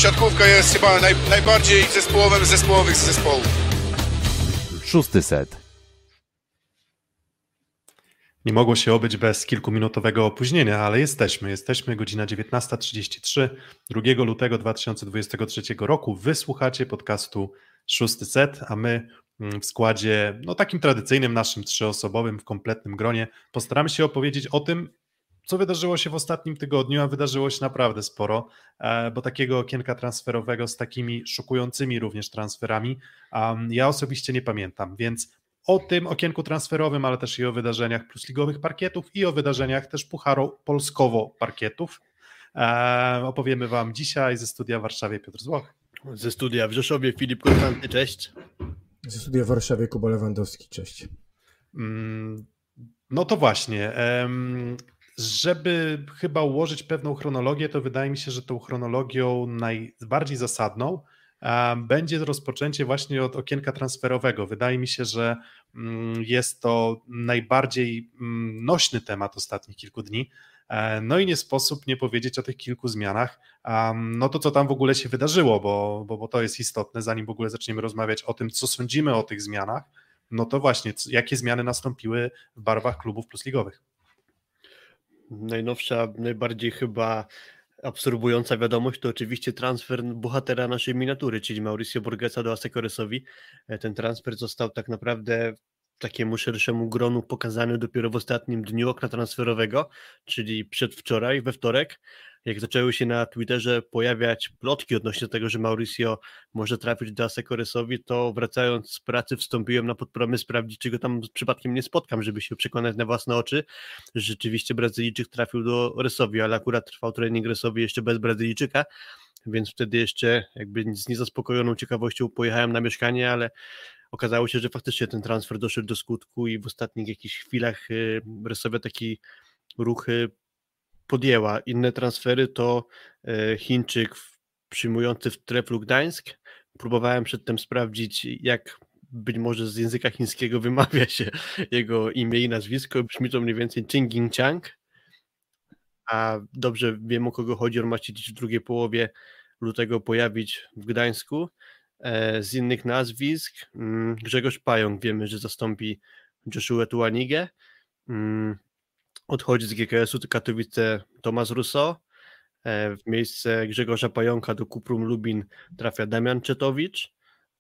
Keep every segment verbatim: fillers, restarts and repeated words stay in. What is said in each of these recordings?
siatkówka jest chyba naj, najbardziej zespołowym z zespołowych zespołów. Szósty set. Nie mogło się obyć bez kilkuminutowego opóźnienia, ale jesteśmy. Jesteśmy, godzina dziewiętnasta trzydzieści trzy, drugiego lutego dwa tysiące dwudziestego trzeciego roku. Wysłuchacie podcastu Szósty Set, a my w składzie no, takim tradycyjnym naszym trzyosobowym, w kompletnym gronie postaramy się opowiedzieć o tym, co wydarzyło się w ostatnim tygodniu, a wydarzyło się naprawdę sporo, bo takiego okienka transferowego z takimi szokującymi również transferami ja osobiście nie pamiętam, więc o tym okienku transferowym, ale też i o wydarzeniach plusligowych parkietów i o wydarzeniach też Pucharu Polskowo-parkietów opowiemy Wam dzisiaj ze studia w Warszawie Piotr Złoch. Ze studia w Rzeszowie Filip Konstanty, cześć. Ze studia w Warszawie Kuba Lewandowski, cześć. No to właśnie, żeby chyba ułożyć pewną chronologię, to wydaje mi się, że tą chronologią najbardziej zasadną będzie rozpoczęcie właśnie od okienka transferowego. Wydaje mi się, że jest to najbardziej nośny temat ostatnich kilku dni. No i nie sposób nie powiedzieć o tych kilku zmianach. No to co tam w ogóle się wydarzyło, bo, bo, bo to jest istotne, zanim w ogóle zaczniemy rozmawiać o tym, co sądzimy o tych zmianach, no to właśnie, jakie zmiany nastąpiły w barwach klubów plusligowych. Najnowsza, najbardziej chyba absorbująca wiadomość to oczywiście transfer bohatera naszej miniatury, czyli Mauricio Borgesa do ASEC Oresowi. Ten transfer został tak naprawdę takiemu szerszemu gronu pokazany dopiero w ostatnim dniu okna transferowego, czyli przedwczoraj, we wtorek, jak zaczęły się na Twitterze pojawiać plotki odnośnie tego, że Mauricio może trafić do ASEC Oresowi, to wracając z pracy wstąpiłem na podpromy sprawdzić, czy go tam przypadkiem nie spotkam, żeby się przekonać na własne oczy, że rzeczywiście Brazylijczyk trafił do Oresowi, ale akurat trwał trening Oresowi jeszcze bez Brazylijczyka, więc wtedy jeszcze jakby z niezaspokojoną ciekawością pojechałem na mieszkanie, ale okazało się, że faktycznie ten transfer doszedł do skutku i w ostatnich jakichś chwilach Bresowia taki ruch podjęła. Inne transfery to Chińczyk przyjmujący w Treflu Gdańsk. Próbowałem przedtem sprawdzić, jak być może z języka chińskiego wymawia się jego imię i nazwisko. Brzmi to mniej więcej Ching Chang, a dobrze wiem, o kogo chodzi. On ma się dziś w drugiej połowie lutego pojawić w Gdańsku. Z innych nazwisk Grzegorz Pająk, wiemy, że zastąpi Joshua Tuanigę. Odchodzi z G K S-u Katowice Tomasz Rousseau. W miejsce Grzegorza Pająka do Kuprum Lubin trafia Damian Czetowicz.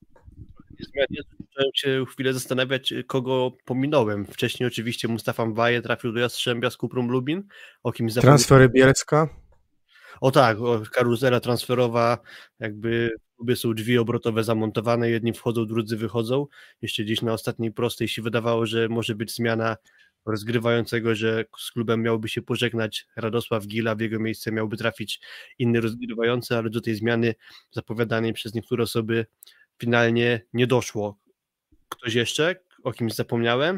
Zacząłem się chwilę zastanawiać, kogo pominąłem. Wcześniej oczywiście Mustafa Mbaje trafił do Jastrzębia z Kuprum Lubin. O kimś Transfery Bielska. O tak, o, karuzela transferowa, jakby obie są drzwi obrotowe zamontowane, jedni wchodzą, drudzy wychodzą. Jeszcze dziś na ostatniej prostej się wydawało, że może być zmiana rozgrywającego, że z klubem miałby się pożegnać Radosław Gila, w jego miejsce miałby trafić inny rozgrywający, ale do tej zmiany zapowiadanej przez niektóre osoby finalnie nie doszło. Ktoś jeszcze? O kimś zapomniałem?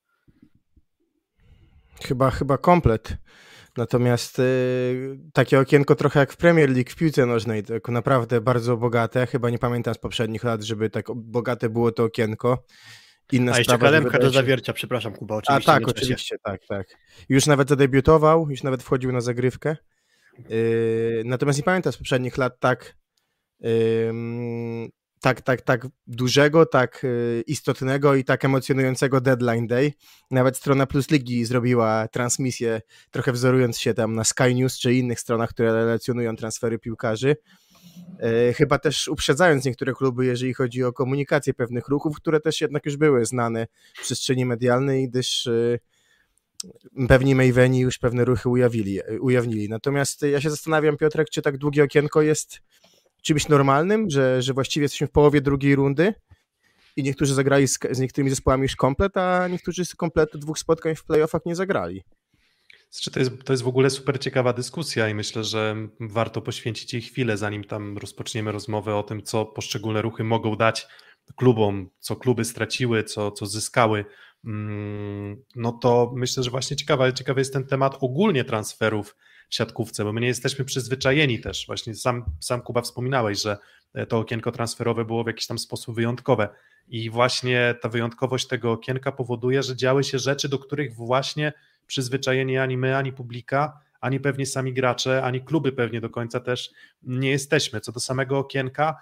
Chyba, chyba komplet. Natomiast y, takie okienko trochę jak w Premier League w piłce nożnej, tylko naprawdę bardzo bogate. Chyba nie pamiętam z poprzednich lat, żeby tak bogate było to okienko. Inna A jeszcze kalemka do zawiercia, przepraszam Kuba, oczywiście. A tak, oczywiście, tak, tak. Już nawet zadebiutował, już nawet wchodził na zagrywkę. Yy, natomiast nie pamiętam z poprzednich lat tak, yy, tak, tak, tak dużego, tak yy, istotnego i tak emocjonującego deadline day. Nawet strona Plus Ligi zrobiła transmisję, trochę wzorując się tam na Sky News czy innych stronach, które relacjonują transfery piłkarzy. Chyba też uprzedzając niektóre kluby, jeżeli chodzi o komunikację pewnych ruchów, które też jednak już były znane w przestrzeni medialnej, gdyż pewni Maveni już pewne ruchy ujawnili, ujawnili. Natomiast ja się zastanawiam, Piotrek, czy tak długie okienko jest czymś normalnym, że, że właściwie jesteśmy w połowie drugiej rundy i niektórzy zagrali z, z niektórymi zespołami już komplet, a niektórzy z kompletu dwóch spotkań w playoffach nie zagrali. To jest, to jest w ogóle super ciekawa dyskusja i myślę, że warto poświęcić jej chwilę, zanim tam rozpoczniemy rozmowę o tym, co poszczególne ruchy mogą dać klubom, co kluby straciły, co, co zyskały. No to myślę, że właśnie ciekawa, ciekawy jest ten temat ogólnie transferów w siatkówce, bo my nie jesteśmy przyzwyczajeni też. Właśnie sam, sam Kuba wspominałeś, że to okienko transferowe było w jakiś tam sposób wyjątkowe i właśnie ta wyjątkowość tego okienka powoduje, że działy się rzeczy, do których właśnie przyzwyczajeni ani my, ani publika, ani pewnie sami gracze, ani kluby pewnie do końca też nie jesteśmy. Co do samego okienka,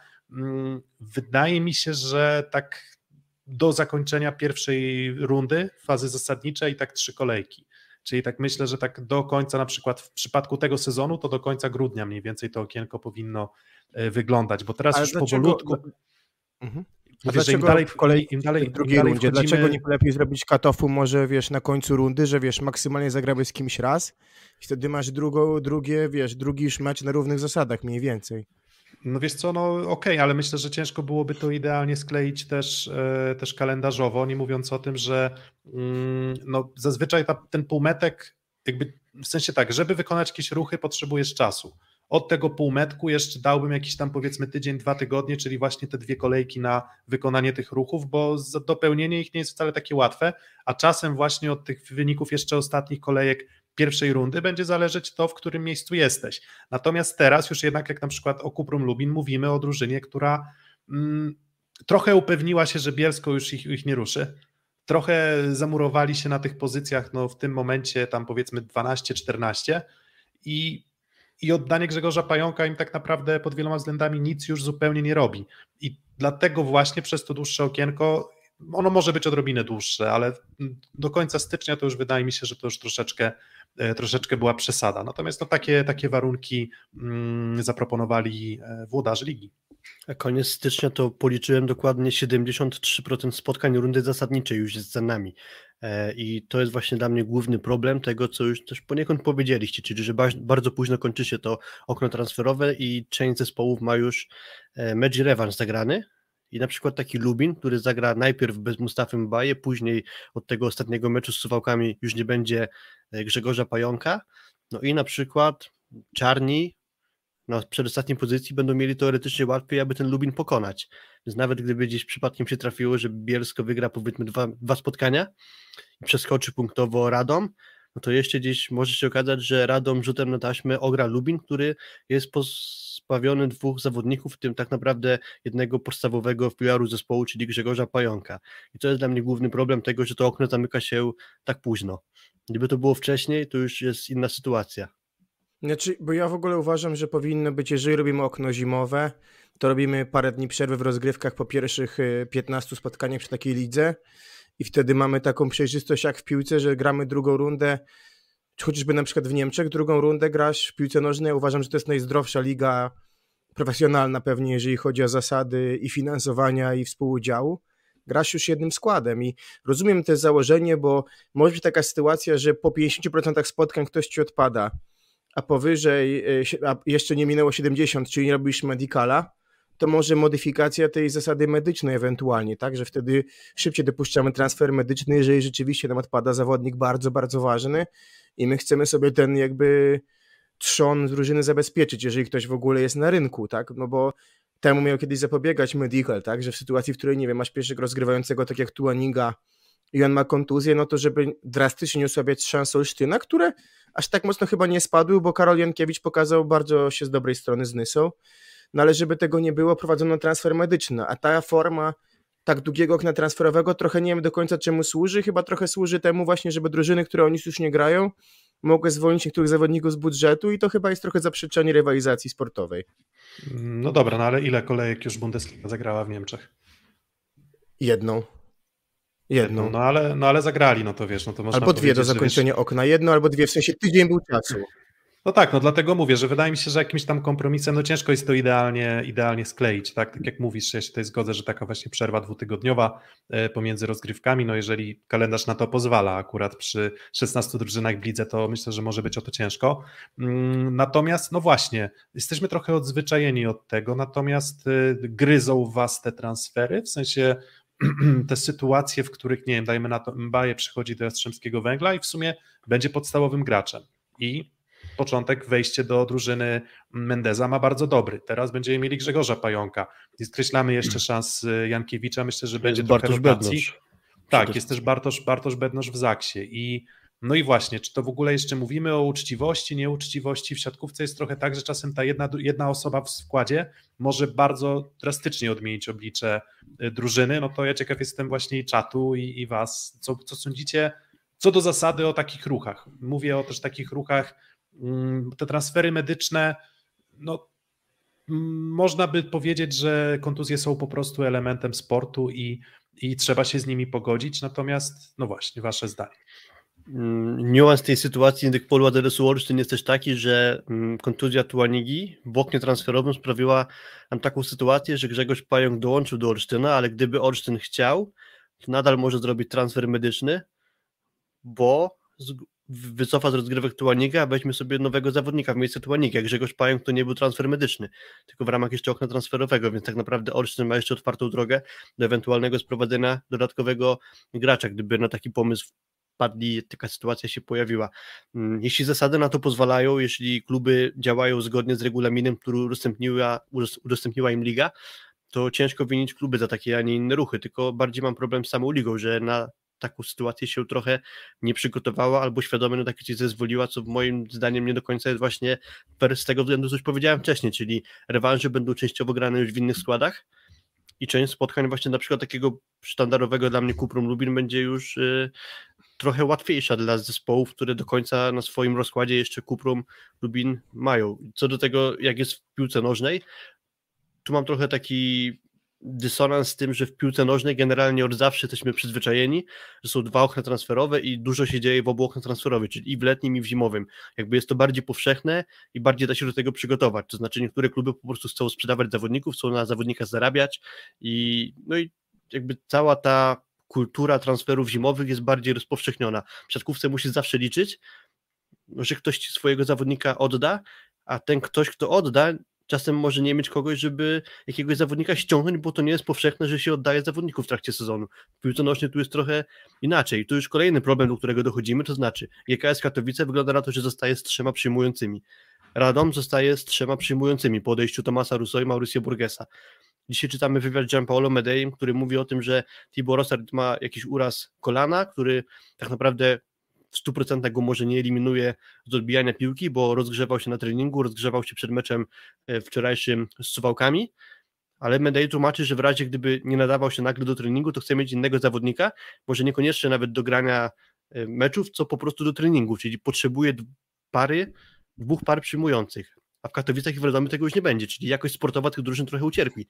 wydaje mi się, że tak do zakończenia pierwszej rundy, fazy zasadniczej, tak trzy kolejki. Czyli tak myślę, że tak do końca, na przykład w przypadku tego sezonu, to do końca grudnia mniej więcej to okienko powinno wyglądać, bo teraz Ale już dlaczego, powolutku... Mhm. A Mówię, dlaczego im dalej, w kolei im dalej, w drugiej im dalej rundzie? wchodzimy... Dlaczego nie lepiej zrobić cut-offu może, wiesz, na końcu rundy, że wiesz, maksymalnie zagramy z kimś raz i wtedy masz drugą, drugie, wiesz, drugi już mecz na równych zasadach mniej więcej. No wiesz co, no okej, okay, ale myślę, że ciężko byłoby to idealnie skleić też, e, też kalendarzowo, nie mówiąc o tym, że mm, no zazwyczaj ta, ten półmetek jakby, w sensie tak, żeby wykonać jakieś ruchy potrzebujesz czasu. Od tego półmetku jeszcze dałbym jakiś tam powiedzmy tydzień, dwa tygodnie, czyli właśnie te dwie kolejki na wykonanie tych ruchów, bo dopełnienie ich nie jest wcale takie łatwe, a czasem właśnie od tych wyników jeszcze ostatnich kolejek pierwszej rundy będzie zależeć to, w którym miejscu jesteś. Natomiast teraz już jednak jak na przykład o Cuprum Lubin mówimy o drużynie, która mm, trochę upewniła się, że Bielsko już ich, ich nie ruszy. Trochę zamurowali się na tych pozycjach, no w tym momencie tam powiedzmy dwanaście czternaście i, i oddanie Grzegorza Pająka im tak naprawdę pod wieloma względami nic już zupełnie nie robi. I dlatego właśnie przez to dłuższe okienko, ono może być odrobinę dłuższe, ale do końca stycznia to już wydaje mi się, że to już troszeczkę, troszeczkę była przesada. Natomiast no takie, takie warunki mm, zaproponowali włodarze ligi. A koniec stycznia to policzyłem dokładnie siedemdziesiąt trzy procent spotkań rundy zasadniczej już jest za nami. I to jest właśnie dla mnie główny problem tego, co już też poniekąd powiedzieliście, czyli że bardzo późno kończy się to okno transferowe i część zespołów ma już mecz i rewanż zagrany. I na przykład taki Lubin, który zagra najpierw bez Mustafy Mbaje, później od tego ostatniego meczu z Suwałkami już nie będzie Grzegorza Pająka. No i na przykład Czarni na przedostatniej pozycji będą mieli teoretycznie łatwiej, aby ten Lubin pokonać. Więc nawet gdyby gdzieś przypadkiem się trafiło, że Bielsko wygra powiedzmy dwa, dwa spotkania i przeskoczy punktowo Radom, no to jeszcze gdzieś może się okazać, że Radom rzutem na taśmę ogra Lubin, który jest pozbawiony dwóch zawodników, w tym tak naprawdę jednego podstawowego w piłaru zespołu, czyli Grzegorza Pająka. I to jest dla mnie główny problem tego, że to okno zamyka się tak późno. Gdyby to było wcześniej, to już jest inna sytuacja. Znaczy, bo ja w ogóle uważam, że powinno być, jeżeli robimy okno zimowe, to robimy parę dni przerwy w rozgrywkach po pierwszych piętnastu spotkaniach przy takiej lidze i wtedy mamy taką przejrzystość jak w piłce, że gramy drugą rundę, chociażby na przykład w Niemczech drugą rundę grasz w piłce nożnej. Uważam, że to jest najzdrowsza liga profesjonalna pewnie, jeżeli chodzi o zasady i finansowania i współudziału. Grasz już jednym składem i rozumiem to założenie, bo może być taka sytuacja, że po pięćdziesięciu procentach spotkań ktoś ci odpada, a powyżej, a jeszcze nie minęło siedemdziesiąt, czyli nie robisz medicala, to może modyfikacja tej zasady medycznej ewentualnie, tak, że wtedy szybciej dopuszczamy transfer medyczny, jeżeli rzeczywiście nam odpada zawodnik bardzo, bardzo ważny i my chcemy sobie ten jakby trzon z drużyny zabezpieczyć, jeżeli ktoś w ogóle jest na rynku, tak, no bo temu miał kiedyś zapobiegać medical, tak, że w sytuacji, w której, nie wiem, masz pierwszego rozgrywającego, tak jak Tuaniga i on ma kontuzję, no to żeby drastycznie nie osłabiać szans Olsztyna, które aż tak mocno chyba nie spadły, bo Karol Jankiewicz pokazał bardzo się z dobrej strony z Nysą, no ale żeby tego nie było, prowadzono transfer medyczny, a ta forma tak długiego okna transferowego trochę nie wiem do końca czemu służy, chyba trochę służy temu właśnie, żeby drużyny, które oni już nie grają, mogły zwolnić niektórych zawodników z budżetu i to chyba jest trochę zaprzeczenie rywalizacji sportowej. No dobra, no ale ile kolejek już Bundesliga zagrała w Niemczech? Jedną. Jedną. No ale, no ale zagrali, no to wiesz, no to można albo dwie do że zakończenia wiesz... okna, jedno albo dwie, w sensie tydzień był czasu. No tak, no dlatego mówię, że wydaje mi się, że jakimś tam kompromisem, no ciężko jest to idealnie, idealnie skleić, tak? Tak jak mówisz, ja się tutaj zgodzę, że taka właśnie przerwa dwutygodniowa pomiędzy rozgrywkami, no jeżeli kalendarz na to pozwala, akurat przy szesnastu drużynach w lidze, to myślę, że może być o to ciężko. Natomiast, no właśnie, jesteśmy trochę odzwyczajeni od tego, natomiast gryzą was te transfery, w sensie te sytuacje, w których, nie wiem, dajmy na to, Mbaje przychodzi do Jastrzębskiego Węgla i w sumie będzie podstawowym graczem i początek, wejście do drużyny Mendeza ma bardzo dobry. Teraz będziemy mieli Grzegorza Pająka. Nie skreślamy jeszcze szans Jankiewicza. Myślę, że będzie trochę rotacji. Tak, jest też Bartosz, Bartosz Bednosz w Zaksie. I no i właśnie, czy to w ogóle jeszcze mówimy o uczciwości, nieuczciwości? W siatkówce jest trochę tak, że czasem ta jedna, jedna osoba w składzie może bardzo drastycznie odmienić oblicze drużyny. No to ja ciekaw jestem właśnie i czatu i, i was. Co, co sądzicie co do zasady o takich ruchach? Mówię o też takich ruchach te transfery medyczne, no można by powiedzieć, że kontuzje są po prostu elementem sportu i, i trzeba się z nimi pogodzić, natomiast no właśnie, wasze zdanie. Niuans tej sytuacji Dykpolu Aderesu Olsztyn jest też taki, że kontuzja Tuanigi w oknie transferowym sprawiła nam taką sytuację, że Grzegorz Pająk dołączył do Olsztyna, ale gdyby Olsztyn chciał, to nadal może zrobić transfer medyczny, bo wycofa z rozgrywek Tuaniga, a weźmie sobie nowego zawodnika w miejsce Tuaniga. Grzegorz Pająk to nie był transfer medyczny, tylko w ramach jeszcze okna transferowego, więc tak naprawdę Olsztyn ma jeszcze otwartą drogę do ewentualnego sprowadzenia dodatkowego gracza, gdyby na taki pomysł padli, taka sytuacja się pojawiła. Jeśli zasady na to pozwalają, jeśli kluby działają zgodnie z regulaminem, który udostępniła, udostępniła im liga, to ciężko winić kluby za takie, a nie inne ruchy, tylko bardziej mam problem z samą ligą, że na taką sytuację się trochę nie przygotowała albo świadomie na takie coś zezwoliła, co moim zdaniem nie do końca jest właśnie fair z tego względu, co już powiedziałem wcześniej, czyli rewanże będą częściowo grane już w innych składach i część spotkań właśnie na przykład takiego sztandarowego dla mnie Kuprum Lubin będzie już y, trochę łatwiejsza dla zespołów, które do końca na swoim rozkładzie jeszcze Kuprum Lubin mają. Co do tego, jak jest w piłce nożnej, tu mam trochę taki dysonans z tym, że w piłce nożnej generalnie od zawsze jesteśmy przyzwyczajeni, że są dwa okna transferowe i dużo się dzieje w obu oknach transferowych, czyli i w letnim, i w zimowym. Jakby jest to bardziej powszechne i bardziej da się do tego przygotować. To znaczy niektóre kluby po prostu chcą sprzedawać zawodników, chcą na zawodnika zarabiać i no i jakby cała ta kultura transferów zimowych jest bardziej rozpowszechniona. W siatkówce musisz zawsze liczyć, że ktoś ci swojego zawodnika odda, a ten ktoś, kto odda, czasem może nie mieć kogoś, żeby jakiegoś zawodnika ściągnąć, bo to nie jest powszechne, że się oddaje zawodników w trakcie sezonu. W piłce nożnej tu jest trochę inaczej. Tu już kolejny problem, do którego dochodzimy, to znaczy G K S Katowice wygląda na to, że zostaje z trzema przyjmującymi. Radom zostaje z trzema przyjmującymi po odejściu Tomasa Russo i Mauricio Burgesa. Dzisiaj czytamy wywiad z Gianpaolo Medeim, który mówi o tym, że Tibor Rossard ma jakiś uraz kolana, który tak naprawdę w stu procentach go może nie eliminuje z odbijania piłki, bo rozgrzewał się na treningu, rozgrzewał się przed meczem wczorajszym z Suwałkami, ale Medei tłumaczy, że w razie gdyby nie nadawał się nagle do treningu, to chce mieć innego zawodnika, może niekoniecznie nawet do grania meczów, co po prostu do treningu, czyli potrzebuje pary, dwóch par przyjmujących, a w Katowicach i w Radomiu tego już nie będzie, czyli jakość sportowa tych drużyn trochę ucierpi.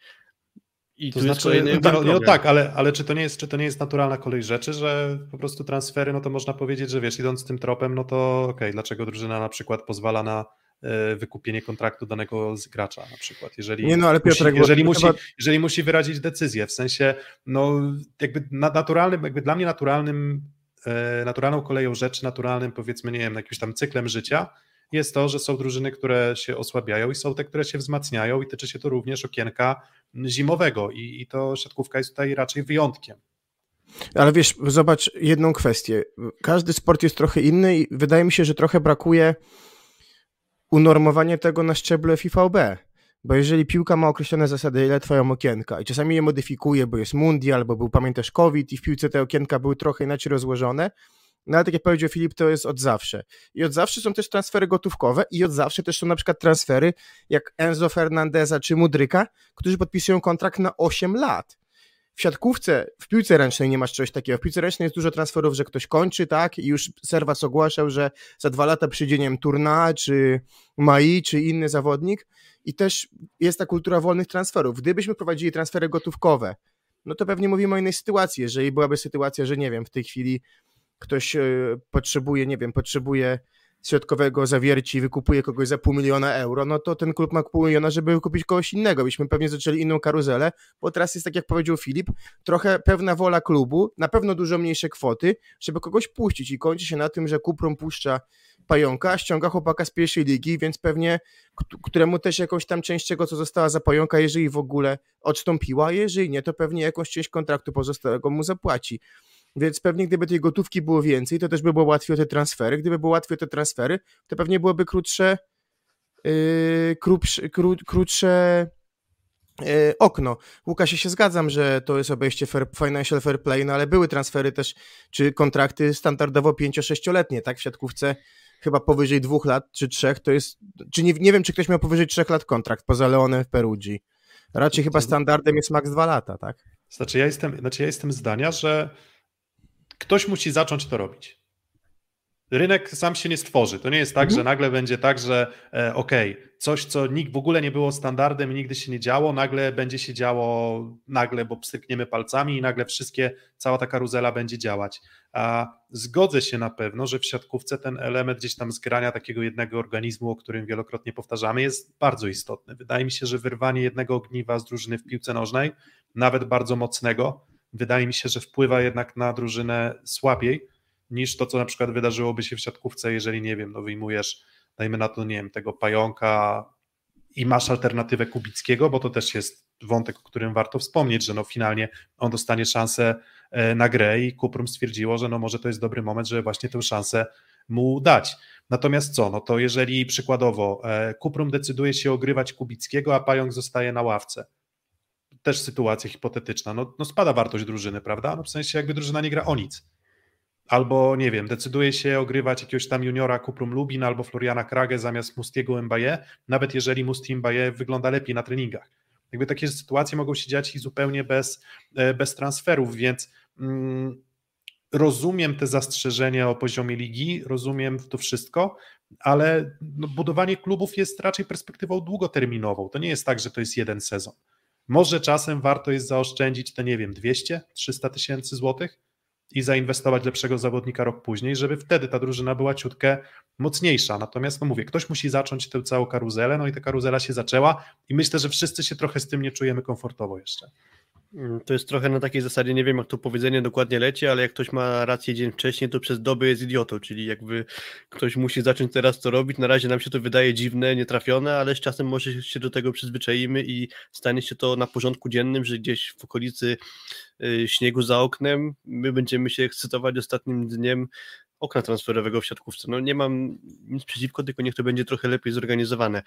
I to znaczy, no, no tak, ale, ale czy, to nie jest, czy to nie jest naturalna kolej rzeczy, że po prostu transfery, no to można powiedzieć, że wiesz, idąc tym tropem, no to okej, okay, dlaczego drużyna na przykład pozwala na y, wykupienie kontraktu danego z gracza na przykład, jeżeli, nie, no, ale Piotrek, musi, jeżeli, musi, chyba... jeżeli musi wyrazić decyzję, w sensie, no jakby naturalnym, jakby dla mnie naturalnym, y, naturalną koleją rzeczy, naturalnym powiedzmy, nie wiem, jakimś tam cyklem życia jest to, że są drużyny, które się osłabiają i są te, które się wzmacniają i tyczy się to również okienka zimowego i, i to siatkówka jest tutaj raczej wyjątkiem. Ale wiesz, zobacz jedną kwestię. Każdy sport jest trochę inny i wydaje mi się, że trochę brakuje unormowania tego na szczeblu F I V B. Bo jeżeli piłka ma określone zasady, ile trwają okienka i czasami je modyfikuje, bo jest mundial, bo był, pamiętasz, COVID i w piłce te okienka były trochę inaczej rozłożone, no ale tak jak powiedział Filip, to jest od zawsze. I od zawsze są też transfery gotówkowe i od zawsze też są na przykład transfery jak Enzo Fernandeza czy Mudryka, którzy podpisują kontrakt na osiem lat. W siatkówce, w piłce ręcznej nie masz czegoś takiego. W piłce ręcznej jest dużo transferów, że ktoś kończy, tak, i już Serwas ogłaszał, że za dwa lata przyjdzie, nie wiem, Tourna, czy Mai, czy inny zawodnik i też jest ta kultura wolnych transferów. Gdybyśmy prowadzili transfery gotówkowe, no to pewnie mówimy o innej sytuacji. Jeżeli byłaby sytuacja, że nie wiem, w tej chwili ktoś potrzebuje, nie wiem, potrzebuje środkowego zawierci i wykupuje kogoś za pół miliona euro, no to ten klub ma pół miliona, żeby wykupić kogoś innego. Byśmy pewnie zaczęli inną karuzelę, bo teraz jest, tak jak powiedział Filip, trochę pewna wola klubu, na pewno dużo mniejsze kwoty, żeby kogoś puścić i kończy się na tym, że Kuprum puszcza Pająka, ściąga chłopaka z pierwszej ligi, więc pewnie któremu też jakąś tam część tego, co została za Pająka, jeżeli w ogóle odstąpiła, jeżeli nie, to pewnie jakąś część kontraktu pozostałego mu zapłaci. Więc pewnie gdyby tej gotówki było więcej, to też by było łatwiej o te transfery. Gdyby było łatwiej o te transfery, to pewnie byłoby krótsze, yy, krótsze, kró, krótsze yy, okno. Łukasz, ja się zgadzam, że to jest obejście fair, financial fair play, no ale były transfery też, czy kontrakty standardowo pięcio-sześcioletnie, tak? W siatkówce chyba powyżej dwóch lat, czy trzech, to jest, czy nie, nie wiem, czy ktoś miał powyżej trzech lat kontrakt, poza Leonem w Perugii. Raczej chyba standardem jest max dwa lata, tak? Znaczy ja jestem, znaczy ja jestem zdania, że ktoś musi zacząć to robić. Rynek sam się nie stworzy. To nie jest tak, Mhm. że nagle będzie tak, że e, okej, okay, coś, co nikt w ogóle nie było standardem i nigdy się nie działo, nagle będzie się działo nagle, bo pstrykniemy palcami i nagle wszystkie, cała ta karuzela będzie działać. A zgodzę się na pewno, że w siatkówce ten element gdzieś tam zgrania takiego jednego organizmu, o którym wielokrotnie powtarzamy, jest bardzo istotny. Wydaje mi się, że wyrwanie jednego ogniwa z drużyny w piłce nożnej, nawet bardzo mocnego, wydaje mi się, że wpływa jednak na drużynę słabiej, niż to, co na przykład wydarzyłoby się w siatkówce, jeżeli, nie wiem, no wyjmujesz, dajmy na to, nie wiem, tego Pająka i masz alternatywę Kubickiego, bo to też jest wątek, o którym warto wspomnieć, że no finalnie on dostanie szansę na grę i Cuprum stwierdziło, że no może to jest dobry moment, żeby właśnie tę szansę mu dać. Natomiast co, no to jeżeli przykładowo Cuprum decyduje się ogrywać Kubickiego, a Pająk zostaje na ławce, też sytuacja hipotetyczna, no, no spada wartość drużyny, prawda? No w sensie jakby drużyna nie gra o nic. Albo, nie wiem, decyduje się ogrywać jakiegoś tam juniora Cuprum Lubin albo Floriana Kragę zamiast Mustiego Mbaye, nawet jeżeli Musti Mbaye wygląda lepiej na treningach. Jakby takie sytuacje mogą się dziać i zupełnie bez, bez transferów, więc mm, rozumiem te zastrzeżenia o poziomie ligi, rozumiem to wszystko, ale no, budowanie klubów jest raczej perspektywą długoterminową. To nie jest tak, że to jest jeden sezon. Może czasem warto jest zaoszczędzić te, nie wiem, dwieście trzysta tysięcy złotych i zainwestować lepszego zawodnika rok później, żeby wtedy ta drużyna była ciutkę mocniejsza. Natomiast, no mówię, ktoś musi zacząć tę całą karuzelę, no i ta karuzela się zaczęła i myślę, że wszyscy się trochę z tym nie czujemy komfortowo jeszcze. To jest trochę na takiej zasadzie, nie wiem jak to powiedzenie dokładnie leci, ale jak ktoś ma rację dzień wcześniej, to przez dobę jest idiotą, czyli jakby ktoś musi zacząć teraz to robić. Na razie nam się to wydaje dziwne, nietrafione, ale z czasem może się do tego przyzwyczaimy i stanie się to na porządku dziennym, że gdzieś w okolicy śniegu za oknem my będziemy się ekscytować ostatnim dniem okna transferowego w siatkówce. No nie mam nic przeciwko, tylko niech to będzie trochę lepiej zorganizowane,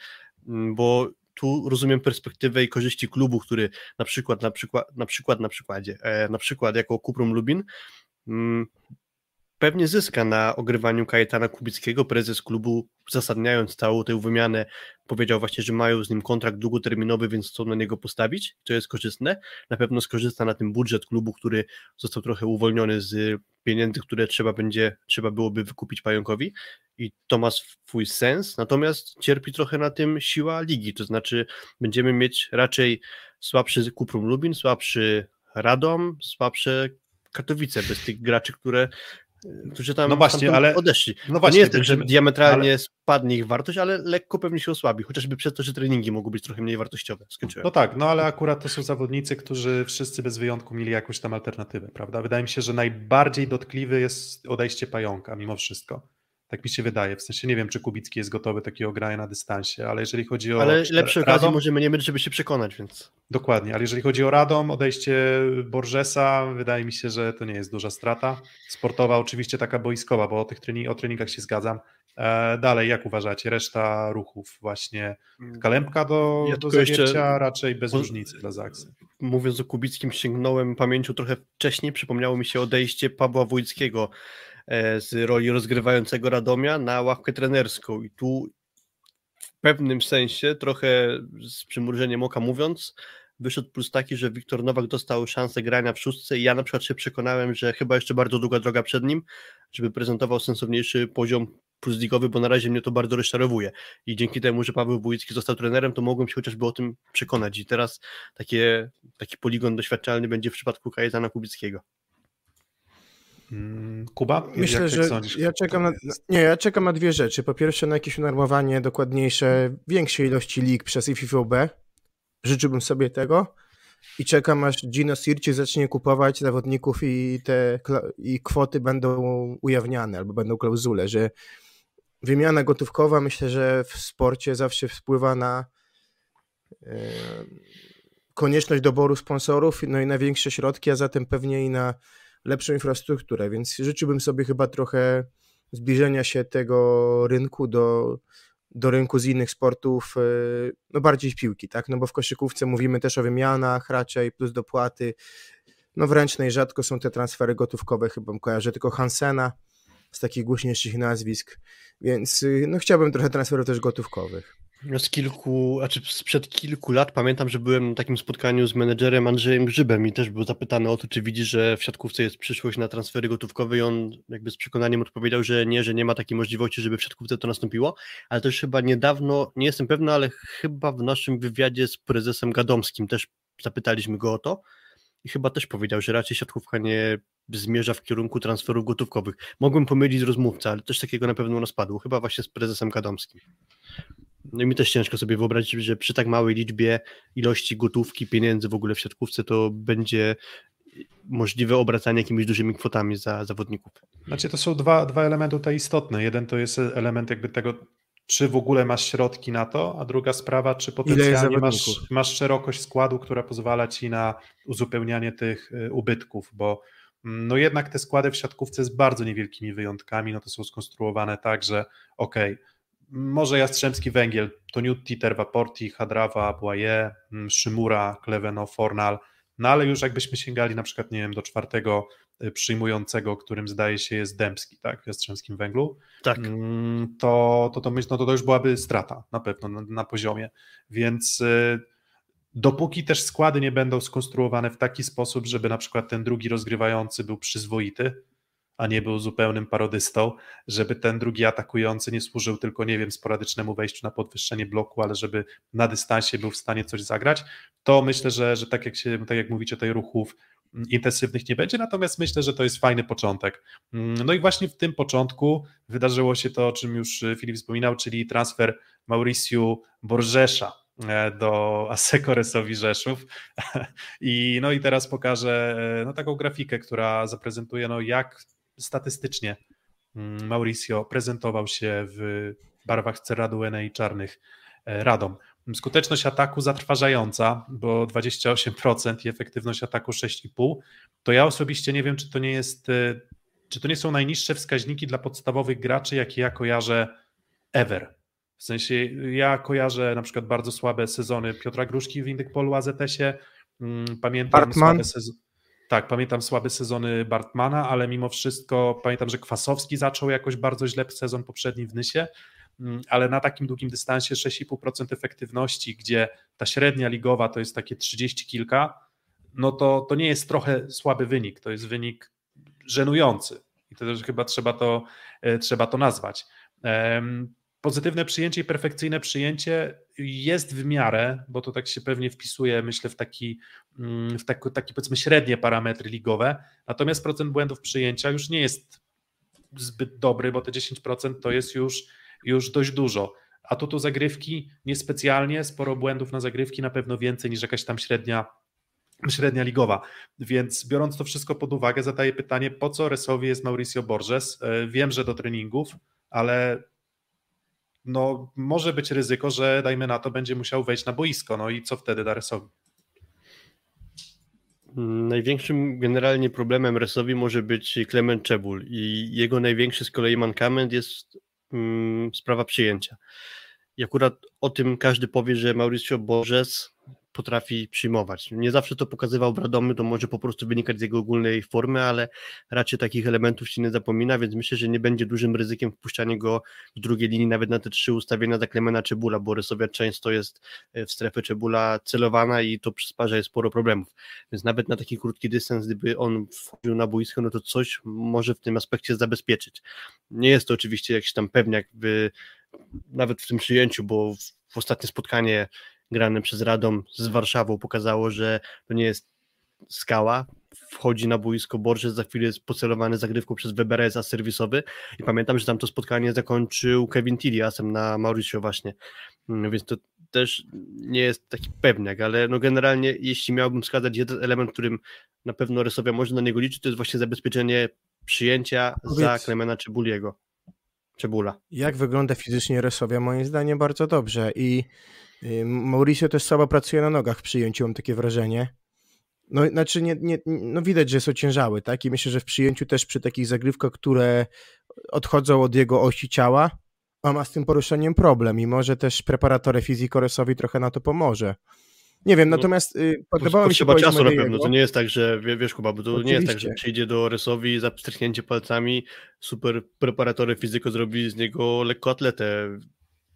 bo tu rozumiem perspektywę i korzyści klubu, który na przykład, na przykład, na przykład, na przykładzie, e, na przykład jako Cuprum Lubin mm, pewnie zyska na ogrywaniu Kajetana Kubickiego. Prezes klubu, uzasadniając całą tę wymianę, powiedział właśnie, że mają z nim kontrakt długoterminowy, więc chcą na niego postawić, to jest korzystne. Na pewno skorzysta na tym budżet klubu, który został trochę uwolniony z pieniędzy, które trzeba będzie, trzeba byłoby wykupić Pająkowi i to ma swój sens, natomiast cierpi trochę na tym siła ligi, to znaczy będziemy mieć raczej słabszy Cuprum Lubin, słabszy Radom, słabsze Katowice, bez tych graczy, które którzy tam, no właśnie, tam ale, odeszli. No właśnie, właśnie, to nie jest tak, że będziemy, diametralnie ale... spadnie ich wartość, ale lekko pewnie się osłabi, chociażby przez to, że treningi mogą być trochę mniej wartościowe. Skończyłem. No tak, no ale akurat to są zawodnicy, którzy wszyscy bez wyjątku mieli jakąś tam alternatywę, prawda? Wydaje mi się, że najbardziej dotkliwy jest odejście Pająka mimo wszystko. Tak mi się wydaje, w sensie nie wiem, czy Kubicki jest gotowy takiego grania na dystansie, ale jeżeli chodzi o... Ale lepszej okazji Radom, możemy nie mieć, żeby się przekonać, więc... Dokładnie, ale jeżeli chodzi o Radom, odejście Borgesa, wydaje mi się, że to nie jest duża strata. Sportowa oczywiście taka boiskowa, bo o tych trening- o treningach się zgadzam. E, dalej, jak uważacie, reszta ruchów właśnie Kalembka do, ja do jeszcze... zawiercia raczej bez różnicy dla Zaksy. Mówiąc o Kubickim, sięgnąłem pamięcią trochę wcześniej, przypomniało mi się odejście Pawła Wójckiego z roli rozgrywającego Radomia na ławkę trenerską i tu w pewnym sensie, trochę z przymrużeniem oka mówiąc, wyszedł plus taki, że Wiktor Nowak dostał szansę grania w szóstce i ja na przykład się przekonałem, że chyba jeszcze bardzo długa droga przed nim, żeby prezentował sensowniejszy poziom plusligowy, bo na razie mnie to bardzo rozczarowuje i dzięki temu, że Paweł Wójcki został trenerem, to mogłem się chociażby o tym przekonać i teraz takie, taki poligon doświadczalny będzie w przypadku Kajetana Kubickiego. Kuba? Myślę, jak że sądzisz, ja czekam na, nie, ja czekam na dwie rzeczy. Po pierwsze na jakieś unormowanie dokładniejsze większej ilości lig przez I F I B. Życzyłbym sobie tego i czekam aż Gino Sirci zacznie kupować zawodników i te i kwoty będą ujawniane albo będą klauzule, że wymiana gotówkowa myślę, że w sporcie zawsze wpływa na e, konieczność doboru sponsorów, no i na większe środki, a zatem pewnie i na lepszą infrastrukturę, więc życzyłbym sobie chyba trochę zbliżenia się tego rynku do, do rynku z innych sportów, no bardziej piłki, tak, no bo w koszykówce mówimy też o wymianach raczej, plus dopłaty, no w ręcznej rzadko są te transfery gotówkowe, chyba kojarzę tylko Hansena z takich głośniejszych nazwisk, więc no chciałbym trochę transferów też gotówkowych. No z kilku, znaczy sprzed kilku lat pamiętam, że byłem na takim spotkaniu z menedżerem Andrzejem Grzybem i też był zapytany o to, czy widzi, że w siatkówce jest przyszłość na transfery gotówkowe i on jakby z przekonaniem odpowiedział, że nie, że nie ma takiej możliwości, żeby w siatkówce to nastąpiło, ale też chyba niedawno, nie jestem pewny, ale chyba w naszym wywiadzie z prezesem Gadomskim też zapytaliśmy go o to i chyba też powiedział, że raczej siatkówka nie zmierza w kierunku transferów gotówkowych. Mogłem pomylić rozmówcę, ale też takiego na pewno nas padło, chyba właśnie z prezesem Gadomskim. No i mi też ciężko sobie wyobrazić, że przy tak małej liczbie ilości gotówki, pieniędzy w ogóle w siatkówce to będzie możliwe obracanie jakimiś dużymi kwotami za zawodników. Znaczy to są dwa, dwa elementy tutaj istotne. Jeden to jest element jakby tego, czy w ogóle masz środki na to, a druga sprawa, czy potencjalnie masz, masz szerokość składu, która pozwala ci na uzupełnianie tych ubytków, bo no jednak te składy w siatkówce z bardzo niewielkimi wyjątkami, no to są skonstruowane tak, że okej, okay, może Jastrzębski Węgiel, Toniutti, Tervaporti, Hadrawa, Błaje, Szymura, Kleveno, Fornal, no ale już jakbyśmy sięgali na przykład, nie wiem, do czwartego przyjmującego, którym zdaje się jest Dębski, tak, w Jastrzębskim Węglu, tak. to, to, to, myśl, no to, to już byłaby strata na pewno na, na poziomie, więc y, dopóki też składy nie będą skonstruowane w taki sposób, żeby na przykład ten drugi rozgrywający był przyzwoity, a nie był zupełnym parodystą, żeby ten drugi atakujący nie służył tylko, nie wiem, sporadycznemu wejściu na podwyższenie bloku, ale żeby na dystansie był w stanie coś zagrać, to myślę, że, że tak jak się, tak jak mówicie, tutaj ruchów intensywnych nie będzie, natomiast myślę, że to jest fajny początek. No i właśnie w tym początku wydarzyło się to, o czym już Filip wspominał, czyli transfer Mauriciu Borgesza do Asseco Resowi Rzeszów i no i teraz pokażę no, taką grafikę, która zaprezentuje no, jak statystycznie Mauricio prezentował się w barwach Cerrado N A i czarnych Radom. Skuteczność ataku zatrważająca, bo dwadzieścia osiem procent i efektywność ataku sześć i pół. To ja osobiście nie wiem, czy to nie jest, czy to nie są najniższe wskaźniki dla podstawowych graczy, jakie ja kojarzę ever. W sensie ja kojarzę na przykład bardzo słabe sezony Piotra Gruszki w Indykpolu A Z S-ie. Pamiętam Bartman. słabe sezony. Tak, pamiętam słabe sezony Bartmana, ale mimo wszystko pamiętam, że Kwasowski zaczął jakoś bardzo źle sezon poprzedni w Nysie, ale na takim długim dystansie sześć i pół procent efektywności, gdzie ta średnia ligowa to jest takie trzydzieści kilka, no to, to nie jest trochę słaby wynik, to jest wynik żenujący i to też chyba trzeba to, trzeba to nazwać. Pozytywne przyjęcie i perfekcyjne przyjęcie jest w miarę, bo to tak się pewnie wpisuje, myślę, w taki, w taki, taki powiedzmy średnie parametry ligowe, natomiast procent błędów przyjęcia już nie jest zbyt dobry, bo te dziesięć procent to jest już, już dość dużo. Atutu zagrywki niespecjalnie, sporo błędów na zagrywki, na pewno więcej niż jakaś tam średnia, średnia ligowa, więc biorąc to wszystko pod uwagę, zadaję pytanie, po co Resowi jest Mauricio Borges? Wiem, że do treningów, ale no może być ryzyko, że dajmy na to, będzie musiał wejść na boisko, no i co wtedy da Resowi? Największym generalnie problemem Resowi może być Klement Czebul i jego największy z kolei mankament jest mm, sprawa przyjęcia. I akurat o tym każdy powie, że Mauricio Borges potrafi przyjmować. Nie zawsze to pokazywał w Radomiu, to może po prostu wynikać z jego ogólnej formy, ale raczej takich elementów się nie zapomina, więc myślę, że nie będzie dużym ryzykiem wpuszczanie go z drugiej linii, nawet na te trzy ustawienia za Klemena Czebula, bo Resowia często jest w strefę Czebula celowana i to przysparza jej sporo problemów. Więc nawet na taki krótki dystans, gdyby on wchodził na boisko, no to coś może w tym aspekcie zabezpieczyć. Nie jest to oczywiście jakiś tam pewniak w, nawet w tym przyjęciu, bo w, w ostatnie spotkanie grane przez Radom z Warszawą pokazało, że to nie jest skała, wchodzi na boisko Borges, za chwilę jest pocelowany zagrywką przez Webera, jest as serwisowy i pamiętam, że tam to spotkanie zakończył Kevin Tilly asem na Mauricio właśnie, no więc to też nie jest taki pewniak, ale no generalnie jeśli miałbym wskazać jeden element, którym na pewno Resowia może na niego liczyć, to jest właśnie zabezpieczenie przyjęcia Powiedz. za Klemena Czebuliego. Czebula. Jak wygląda fizycznie Resowia? Moim zdaniem bardzo dobrze i Mauricio też słabo pracuje na nogach w przyjęciu, mam takie wrażenie. No, znaczy nie, nie, no widać, że jest ociężały, tak? I myślę, że w przyjęciu też przy takich zagrywkach, które odchodzą od jego osi ciała, on ma z tym poruszeniem problem i może też preparatore fiziko Resowi trochę na to pomoże. Nie wiem, natomiast y, podobało mi się... Potrzeba czasu na pewno, to nie jest tak, że wiesz Kuba, bo to Oczywiście. nie jest tak, że przyjdzie do Resowi za pstryknięcie palcami, super preparatory fizyko zrobi z niego lekkoatletę.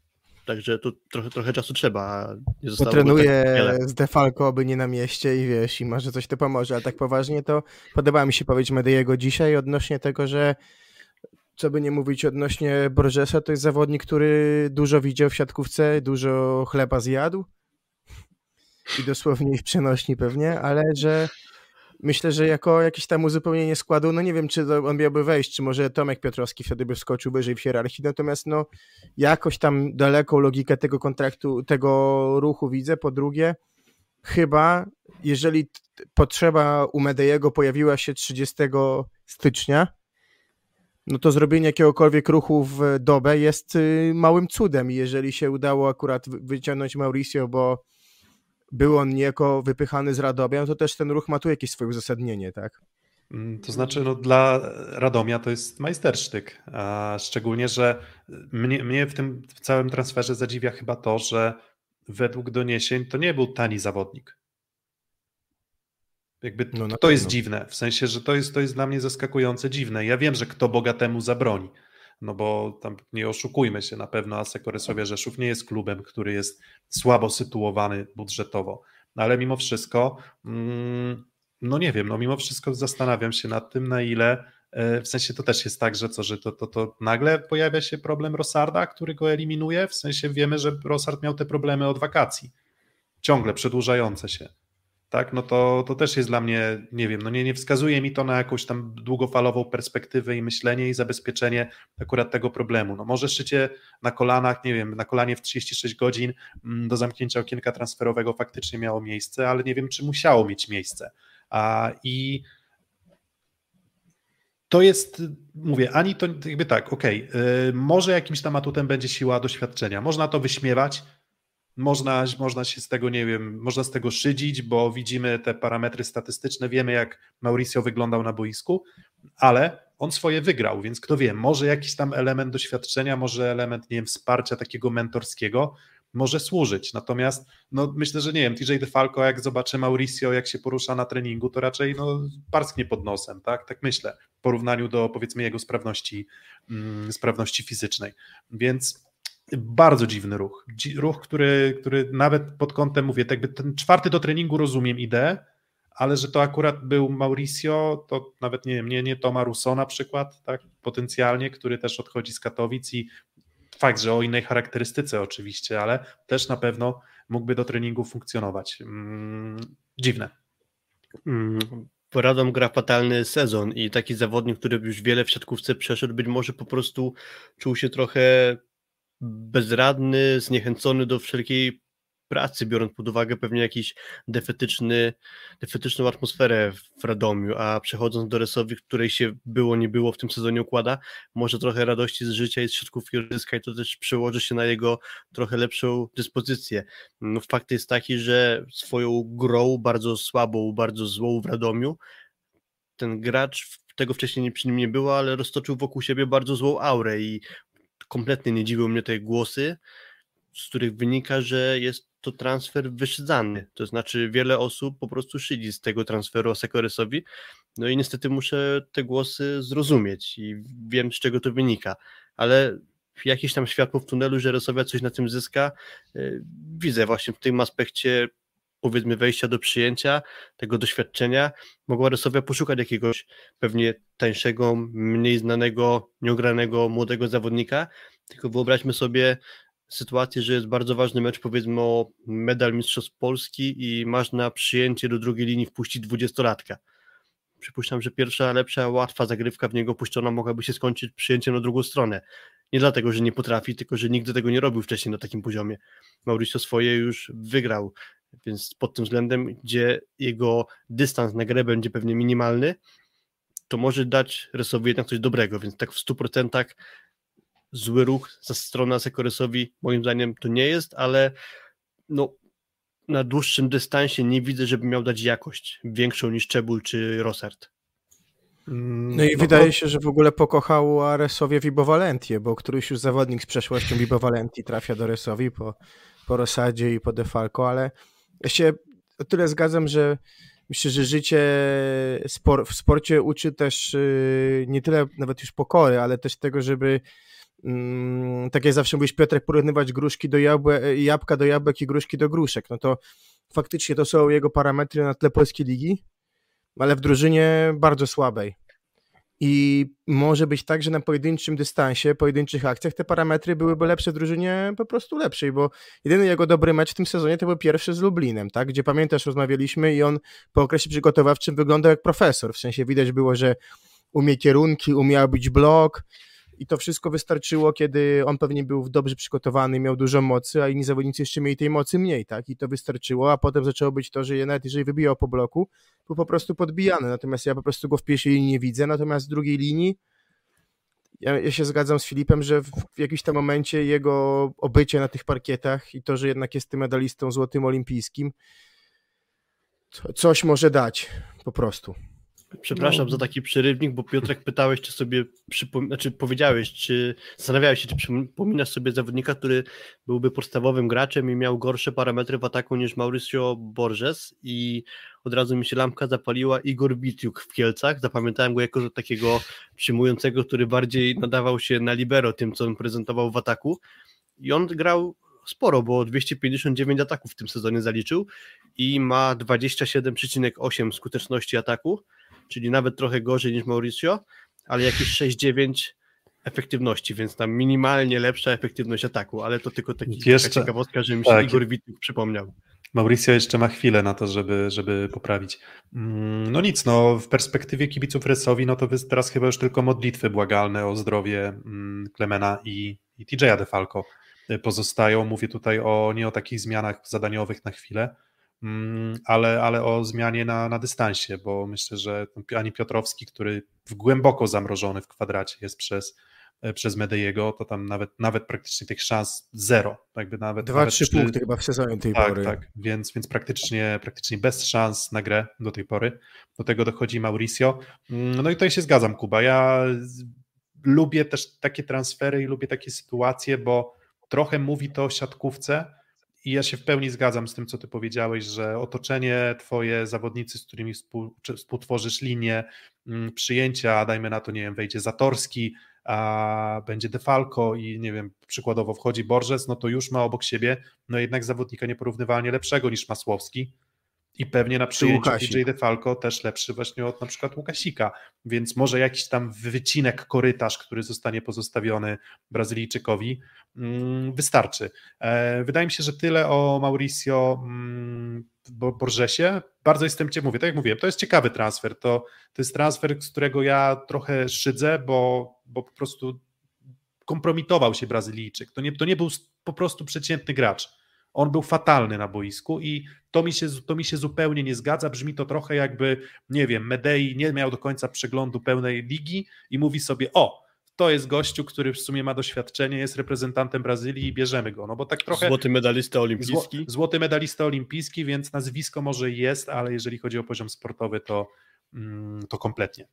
także tu trochę, trochę czasu trzeba. Nie zostało Potrenuje tak wiele. z Defalco, by nie na mieście i wiesz, i może coś to pomoże, ale tak poważnie to podoba mi się powiedzieć Medeiego dzisiaj odnośnie tego, że co by nie mówić odnośnie Borgesa, to jest zawodnik, który dużo widział w siatkówce, dużo chleba zjadł i dosłownie w przenośni pewnie, ale że myślę, że jako jakieś tam uzupełnienie składu, no nie wiem, czy to on miałby wejść, czy może Tomek Piotrowski wtedy by wskoczył wyżej w hierarchii, natomiast no jakoś tam daleką logikę tego kontraktu, tego ruchu widzę. Po drugie, chyba jeżeli t- potrzeba u Medeiego pojawiła się trzydziestego stycznia, no to zrobienie jakiegokolwiek ruchu w dobę jest y, małym cudem i jeżeli się udało akurat wy- wyciągnąć Mauricio, bo był on niejako wypychany z Radomia, to też ten ruch ma tu jakieś swoje uzasadnienie, tak? Mm, To znaczy, no, dla Radomia to jest majstersztyk, a szczególnie, że mnie, mnie w tym w całym transferze zadziwia chyba to, że według doniesień to nie był tani zawodnik. Jakby No, na to jest pewno. dziwne, w sensie, że to jest, to jest dla mnie zaskakujące dziwne. Ja wiem, że kto bogatemu zabroni, no bo tam nie oszukujmy się, na pewno A S E Korysowia Rzeszów nie jest klubem, który jest słabo sytuowany budżetowo, no ale mimo wszystko, mm, no nie wiem, no mimo wszystko zastanawiam się nad tym, na ile, e, w sensie to też jest tak, że co, że to, to, to nagle pojawia się problem Rosarda, który go eliminuje, w sensie wiemy, że Rosard miał te problemy od wakacji, ciągle przedłużające się. Tak, no to, to też jest dla mnie, nie wiem, no nie, nie wskazuje mi to na jakąś tam długofalową perspektywę i myślenie i zabezpieczenie akurat tego problemu. No może szycie na kolanach, nie wiem, na kolanie w trzydzieści sześć godzin mm, do zamknięcia okienka transferowego faktycznie miało miejsce, ale nie wiem, czy musiało mieć miejsce. A, I to jest, mówię, ani to jakby tak, okej, okay, może jakimś tam atutem będzie siła doświadczenia, można to wyśmiewać, Można, można się z tego, nie wiem, można z tego szydzić, bo widzimy te parametry statystyczne, wiemy jak Mauricio wyglądał na boisku, ale on swoje wygrał, więc kto wie, może jakiś tam element doświadczenia, może element, nie wiem, wsparcia takiego mentorskiego może służyć, natomiast no, myślę, że nie wiem, T J Defalco, jak zobaczy Mauricio, jak się porusza na treningu, to raczej no, parsknie pod nosem, tak, tak myślę, w porównaniu do, powiedzmy, jego sprawności, mm, sprawności fizycznej, więc bardzo dziwny ruch. Dzi- ruch, który, który nawet pod kątem, mówię, tak jakby ten czwarty do treningu rozumiem ideę, ale że to akurat był Mauricio, to nawet nie wiem, nie, nie Toma Rousseau na przykład, tak, potencjalnie, który też odchodzi z Katowic i fakt, że o innej charakterystyce oczywiście, ale też na pewno mógłby do treningu funkcjonować. Mm, dziwne. Mm, Radom gra fatalny sezon i taki zawodnik, który już wiele w siatkówce przeszedł, być może po prostu czuł się trochę bezradny, zniechęcony do wszelkiej pracy, biorąc pod uwagę pewnie jakiś defetyczny, defetyczną atmosferę w Radomiu, a przechodząc do Resowi, której się było, nie było w tym sezonie układa, może trochę radości z życia i z siatkówki odzyska i to też przełoży się na jego trochę lepszą dyspozycję. No, fakt jest taki, że swoją grą, bardzo słabą, bardzo złą w Radomiu, ten gracz, tego wcześniej przy nim nie było, ale roztoczył wokół siebie bardzo złą aurę i kompletnie nie dziwią mnie te głosy, z których wynika, że jest to transfer wyszydzany. To znaczy wiele osób po prostu szydzi z tego transferu A S E Korysowi. No i niestety muszę te głosy zrozumieć i wiem, z czego to wynika. Ale jakieś tam światło w tunelu, że Resowia coś na tym zyska, yy, widzę właśnie w tym aspekcie, powiedzmy, wejścia do przyjęcia, tego doświadczenia. Mogła Resowia poszukać jakiegoś pewnie tańszego, mniej znanego, nieogranego młodego zawodnika, tylko wyobraźmy sobie sytuację, że jest bardzo ważny mecz, powiedzmy o medal Mistrzostw Polski i masz na przyjęcie do drugiej linii wpuścić dwudziestolatka. Przypuszczam, że pierwsza, lepsza, łatwa zagrywka w niego puszczona mogłaby się skończyć przyjęciem na drugą stronę. Nie dlatego, że nie potrafi, tylko że nigdy tego nie robił wcześniej na takim poziomie. Mauricio swoje już wygrał, więc pod tym względem, gdzie jego dystans na grę będzie pewnie minimalny, to może dać Resowi jednak coś dobrego, więc tak w stu procentach zły ruch ze strony A S E Korysowi moim zdaniem to nie jest, ale no, na dłuższym dystansie nie widzę, żeby miał dać jakość większą niż Czebul czy Rosard. No i no wydaje to... się, że w ogóle pokochał Resowie Vibo Valentię, bo któryś już zawodnik z przeszłością Vibo Valentii trafia do Resowi po, po Rosadzie i po Defalco, ale ja się o tyle zgadzam, że myślę, że życie spor- w sporcie uczy też yy, nie tyle nawet już pokory, ale też tego, żeby mm, tak jak zawsze mówisz, Piotrek, porównywać gruszki do jabłek, jabłka do jabłek i gruszki do gruszek, no to faktycznie to są jego parametry na tle polskiej ligi, ale w drużynie bardzo słabej. I może być tak, że na pojedynczym dystansie, pojedynczych akcjach te parametry byłyby lepsze w drużynie, po prostu lepszej, bo jedyny jego dobry mecz w tym sezonie to był pierwszy z Lublinem, tak? Gdzie pamiętasz, rozmawialiśmy i on po okresie przygotowawczym wyglądał jak profesor, w sensie widać było, że umie kierunki, umiał być blok i to wszystko wystarczyło, kiedy on pewnie był dobrze przygotowany, miał dużo mocy, a inni zawodnicy jeszcze mieli tej mocy mniej, tak? I to wystarczyło, a potem zaczęło być to, że nawet jeżeli wybijał po bloku, był po prostu podbijany, natomiast ja po prostu go w pierwszej linii nie widzę, natomiast w drugiej linii ja, ja się zgadzam z Filipem, że w, w jakimś tam momencie jego obycie na tych parkietach i to, że jednak jest tym medalistą złotym olimpijskim, co, coś może dać po prostu. Przepraszam no. za taki przerywnik, bo Piotrek pytałeś, czy sobie przypom- znaczy powiedziałeś, czy zastanawiałeś się, czy przypominasz sobie zawodnika, który byłby podstawowym graczem i miał gorsze parametry w ataku niż Mauricio Borges i od razu mi się lampka zapaliła. Igor Witiuk w Kielcach, zapamiętałem go jako takiego przyjmującego, który bardziej nadawał się na libero tym, co on prezentował w ataku i on grał sporo, bo dwieście pięćdziesiąt dziewięć ataków w tym sezonie zaliczył i ma dwadzieścia siedem przecinek osiem skuteczności ataku, czyli nawet trochę gorzej niż Mauricio, ale jakieś sześć dziewięć efektywności, więc tam minimalnie lepsza efektywność ataku, ale to tylko taki, jeszcze, taka ciekawostka, że mi się tak, Igor Witiuk przypomniał. Mauricio jeszcze ma chwilę na to, żeby, żeby poprawić. No nic, no w perspektywie kibiców Resowi, no to teraz chyba już tylko modlitwy błagalne o zdrowie Klemena i, i T J a DeFalco pozostają. Mówię tutaj o nie o takich zmianach zadaniowych na chwilę, ale, ale o zmianie na, na dystansie, bo myślę, że ani Piotrowski, który głęboko zamrożony w kwadracie jest przez, przez Medejego, to tam nawet, nawet praktycznie tych szans zero. Jakby nawet, Dwa, nawet trzy przy... punkty chyba w sezonie tej tak, pory. Tak, więc, więc praktycznie, praktycznie bez szans na grę do tej pory. Do tego dochodzi Mauricio. No i tutaj się zgadzam, Kuba. Ja lubię też takie transfery i lubię takie sytuacje, bo trochę mówi to o siatkówce. I ja się w pełni zgadzam z tym, co ty powiedziałeś, że otoczenie twoje, zawodnicy, z którymi współtworzysz linię, przyjęcia, dajmy na to, nie wiem, wejdzie Zatorski, a będzie DeFalco i nie wiem, przykładowo wchodzi Borges, no to już ma obok siebie no jednak zawodnika nieporównywalnie lepszego niż Masłowski i pewnie na przyjęciu T J DeFalco też lepszy właśnie od na przykład Łukasika, więc może jakiś tam wycinek, korytarz, który zostanie pozostawiony Brazylijczykowi, wystarczy. Wydaje mi się, że tyle o Mauricio Borgesie. Bardzo jestem ciekaw, mówię, tak jak mówiłem, to jest ciekawy transfer, to, to jest transfer, z którego ja trochę szydzę, bo, bo po prostu kompromitował się Brazylijczyk. To nie, to nie był po prostu przeciętny gracz. On był fatalny na boisku i to mi się, to mi się zupełnie nie zgadza. Brzmi to trochę jakby, nie wiem, Medei nie miał do końca przeglądu pełnej ligi i mówi sobie, o, to jest gościu, który w sumie ma doświadczenie, jest reprezentantem Brazylii i bierzemy go. No bo tak trochę... Złoty medalista olimpijski. Zło, złoty medalista olimpijski, więc nazwisko może jest, ale jeżeli chodzi o poziom sportowy, to, to kompletnie.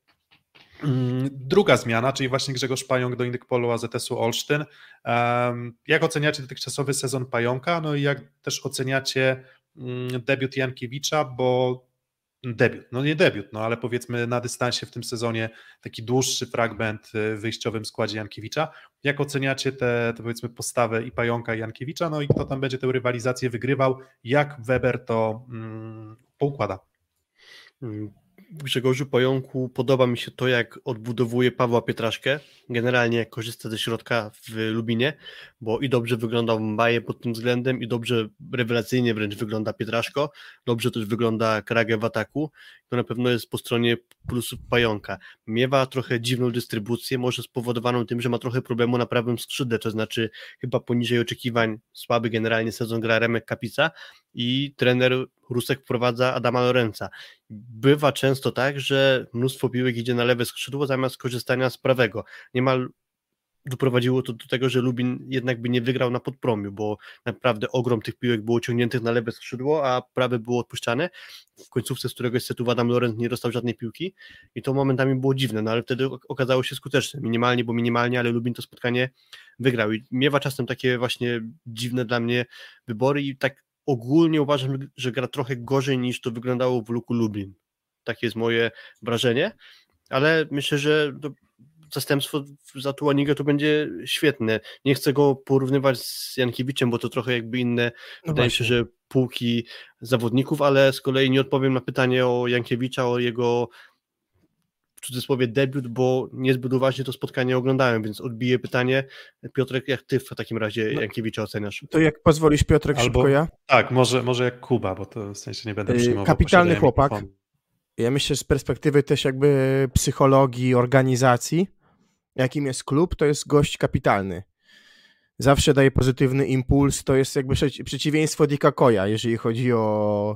Druga zmiana, czyli właśnie Grzegorz Pająk do Indykpolu A Z S-u Olsztyn. Jak oceniacie dotychczasowy sezon Pająka? No i jak też oceniacie debiut Jankiewicza, bo debiut, no nie debiut, no ale powiedzmy na dystansie w tym sezonie taki dłuższy fragment w wyjściowym składzie Jankiewicza. Jak oceniacie tę powiedzmy postawę i Pająka i Jankiewicza? No i kto tam będzie tę rywalizację wygrywał? Jak Weber to mm, poukłada? Hmm. Grzegorzu Pająku podoba mi się to, jak odbudowuje Pawła Pietraszkę, generalnie jak korzysta ze środka w Lubinie, bo i dobrze wyglądał Mbaje pod tym względem i dobrze, rewelacyjnie wręcz wygląda Pietraszko, dobrze też wygląda Krage w ataku, to na pewno jest po stronie plusów Pająka. Miewa trochę dziwną dystrybucję, może spowodowaną tym, że ma trochę problemu na prawym skrzydle, to znaczy chyba poniżej oczekiwań, słaby generalnie sezon gra Remek Kapica i trener Rusek wprowadza Adama Lorenza. Bywa często tak, że mnóstwo piłek idzie na lewe skrzydło zamiast korzystania z prawego. Niemal doprowadziło to do tego, że Lubin jednak by nie wygrał na Podpromiu, bo naprawdę ogrom tych piłek było ciągniętych na lewe skrzydło, a prawe było odpuszczane. W końcówce z któregoś setu Adam Lorenz nie dostał żadnej piłki i to momentami było dziwne, no ale wtedy okazało się skuteczne. Minimalnie, bo minimalnie, ale Lubin to spotkanie wygrał i miewa czasem takie właśnie dziwne dla mnie wybory i tak ogólnie uważam, że gra trochę gorzej niż to wyglądało w Luku Lublin. Takie jest moje wrażenie, ale myślę, że to zastępstwo za Tuanigę to będzie świetne. Nie chcę go porównywać z Jankiewiczem, bo to trochę jakby inne, No wydaje mi się, że półki zawodników, ale z kolei nie odpowiem na pytanie o Jankiewicza, o jego w cudzysłowie debiut, bo niezbyt uważnie to spotkanie oglądałem, więc odbiję pytanie. Piotrek, jak ty w takim razie No, Jankiewicza oceniasz? To jak pozwolisz, Piotrek, Albo, szybko ja? Tak, może, może jak Kuba, bo to w sensie nie będę Yy, przyjmował. kapitalny posiadania chłopak. mikrofonu. Ja myślę, że z perspektywy też jakby psychologii, organizacji, jakim jest klub, to jest gość kapitalny. Zawsze daje pozytywny impuls, to jest jakby przeci- przeciwieństwo Dicka Koya, jeżeli chodzi o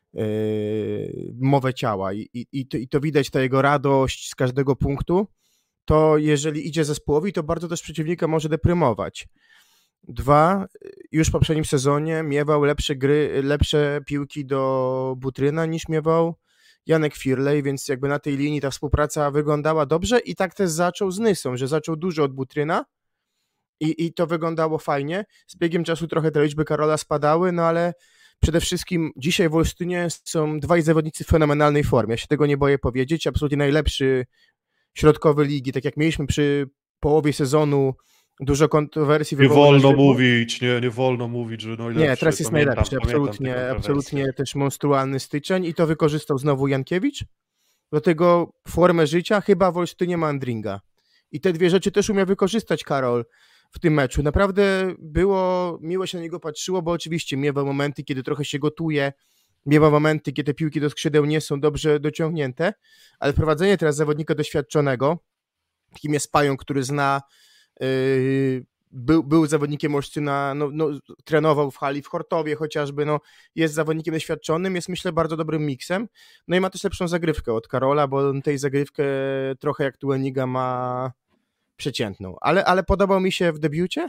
yy, mowę ciała I, i, i, to, i to widać, ta jego radość z każdego punktu, to jeżeli idzie zespołowi, to bardzo też przeciwnika może deprymować. Dwa, już w poprzednim sezonie miewał lepsze gry, lepsze piłki do Butryna niż miewał Janek Firlej, więc jakby na tej linii ta współpraca wyglądała dobrze i tak też zaczął z Nysą, że zaczął dużo od Butryna i, i to wyglądało fajnie. Z biegiem czasu trochę te liczby Karola spadały, no ale przede wszystkim dzisiaj w Olsztynie są dwaj zawodnicy w fenomenalnej formie. Ja się tego nie boję powiedzieć. Absolutnie najlepszy środkowy ligi, tak jak mieliśmy przy połowie sezonu dużo kontrowersji. Nie wolno naszego. mówić, nie, nie wolno mówić, że najlepszy. Nie, teraz jest Pamiętam, najlepszy, pamiętam te absolutnie, kontrowersje. absolutnie też monstrualny styczeń i to wykorzystał znowu Jankiewicz. Do tego formę życia chyba w Olsztynie ma Andringa. I te dwie rzeczy też umiał wykorzystać Karol w tym meczu. Naprawdę było, miło się na niego patrzyło, bo oczywiście miewa momenty, kiedy trochę się gotuje, miewa momenty, kiedy te piłki do skrzydeł nie są dobrze dociągnięte, ale wprowadzenie teraz zawodnika doświadczonego, kim jest Pająk, który zna Yy, był, był zawodnikiem Olsztyna, no, no, trenował w hali w Chortowie chociażby, no, jest zawodnikiem doświadczonym, jest myślę bardzo dobrym miksem, no i ma też lepszą zagrywkę od Karola, bo on tej zagrywkę trochę jak Tuaniga ma przeciętną, ale, ale podobał mi się w debiucie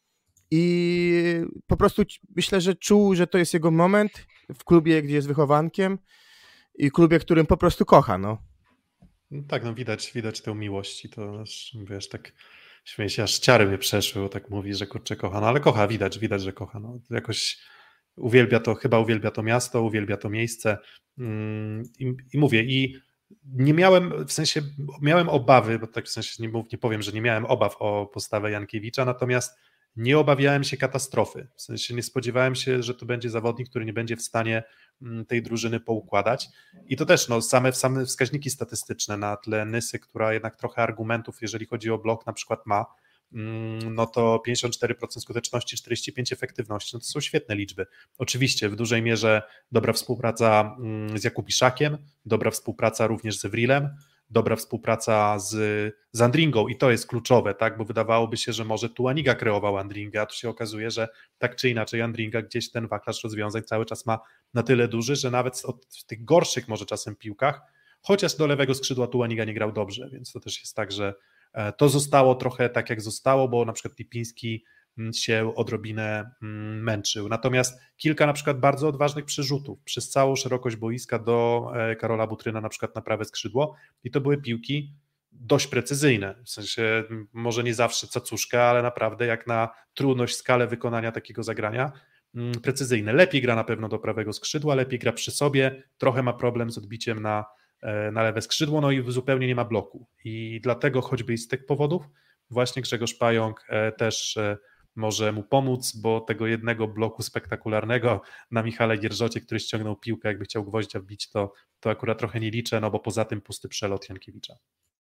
i po prostu myślę, że czuł, że to jest jego moment w klubie, gdzie jest wychowankiem i klubie, którym po prostu kocha, no. No tak, no widać, widać tę miłość i to aż, wiesz, tak śmieję się, aż ciary mnie przeszły, bo tak mówi, że kurczę kocha, no ale kocha, widać, widać, że kocha, no jakoś uwielbia to, chyba uwielbia to miasto, uwielbia to miejsce mm, i, i mówię, i nie miałem, w sensie miałem obawy, bo tak w sensie nie, nie powiem, że nie miałem obaw o postawę Jankiewicza, natomiast nie obawiałem się katastrofy, w sensie nie spodziewałem się, że to będzie zawodnik, który nie będzie w stanie tej drużyny poukładać i to też no, same, same wskaźniki statystyczne na tle Nysy, która jednak trochę argumentów, jeżeli chodzi o blok na przykład ma, no to pięćdziesiąt cztery procent skuteczności, czterdzieści pięć procent efektywności, no to są świetne liczby. Oczywiście w dużej mierze dobra współpraca z Jakubiszakiem, dobra współpraca również z Wrilem, dobra współpraca z, z Andringą i to jest kluczowe, tak, bo wydawałoby się, że może Tuaniga kreował Andringę, a tu się okazuje, że tak czy inaczej Andringa gdzieś ten wachlarz rozwiązań cały czas ma na tyle duży, że nawet w tych gorszych może czasem piłkach, chociaż do lewego skrzydła Tuaniga nie grał dobrze, więc to też jest tak, że to zostało trochę tak jak zostało, bo na przykład Lipiński się odrobinę męczył. Natomiast kilka na przykład bardzo odważnych przerzutów przez całą szerokość boiska do Karola Butryna na przykład na prawe skrzydło i to były piłki dość precyzyjne, w sensie może nie zawsze cacuszka, ale naprawdę jak na trudność, skalę wykonania takiego zagrania precyzyjne. Lepiej gra na pewno do prawego skrzydła, lepiej gra przy sobie, trochę ma problem z odbiciem na, na lewe skrzydło, no i zupełnie nie ma bloku i dlatego choćby i z tych powodów właśnie Grzegorz Pająk też może mu pomóc, bo tego jednego bloku spektakularnego na Michale Gierżocie, który ściągnął piłkę, jakby chciał gwoździa wbić, to, to akurat trochę nie liczę, no bo poza tym pusty przelot Jankiewicza.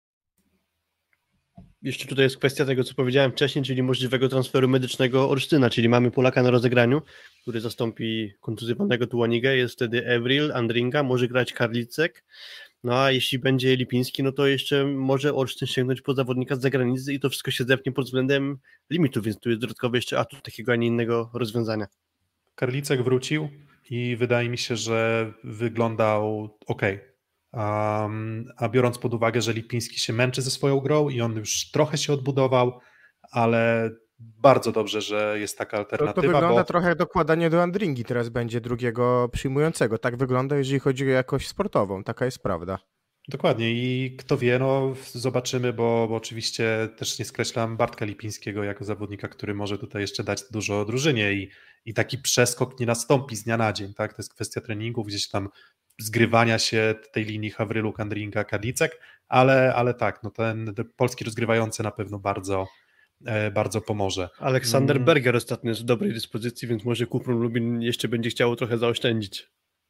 Jeszcze tutaj jest kwestia tego, co powiedziałem wcześniej, czyli możliwego transferu medycznego Olsztyna, czyli mamy Polaka na rozegraniu, który zastąpi kontuzjowanego Tuanigę, jest wtedy Evril, Andringa, może grać Karlicek, no a jeśli będzie Lipiński, no to jeszcze może Olsztyn sięgnąć po zawodnika z zagranicy i to wszystko się zepnie pod względem limitu, więc tu jest dodatkowy jeszcze atut takiego, a nie innego rozwiązania. Karlicek wrócił i wydaje mi się, że wyglądał ok. Um, a biorąc pod uwagę, że Lipiński się męczy ze swoją grą i on już trochę się odbudował, ale bardzo dobrze, że jest taka alternatywa. To, to wygląda bo... trochę jak dokładanie do Andringi teraz będzie drugiego przyjmującego. Tak wygląda, jeżeli chodzi o jakość sportową. Taka jest prawda. Dokładnie i kto wie, no zobaczymy, bo, bo oczywiście też nie skreślam Bartka Lipińskiego jako zawodnika, który może tutaj jeszcze dać dużo drużynie i, i taki przeskok nie nastąpi z dnia na dzień, tak? To jest kwestia treningów, gdzieś tam zgrywania się tej linii Hawrylu, Kandringa, Kadlicek, ale, ale tak, no ten, ten polski rozgrywający na pewno bardzo, bardzo pomoże. Aleksander hmm. Berger ostatnio jest w dobrej dyspozycji, więc może Kuprum Lubin jeszcze będzie chciało trochę zaoszczędzić.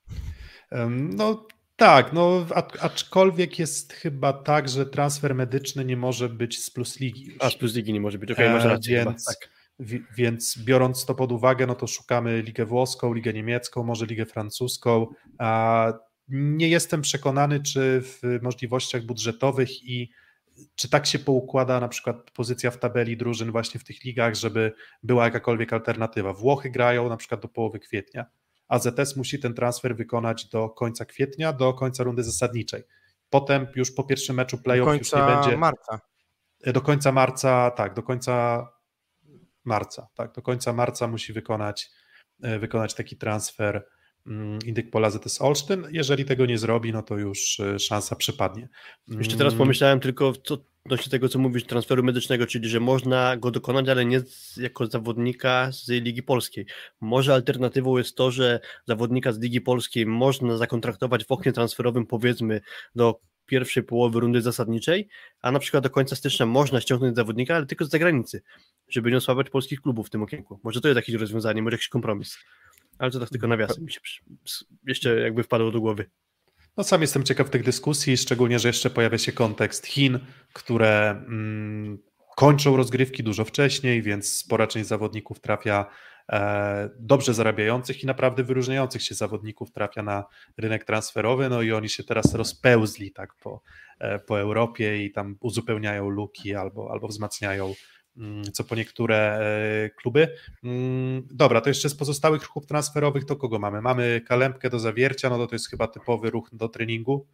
No tak, no aczkolwiek jest chyba tak, że transfer medyczny nie może być z Plus Ligi już. A z Plus Ligi nie może być, okej, okay, masz rację. Więc, chyba, tak. w, więc biorąc to pod uwagę, no to szukamy ligę włoską, ligę niemiecką, może ligę francuską. A nie jestem przekonany, czy w możliwościach budżetowych i czy tak się poukłada na przykład pozycja w tabeli drużyn właśnie w tych ligach, żeby była jakakolwiek alternatywa. Włochy grają na przykład do połowy kwietnia, a Z S musi ten transfer wykonać do końca kwietnia, do końca rundy zasadniczej. Potem już po pierwszym meczu play-off już nie będzie... Do końca marca. Do końca marca, tak, do końca marca, tak, do końca marca musi wykonać, wykonać taki transfer Indyk Pola Z S Olsztyn. Jeżeli tego nie zrobi, no to już szansa przepadnie. Jeszcze teraz pomyślałem tylko co, odnośnie tego, co mówisz, transferu medycznego, czyli że można go dokonać, ale nie z, jako zawodnika z Ligi Polskiej. Może alternatywą jest to, że zawodnika z Ligi Polskiej można zakontraktować w oknie transferowym, powiedzmy, do pierwszej połowy rundy zasadniczej, a na przykład do końca stycznia można ściągnąć zawodnika, ale tylko z zagranicy, żeby nie osłabiać polskich klubów w tym okienku. Może to jest jakieś rozwiązanie, może jakiś kompromis. Ale to tak tylko nawiasem mi się jeszcze jakby wpadło do głowy. No sam jestem ciekaw tych dyskusji, szczególnie, że jeszcze pojawia się kontekst Chin, które mm, kończą rozgrywki dużo wcześniej, więc spora część zawodników trafia, e, dobrze zarabiających i naprawdę wyróżniających się zawodników trafia na rynek transferowy, no i oni się teraz rozpełzli tak po, e, po Europie i tam uzupełniają luki albo, albo wzmacniają co po niektóre kluby. Dobra, to jeszcze z pozostałych ruchów transferowych to kogo mamy? Mamy Kalembkę do Zawiercia, no to to jest chyba typowy ruch do treningu,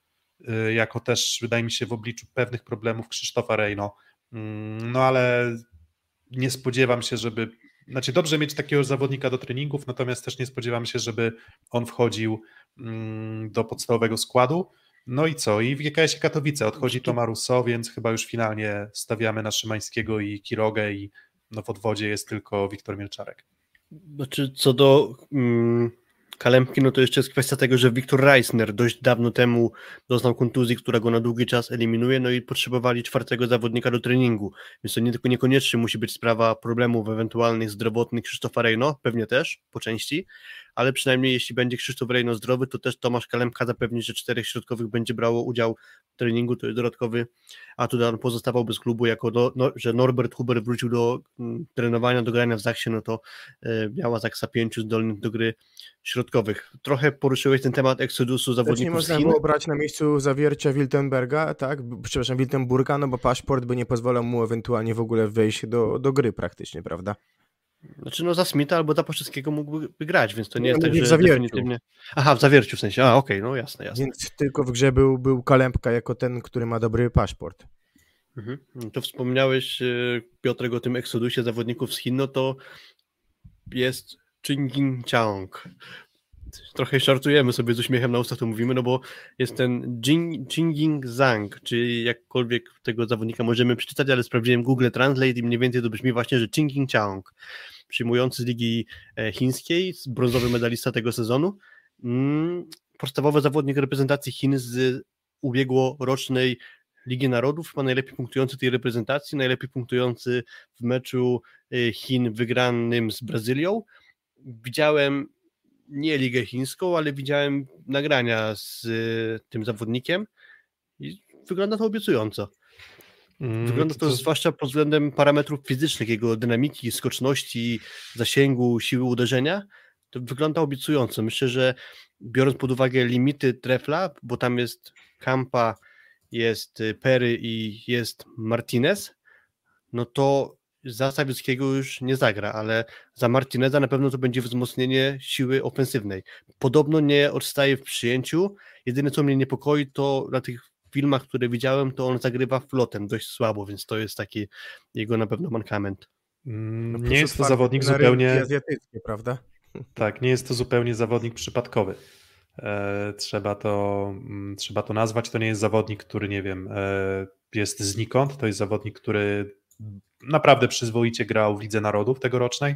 jako też wydaje mi się w obliczu pewnych problemów Krzysztofa Rejno, no ale nie spodziewam się, żeby, znaczy dobrze mieć takiego zawodnika do treningów, natomiast też nie spodziewam się, żeby on wchodził do podstawowego składu. No i co? I w G K S-ie Katowice odchodzi Toma Rousseau, więc chyba już finalnie stawiamy na Szymańskiego i Kirogę i no w odwodzie jest tylko Wiktor Mielczarek. Znaczy co do mm, Kalembki, no to jeszcze jest kwestia tego, że Wiktor Reisner dość dawno temu doznał kontuzji, która go na długi czas eliminuje, no i potrzebowali czwartego zawodnika do treningu, więc to nie tylko niekoniecznie musi być sprawa problemów ewentualnych zdrowotnych Krzysztofa Rejno, pewnie też po części, ale przynajmniej jeśli będzie Krzysztof Rejno zdrowy, to też Tomasz Kalembka zapewni, że czterech środkowych będzie brało udział w treningu, to jest dodatkowy atut, on pozostawał bez klubu, jako do, no, że Norbert Huber wrócił do m, trenowania, do grania w Zachsie, no to e, miała Zaksa pięciu zdolnych do gry środkowych. Trochę poruszyłeś ten temat eksodusu zawodników nie można z Chin. było brać na miejscu Zawiercia Wiltenberga, tak, przepraszam, Wiltenburga, no bo paszport by nie pozwalał mu ewentualnie w ogóle wejść do, do gry praktycznie, prawda? Znaczy no za Smitha albo za Poszewskiego mógłby grać, więc to nie, nie jest tak, że w Zawierciu. Definitywnie... Aha, w Zawierciu w sensie, a okej, okay, no jasne, jasne. Więc tylko w grze był, był Kalembka jako ten, który ma dobry paszport. Mhm. To wspomniałeś, Piotrek, o tym eksodusie zawodników z Chin, no to jest Chinging Chang. Trochę żartujemy sobie z uśmiechem na ustach, to mówimy, no bo jest ten Jing, Chinging Zhang, czy jakkolwiek tego zawodnika możemy przeczytać, ale sprawdziłem Google Translate i mniej więcej to brzmi właśnie, że Chinging Chang, przyjmujący z Ligi Chińskiej, brązowy medalista tego sezonu, mm, podstawowy zawodnik reprezentacji Chin z ubiegłorocznej Ligi Narodów, chyba najlepiej punktujący tej reprezentacji, najlepiej punktujący w meczu Chin wygranym z Brazylią. Widziałem nie Ligę Chińską, ale widziałem nagrania z y, tym zawodnikiem i wygląda to obiecująco. Wygląda to, to zwłaszcza pod względem parametrów fizycznych, jego dynamiki, skoczności, zasięgu, siły uderzenia, to wygląda obiecująco. Myślę, że biorąc pod uwagę limity trefla, bo tam jest Kampa, jest Perry i jest Martinez, no to za Sawieckiego już nie zagra, ale za Martineza na pewno to będzie wzmocnienie siły ofensywnej. Podobno nie odstaje w przyjęciu, jedyne co mnie niepokoi, to na tych filmach, które widziałem, to on zagrywa flotem dość słabo, więc to jest taki jego na pewno mankament. No nie jest to zawodnik zupełnie azjatyckie, prawda? Tak, nie jest to zupełnie zawodnik przypadkowy. E, trzeba to m, trzeba to nazwać, to nie jest zawodnik, który nie wiem, e, jest znikąd, to jest zawodnik, który naprawdę przyzwoicie grał w Lidze Narodów tegorocznej,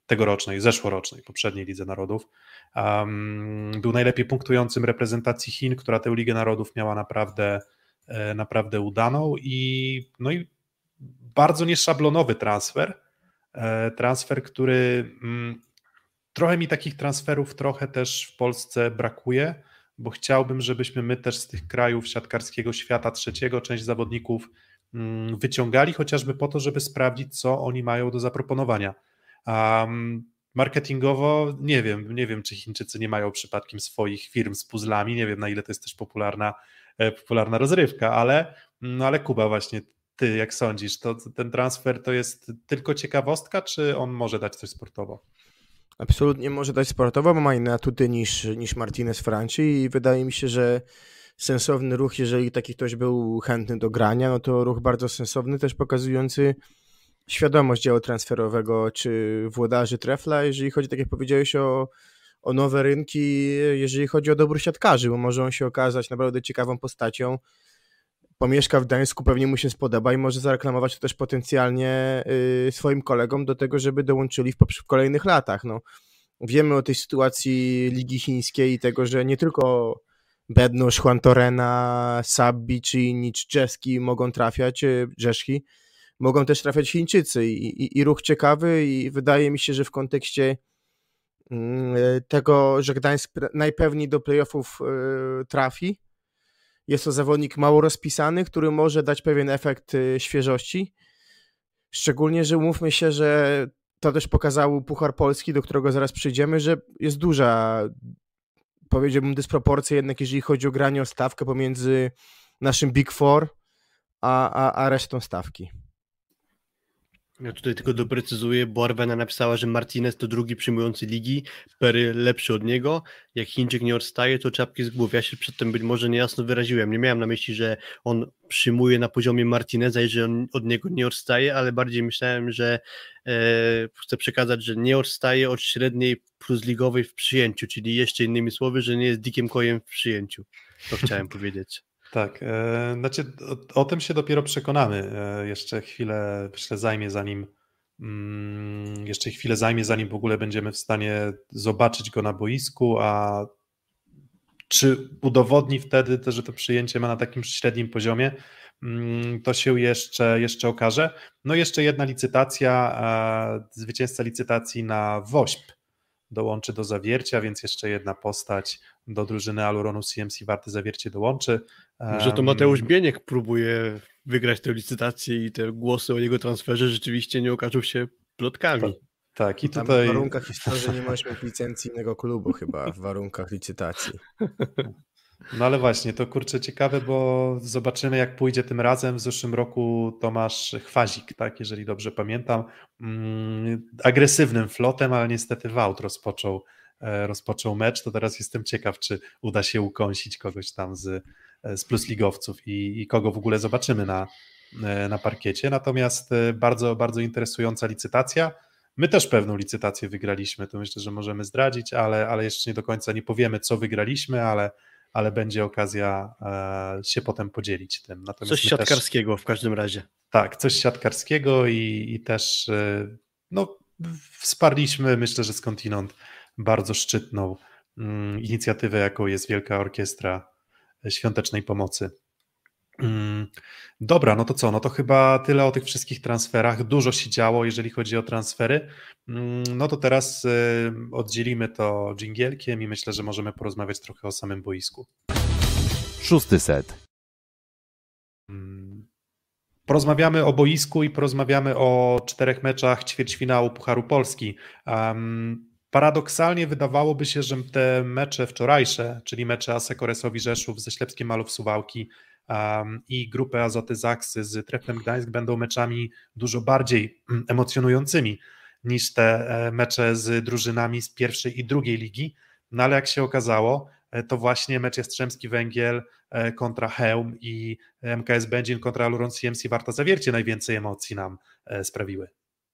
tegorocznej, zeszłorocznej, poprzedniej Lidze Narodów. Um, był najlepiej punktującym reprezentacji Chin, która tę Ligę Narodów miała naprawdę, naprawdę udaną i, no i bardzo nieszablonowy transfer. Transfer, który mm, trochę mi takich transferów trochę też w Polsce brakuje, bo chciałbym, żebyśmy my też z tych krajów siatkarskiego świata trzeciego część zawodników mm, wyciągali, chociażby po to, żeby sprawdzić, co oni mają do zaproponowania. Um, marketingowo nie wiem, nie wiem, czy Chińczycy nie mają przypadkiem swoich firm z puzzlami, nie wiem, na ile to jest też popularna, popularna rozrywka, ale, no ale Kuba, właśnie ty jak sądzisz, to ten transfer to jest tylko ciekawostka, czy on może dać coś sportowo? Absolutnie może dać sportowo, bo ma inne atuty niż, niż Martinez Franci i wydaje mi się, że sensowny ruch, jeżeli taki ktoś był chętny do grania, no to ruch bardzo sensowny, też pokazujący świadomość działu transferowego czy włodarzy Trefla, jeżeli chodzi, tak jak powiedziałeś, o, o nowe rynki, jeżeli chodzi o dobór siatkarzy, bo może on się okazać naprawdę ciekawą postacią. Pomieszka w Gdańsku, pewnie mu się spodoba i może zareklamować to też potencjalnie y, swoim kolegom do tego, żeby dołączyli w, w kolejnych latach. No, wiemy o tej sytuacji Ligi Chińskiej i tego, że nie tylko Bednusz, Juan Torrena, Sabbi czy inni, czy Czeski mogą trafiać, Rzeszki, mogą też trafiać Chińczycy i, i, i ruch ciekawy i wydaje mi się, że w kontekście y, tego, że Gdańsk najpewniej do playoffów y, trafi, jest to zawodnik mało rozpisany, który może dać pewien efekt świeżości. Szczególnie, że umówmy się, że to też pokazał Puchar Polski, do którego zaraz przyjdziemy, że jest duża, powiedziałbym, dysproporcja jednak, jeżeli chodzi o granie o stawkę pomiędzy naszym Big Four a, a, a resztą stawki. Ja tutaj tylko doprecyzuję, bo Arwena napisała, że Martinez to drugi przyjmujący ligi, Perry lepszy od niego. Jak Chińczyk nie odstaje, to czapki z głów. Ja się przedtem być może niejasno wyraziłem. Nie miałem na myśli, że on przyjmuje na poziomie Martineza i że on od niego nie odstaje, ale bardziej myślałem, że e, chcę przekazać, że nie odstaje od średniej plus ligowej w przyjęciu, czyli jeszcze innymi słowy, że nie jest Dickiem Coyem w przyjęciu. To chciałem powiedzieć. Tak, e, znaczy o, o tym się dopiero przekonamy. E, jeszcze chwilę, myślę, zajmie zanim mm, jeszcze chwilę zajmie, zanim w ogóle będziemy w stanie zobaczyć go na boisku, a czy udowodni wtedy, to, że to przyjęcie ma na takim średnim poziomie, mm, to się jeszcze, jeszcze okaże. No jeszcze jedna licytacja, e, zwycięzca licytacji na Wośp dołączy do Zawiercia, więc jeszcze jedna postać do drużyny Aluronu C M C Warty Zawiercie dołączy. Że to Mateusz Bieniek próbuje wygrać tę licytację i te głosy o jego transferze rzeczywiście nie okażą się plotkami. Tak, tak. I Tam tutaj... w warunkach historii nie możesz mieć licencji innego klubu chyba w warunkach licytacji. No ale właśnie, to kurczę ciekawe, bo zobaczymy jak pójdzie tym razem. W zeszłym roku Tomasz Chwazik, tak, jeżeli dobrze pamiętam, mm, agresywnym flotem, ale niestety Wout rozpoczął, e, rozpoczął mecz, to teraz jestem ciekaw, czy uda się ukąsić kogoś tam z, z plusligowców i, i kogo w ogóle zobaczymy na, na parkiecie. Natomiast bardzo, bardzo interesująca licytacja. My też pewną licytację wygraliśmy, to myślę, że możemy zdradzić, ale, ale jeszcze nie do końca nie powiemy, co wygraliśmy, ale ale będzie okazja e, się potem podzielić tym. Natomiast coś siatkarskiego też, w każdym razie. Tak, coś siatkarskiego i, i też e, no, wsparliśmy, myślę, że skądinąd bardzo szczytną mm, inicjatywę, jaką jest Wielka Orkiestra Świątecznej Pomocy. Mm, dobra, no to co, no to chyba tyle o tych wszystkich transferach. Dużo się działo, jeżeli chodzi o transfery. Mm, no to teraz y, oddzielimy to dżingielkiem i myślę, że możemy porozmawiać trochę o samym boisku. Szósty set. Mm, porozmawiamy o boisku i porozmawiamy o czterech meczach ćwierćfinału Pucharu Polski. Um, paradoksalnie wydawałoby się, że te mecze wczorajsze, czyli mecze Asseco Resowi Rzeszów ze Ślepskiem Malów Suwałki Um, i grupy Azoty Zaksy z Treflem Gdańsk będą meczami dużo bardziej emocjonującymi niż te mecze z drużynami z pierwszej i drugiej ligi, no ale jak się okazało, to właśnie mecz Jastrzębski Węgiel kontra Chełm i M K S Będzin kontra Aluron C M C Warta Zawiercie najwięcej emocji nam sprawiły.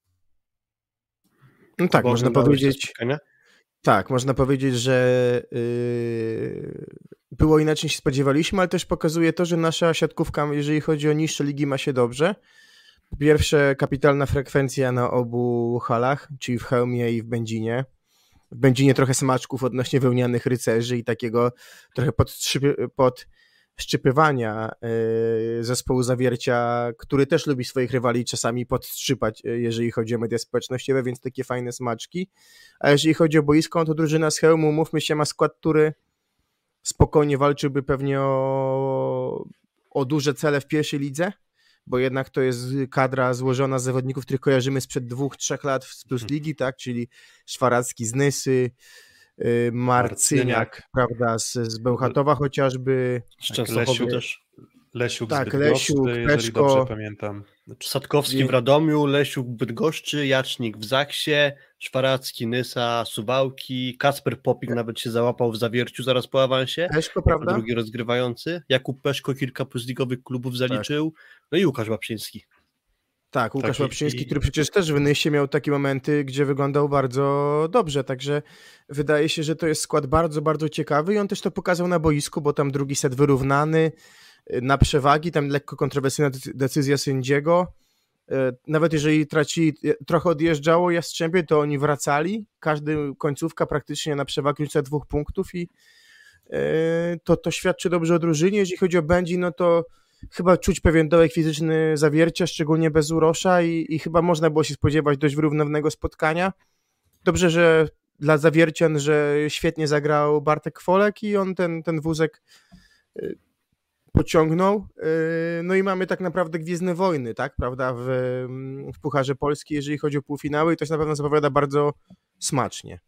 No tak, Bo można powiedzieć... Tak, można powiedzieć, że yy, było inaczej niż się spodziewaliśmy, ale też pokazuje to, że nasza siatkówka, jeżeli chodzi o niższe ligi, ma się dobrze. Po pierwsze, kapitalna frekwencja na obu halach, czyli w Chełmie i w Będzinie. W Będzinie trochę smaczków odnośnie wełnianych rycerzy i takiego trochę podszczypy, podszczypywania yy, zespołu Zawiercia, który też lubi swoich rywali czasami podstrzypać, yy, jeżeli chodzi o media społecznościowe, więc takie fajne smaczki. A jeżeli chodzi o boisko, to drużyna z Chełmu, mówmy się, ma skład, który spokojnie walczyłby pewnie o, o duże cele w pierwszej lidze, bo jednak to jest kadra złożona z zawodników, których kojarzymy sprzed dwóch, trzech lat z Plus Ligi, tak, czyli Szwaracki z Nysy, yy, Marcyniak, prawda, z, z Bełchatowa chociażby. Z Częstochowy też. Lesiuk tak, z Bydgoszczy, Lesiuk, jeżeli Peczko. dobrze pamiętam. Sadkowski w Radomiu, Lesiuk w Bydgoszczy, Jacznik w Zaksie, Szwaracki, Nysa, Suwałki, Kacper Popik nawet się załapał w Zawierciu zaraz po awansie. Peszko, prawda? Drugi rozgrywający. Jakub Peszko kilka plusligowych klubów zaliczył. Tak. No i Łukasz Łapczyński. Tak, Łukasz Taki, Łapczyński, i... który przecież też w Nysie miał takie momenty, gdzie wyglądał bardzo dobrze, także wydaje się, że to jest skład bardzo, bardzo ciekawy i on też to pokazał na boisku, bo tam drugi set wyrównany, na przewagi, tam lekko kontrowersyjna decyzja sędziego. Nawet jeżeli tracili, trochę odjeżdżało Jastrzębie, to oni wracali. Każdy końcówka praktycznie na przewagi już dwóch punktów i to, to świadczy dobrze o drużynie. Jeżeli chodzi o Będzin, no to chyba czuć pewien dołek fizyczny Zawiercia, szczególnie bez Urosza i, i chyba można było się spodziewać dość wyrównanego spotkania. Dobrze, że dla Zawiercian, że świetnie zagrał Bartek Kwolek i on ten, ten wózek pociągnął. No i mamy tak naprawdę Gwiezdne Wojny, tak, prawda, w, w Pucharze Polski, jeżeli chodzi o półfinały i to się na pewno zapowiada bardzo smacznie.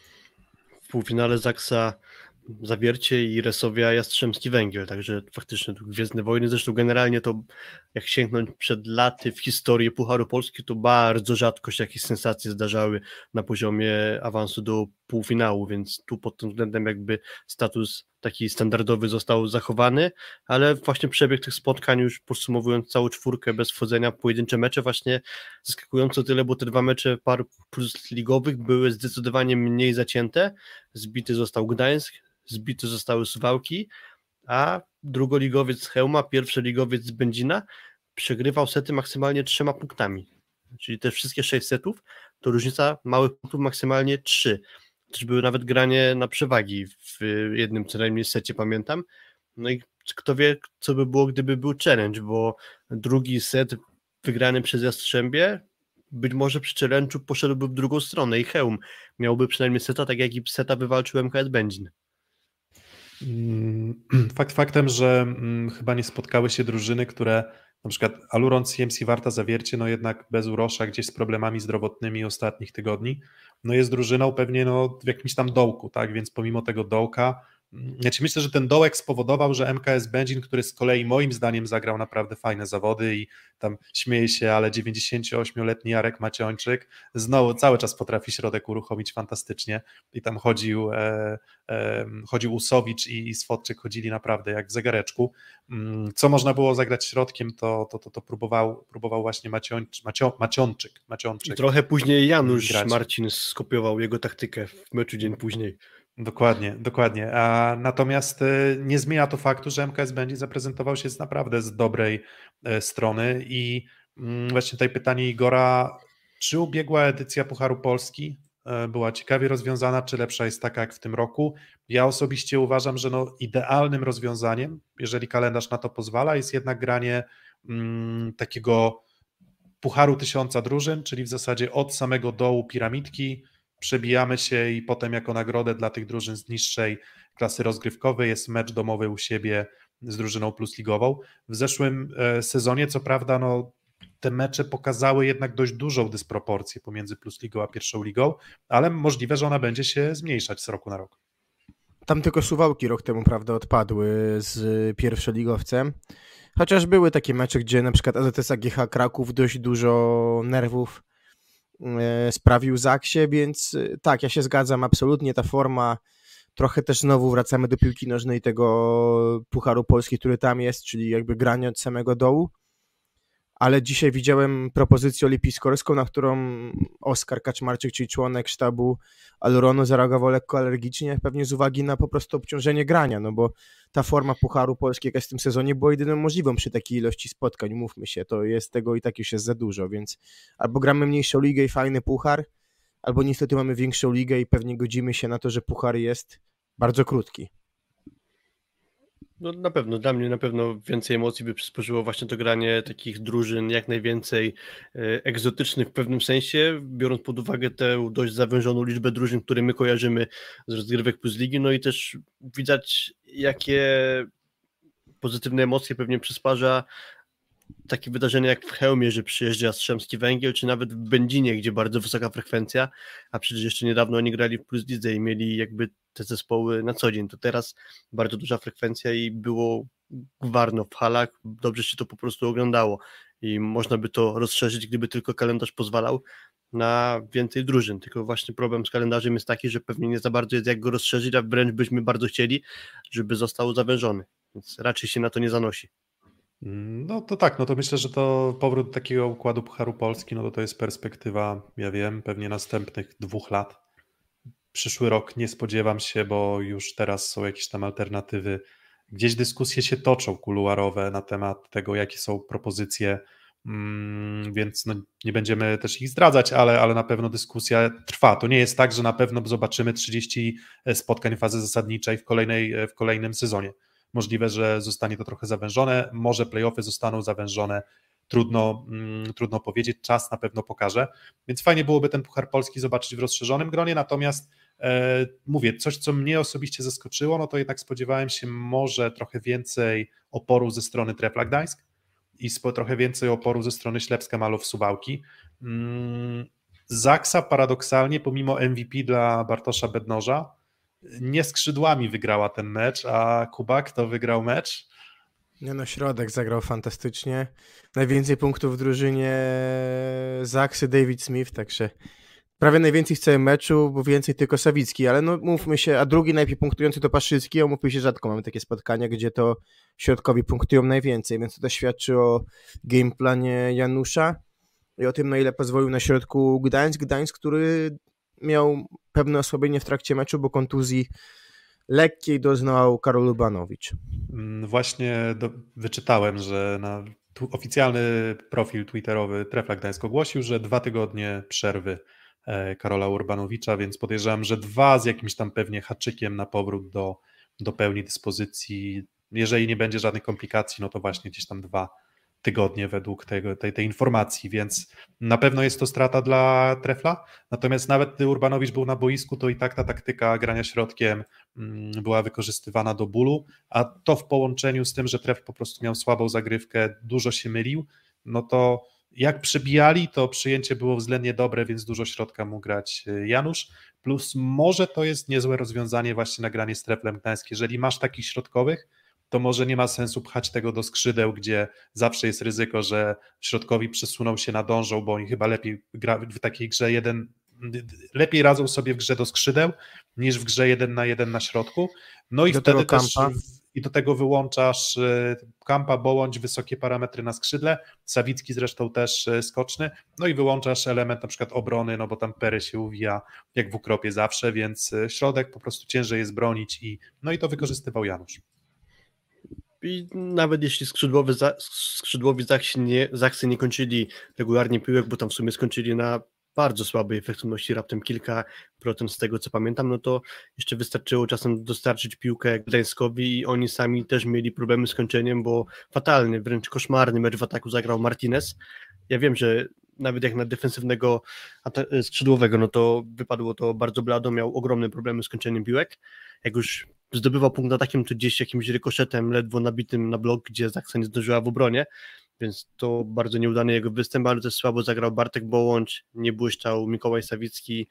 W półfinale Zaksa Zawiercie i Resowia Jastrzębski Węgiel, także faktycznie tu Gwiezdne Wojny, zresztą generalnie to jak sięgnąć przed laty w historii Pucharu Polski, to bardzo rzadko się jakieś sensacje zdarzały na poziomie awansu do półfinału, więc tu pod tym względem jakby status taki standardowy został zachowany, ale właśnie przebieg tych spotkań, już podsumowując całą czwórkę bez wchodzenia w pojedyncze mecze, właśnie zaskakująco tyle, bo te dwa mecze par plus ligowych były zdecydowanie mniej zacięte. Zbity został Gdańsk, zbity zostały Suwałki, a drugoligowiec z Chełma, pierwszoligowiec z Będzina przegrywał sety maksymalnie trzema punktami. Czyli te wszystkie sześć setów to różnica małych punktów maksymalnie trzy. Też były nawet granie na przewagi w jednym co najmniej secie, pamiętam. No i kto wie, co by było, gdyby był challenge, bo drugi set wygrany przez Jastrzębie być może przy challenge'u poszedłby w drugą stronę i Chełm miałby przynajmniej seta, tak jak i seta wywalczył M K S Będzin. Fakt faktem, że hmm, chyba nie spotkały się drużyny, które na przykład Aluron C M C Warta Zawiercie, no jednak bez Urosza, gdzieś z problemami zdrowotnymi ostatnich tygodni, no jest drużyną pewnie no w jakimś tam dołku, tak, więc pomimo tego dołka, ja ci myślę, że ten dołek spowodował, że M K S Będzin, który z kolei moim zdaniem zagrał naprawdę fajne zawody i tam śmieje się, ale dziewięćdziesięcioośmioletni Jarek Maciończyk znowu cały czas potrafi środek uruchomić fantastycznie i tam chodził e, e, chodził Usowicz i, i Swodczyk chodzili naprawdę jak w zegareczku. Co można było zagrać środkiem, to, to, to, to próbował, próbował właśnie Maciończyk, Macio, Macionczyk, Macionczyk. I trochę później Janusz grać. Marcin skopiował jego taktykę w meczu dzień później. Dokładnie, dokładnie. A natomiast nie zmienia to faktu, że M K S Będzin zaprezentował się z naprawdę z dobrej strony i właśnie tutaj pytanie Igora, czy ubiegła edycja Pucharu Polski była ciekawie rozwiązana, czy lepsza jest taka jak w tym roku? Ja osobiście uważam, że no idealnym rozwiązaniem, jeżeli kalendarz na to pozwala, jest jednak granie mm, takiego Pucharu Tysiąca Drużyn, czyli w zasadzie od samego dołu piramidki przebijamy się i potem jako nagrodę dla tych drużyn z niższej klasy rozgrywkowej jest mecz domowy u siebie z drużyną plusligową. W zeszłym sezonie co prawda no, te mecze pokazały jednak dość dużą dysproporcję pomiędzy plusligą a pierwszą ligą, ale możliwe, że ona będzie się zmniejszać z roku na rok. Tam tylko Suwałki rok temu, prawda, odpadły z pierwszoligowcem. Chociaż były takie mecze, gdzie na przykład A Z S A G H Kraków dość dużo nerwów sprawił Zaksie, więc tak, ja się zgadzam, absolutnie ta forma, trochę też znowu wracamy do piłki nożnej tego Pucharu Polski, który tam jest, czyli jakby granie od samego dołu, ale dzisiaj widziałem propozycję olimpijskorską, na którą Oskar Kaczmarczyk, czyli członek sztabu Aluronu, zareagował lekko alergicznie, pewnie z uwagi na po prostu obciążenie grania, no bo ta forma Pucharu Polski, jaka jest w tym sezonie, była jedyną możliwą przy takiej ilości spotkań, mówmy się, to jest tego i tak już jest za dużo, więc albo gramy mniejszą ligę i fajny puchar, albo niestety mamy większą ligę i pewnie godzimy się na to, że puchar jest bardzo krótki. No na pewno, dla mnie na pewno więcej emocji by przysporzyło właśnie to granie takich drużyn, jak najwięcej e, egzotycznych w pewnym sensie, biorąc pod uwagę tę dość zawężoną liczbę drużyn, które my kojarzymy z rozgrywek plus ligi, no i też widać, jakie pozytywne emocje pewnie przysparza takie wydarzenie jak w Chełmie, że przyjeżdża Jastrzębski Węgiel, czy nawet w Będzinie, gdzie bardzo wysoka frekwencja, a przecież jeszcze niedawno oni grali w Plus Lidze i mieli jakby te zespoły na co dzień. To teraz bardzo duża frekwencja i było gwarno w halach, dobrze się to po prostu oglądało i można by to rozszerzyć, gdyby tylko kalendarz pozwalał na więcej drużyn, tylko właśnie problem z kalendarzem jest taki, że pewnie nie za bardzo jest jak go rozszerzyć, a wręcz byśmy bardzo chcieli, żeby został zawężony, więc raczej się na to nie zanosi. No to tak, no to myślę, że to powrót do takiego układu Pucharu Polski, no to to jest perspektywa, ja wiem, pewnie następnych dwóch lat. Przyszły rok nie spodziewam się, bo już teraz są jakieś tam alternatywy. Gdzieś dyskusje się toczą kuluarowe na temat tego, jakie są propozycje, mm, więc no nie będziemy też ich zdradzać, ale, ale na pewno dyskusja trwa. To nie jest tak, że na pewno zobaczymy trzydzieści spotkań fazy zasadniczej w, kolejnej, w kolejnym sezonie. Możliwe, że zostanie to trochę zawężone, może play-offy zostaną zawężone, trudno, mm, trudno powiedzieć, czas na pewno pokaże, więc fajnie byłoby ten Puchar Polski zobaczyć w rozszerzonym gronie, natomiast e, mówię, coś co mnie osobiście zaskoczyło, no to jednak spodziewałem się może trochę więcej oporu ze strony Trefla Gdańsk i spo, trochę więcej oporu ze strony Ślepska Malów Suwałki. Mm, Zaksa paradoksalnie pomimo M V P dla Bartosza Bednoża nie skrzydłami wygrała ten mecz, a Kuba, kto wygrał mecz? Nie no, Środek zagrał fantastycznie. Najwięcej punktów w drużynie Zaksy David Smith, także prawie najwięcej w całym meczu, bo więcej tylko Sawicki, ale no mówmy się, a drugi najlepiej punktujący to Paszycki, a mówmy się, rzadko mamy takie spotkania, gdzie to środkowi punktują najwięcej, więc to też świadczy o gameplanie Janusza i o tym, na ile pozwolił na środku Gdańsk, Gdańsk, który miał pewne osłabienie w trakcie meczu, bo kontuzji lekkiej doznał Karol Lubanowicz. Właśnie do, wyczytałem, że na tu, oficjalny profil twitterowy Trefla Gdańsk ogłosił, że dwa tygodnie przerwy e, Karola Urbanowicza, więc podejrzewam, że dwa z jakimś tam pewnie haczykiem na powrót do, do pełni dyspozycji. Jeżeli nie będzie żadnych komplikacji, no to właśnie gdzieś tam dwa tygodnie według tego, tej, tej informacji, więc na pewno jest to strata dla Trefla, natomiast nawet gdy Urbanowicz był na boisku, to i tak ta taktyka grania środkiem mm, była wykorzystywana do bólu, a to w połączeniu z tym, że Tref po prostu miał słabą zagrywkę, dużo się mylił, no to jak przebijali, to przyjęcie było względnie dobre, więc dużo środka mógł grać Janusz, plus może to jest niezłe rozwiązanie właśnie na granie z Treflem Gdańsk, jeżeli masz takich środkowych, to może nie ma sensu pchać tego do skrzydeł, gdzie zawsze jest ryzyko, że środkowi przesuną się, nadążą, bo oni chyba lepiej gra w takiej grze jeden, lepiej radzą sobie w grze do skrzydeł, niż w grze jeden na jeden na środku. No i do wtedy też i do tego wyłączasz Kampa, Bołądź, wysokie parametry na skrzydle, Sawicki zresztą też skoczny, no i wyłączasz element na przykład obrony, no bo tam Pery się uwija jak w ukropie zawsze, więc środek po prostu ciężej jest bronić i no i to wykorzystywał Janusz. I nawet jeśli skrzydłowy, skrzydłowi Zaksy nie, Zaksy nie kończyli regularnie piłek, bo tam w sumie skończyli na bardzo słabej efektywności, raptem kilka procent z tego co pamiętam, no to jeszcze wystarczyło czasem dostarczyć piłkę Gdańskowi i oni sami też mieli problemy z kończeniem, bo fatalny, wręcz koszmarny mecz w ataku zagrał Martinez. Ja wiem, że nawet jak na defensywnego skrzydłowego, no to wypadło to bardzo blado, miał ogromne problemy z kończeniem piłek. Jak już zdobywał punkt atakiem, to gdzieś jakimś rykoszetem ledwo nabitym na blok, gdzie Zaksa nie zdążyła w obronie, więc to bardzo nieudany jego występ, ale też słabo zagrał Bartek Bołądź, nie błyszczał Mikołaj Sawicki,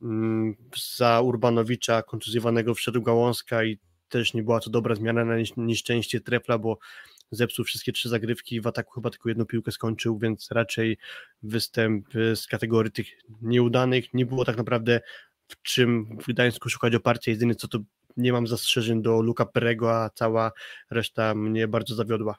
za Urbanowicza kontuzjowanego wszedł Gałązka i też nie była to dobra zmiana na nieszczęście Trefla, bo zepsuł wszystkie trzy zagrywki, w ataku chyba tylko jedną piłkę skończył, więc raczej występ z kategorii tych nieudanych. Nie było tak naprawdę w czym w Gdańsku szukać oparcia, jedyne co to nie mam zastrzeżeń do Luka Perego, a cała reszta mnie bardzo zawiodła.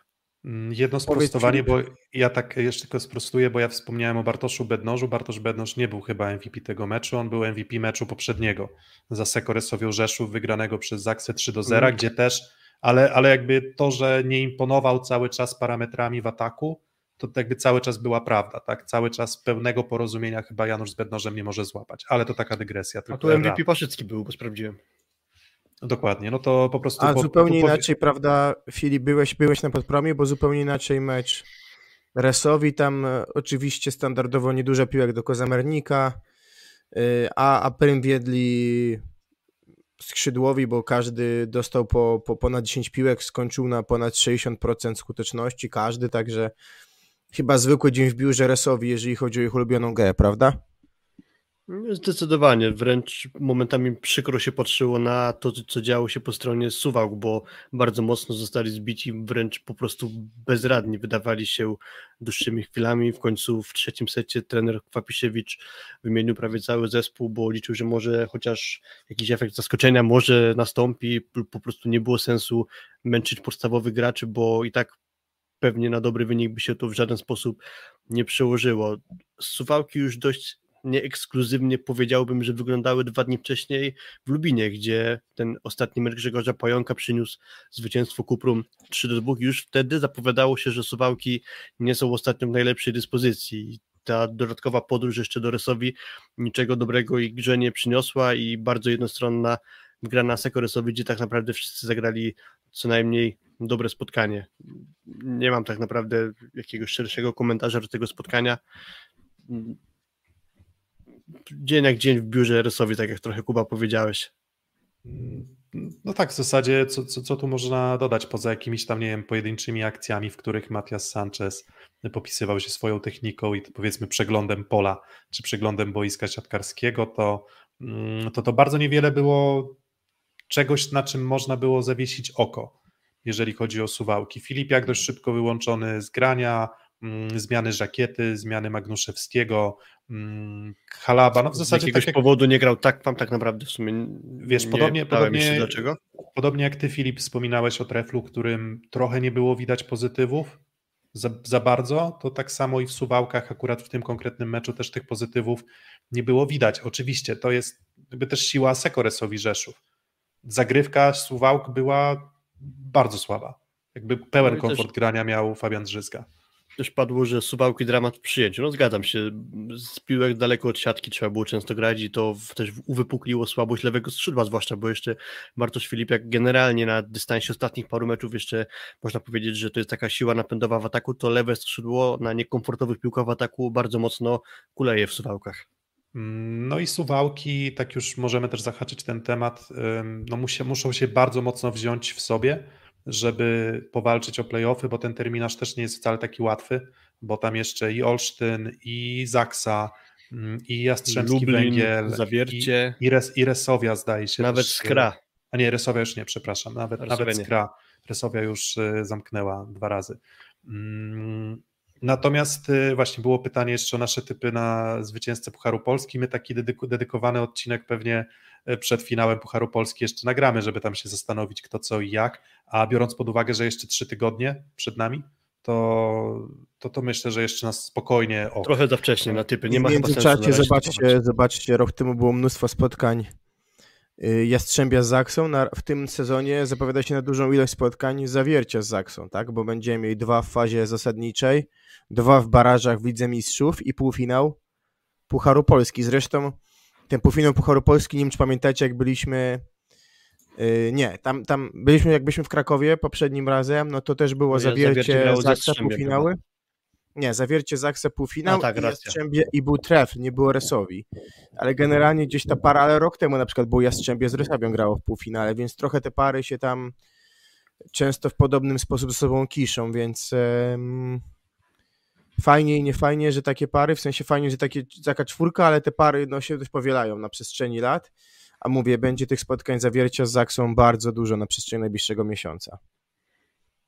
Jedno sprostowanie, bo ja tak jeszcze tylko sprostuję, bo ja wspomniałem o Bartoszu Bednożu. Bartosz Bednoż nie był chyba M V P tego meczu, on był M V P meczu poprzedniego za Sekoresowią Rzeszów, wygranego przez Zaksę trzy do zera, mm. gdzie też, ale, ale jakby to, że nie imponował cały czas parametrami w ataku, to jakby cały czas była prawda, tak? Cały czas pełnego porozumienia chyba Janusz z Bednożem nie może złapać, ale to taka dygresja. A tu M V P Paszycki był, bo sprawdziłem. Dokładnie, no to po prostu... A po, zupełnie po, po... inaczej, prawda, Filip, byłeś, byłeś na podpromie, bo zupełnie inaczej mecz Resowi, tam e, oczywiście standardowo niedużo piłek do Kozamernika, y, a, a prym wiedli skrzydłowi, bo każdy dostał po, po ponad dziesięć piłek, skończył na ponad sześćdziesiąt procent skuteczności, każdy, także chyba zwykły dzień w biurze Resowi, jeżeli chodzi o ich ulubioną grę, prawda? Zdecydowanie, wręcz momentami przykro się patrzyło na to, co działo się po stronie Suwałk, bo bardzo mocno zostali zbici, wręcz po prostu bezradni, wydawali się dłuższymi chwilami. W końcu w trzecim secie trener Kwapisiewicz wymienił prawie cały zespół, bo liczył, że może chociaż jakiś efekt zaskoczenia może nastąpi, po prostu nie było sensu męczyć podstawowych graczy, bo i tak pewnie na dobry wynik by się to w żaden sposób nie przełożyło. Suwałki już dość nieekskluzywnie powiedziałbym, że wyglądały dwa dni wcześniej w Lubinie, gdzie ten ostatni mecz Grzegorza Pająka przyniósł zwycięstwo Kuprum trzy do dwóch. Już wtedy zapowiadało się, że Suwałki nie są ostatnio w najlepszej dyspozycji. Ta dodatkowa podróż jeszcze do Resowi niczego dobrego ich grze nie przyniosła i bardzo jednostronna gra na Sekoresowi, gdzie tak naprawdę wszyscy zagrali co najmniej dobre spotkanie. Nie mam tak naprawdę jakiegoś szerszego komentarza do tego spotkania. Dzień jak dzień w biurze Resowi, tak jak trochę Kuba powiedziałeś. No tak, w zasadzie co, co, co tu można dodać poza jakimiś tam, nie wiem, pojedynczymi akcjami, w których Matias Sanchez popisywał się swoją techniką i powiedzmy przeglądem pola, czy przeglądem boiska siatkarskiego, to to, to bardzo niewiele było czegoś, na czym można było zawiesić oko, jeżeli chodzi o Suwałki. Filipiak dość szybko wyłączony z grania, zmiany żakiety, zmiany Magnuszewskiego, Halaba, no w zasadzie z jakiegoś tak jak... powodu nie grał tak wam tak naprawdę w sumie Wiesz, nie podobnie, podobnie, się dlaczego. Podobnie jak ty, Filip, wspominałeś o Treflu, którym trochę nie było widać pozytywów za, za bardzo, to tak samo i w Suwałkach akurat w tym konkretnym meczu też tych pozytywów nie było widać. Oczywiście to jest jakby też siła Sekoresowi Rzeszów. Zagrywka Suwałk była bardzo słaba. Jakby pełen no komfort też... grania miał Fabian Drzyzga. Też padło, że Suwałki dramat w przyjęciu. No zgadzam się, z piłek daleko od siatki trzeba było często grać i to też uwypukliło słabość lewego skrzydła, zwłaszcza, bo jeszcze Bartosz Filipiak generalnie na dystansie ostatnich paru meczów jeszcze można powiedzieć, że to jest taka siła napędowa w ataku, to lewe skrzydło na niekomfortowych piłkach w ataku bardzo mocno kuleje w Suwałkach. No i Suwałki, tak już możemy też zahaczyć ten temat, no musia, muszą się bardzo mocno wziąć w sobie, żeby powalczyć o play-offy, bo ten terminarz też nie jest wcale taki łatwy, bo tam jeszcze i Olsztyn, i Zaksa, i Jastrzębski Lublin, Węgiel, Zawiercie, i, i, Res, i Resowia zdaje się. Nawet też, Skra. A nie, Resowia już nie, przepraszam, nawet, nawet Skra. Resowia już zamknęła dwa razy. Natomiast właśnie było pytanie jeszcze o nasze typy na zwycięzcę Pucharu Polski. My taki dedykowany odcinek pewnie przed finałem Pucharu Polski jeszcze nagramy, żeby tam się zastanowić kto co i jak, a biorąc pod uwagę, że jeszcze trzy tygodnie przed nami, to, to, to myślę, że jeszcze nas spokojnie... O. Trochę za wcześnie na typy, nie w ma chyba sensu. Zobaczcie, zobaczcie, zobaczcie, rok temu było mnóstwo spotkań Jastrzębia z Zaksą, na, w tym sezonie zapowiada się na dużą ilość spotkań Zawiercia z Zaksą, tak? Bo będziemy mieli dwa w fazie zasadniczej, dwa w barażach w Lidze Mistrzów i półfinał Pucharu Polski. Zresztą ten półfinał Pucharu Polski, nie wiem czy pamiętacie, jak byliśmy, yy, nie, tam, tam byliśmy jak byliśmy w Krakowie poprzednim razem, no to też było no Zawiercie, Zaksa, półfinały. Chyba. Nie, Zawiercie, Zaksa, półfinał A, tak, i Jastrzębie i był Trefl, nie było Resowi. Ale generalnie gdzieś ta para, ale rok temu na przykład było Jastrzębie z Resowią grało w półfinale, więc trochę te pary się tam często w podobnym sposób ze sobą kiszą, więc um, fajnie i niefajnie, że takie pary, w sensie fajnie, że takie, taka czwórka, ale te pary no, się dość powielają na przestrzeni lat, a mówię, będzie tych spotkań Zawiercia z Zaksą bardzo dużo na przestrzeni najbliższego miesiąca.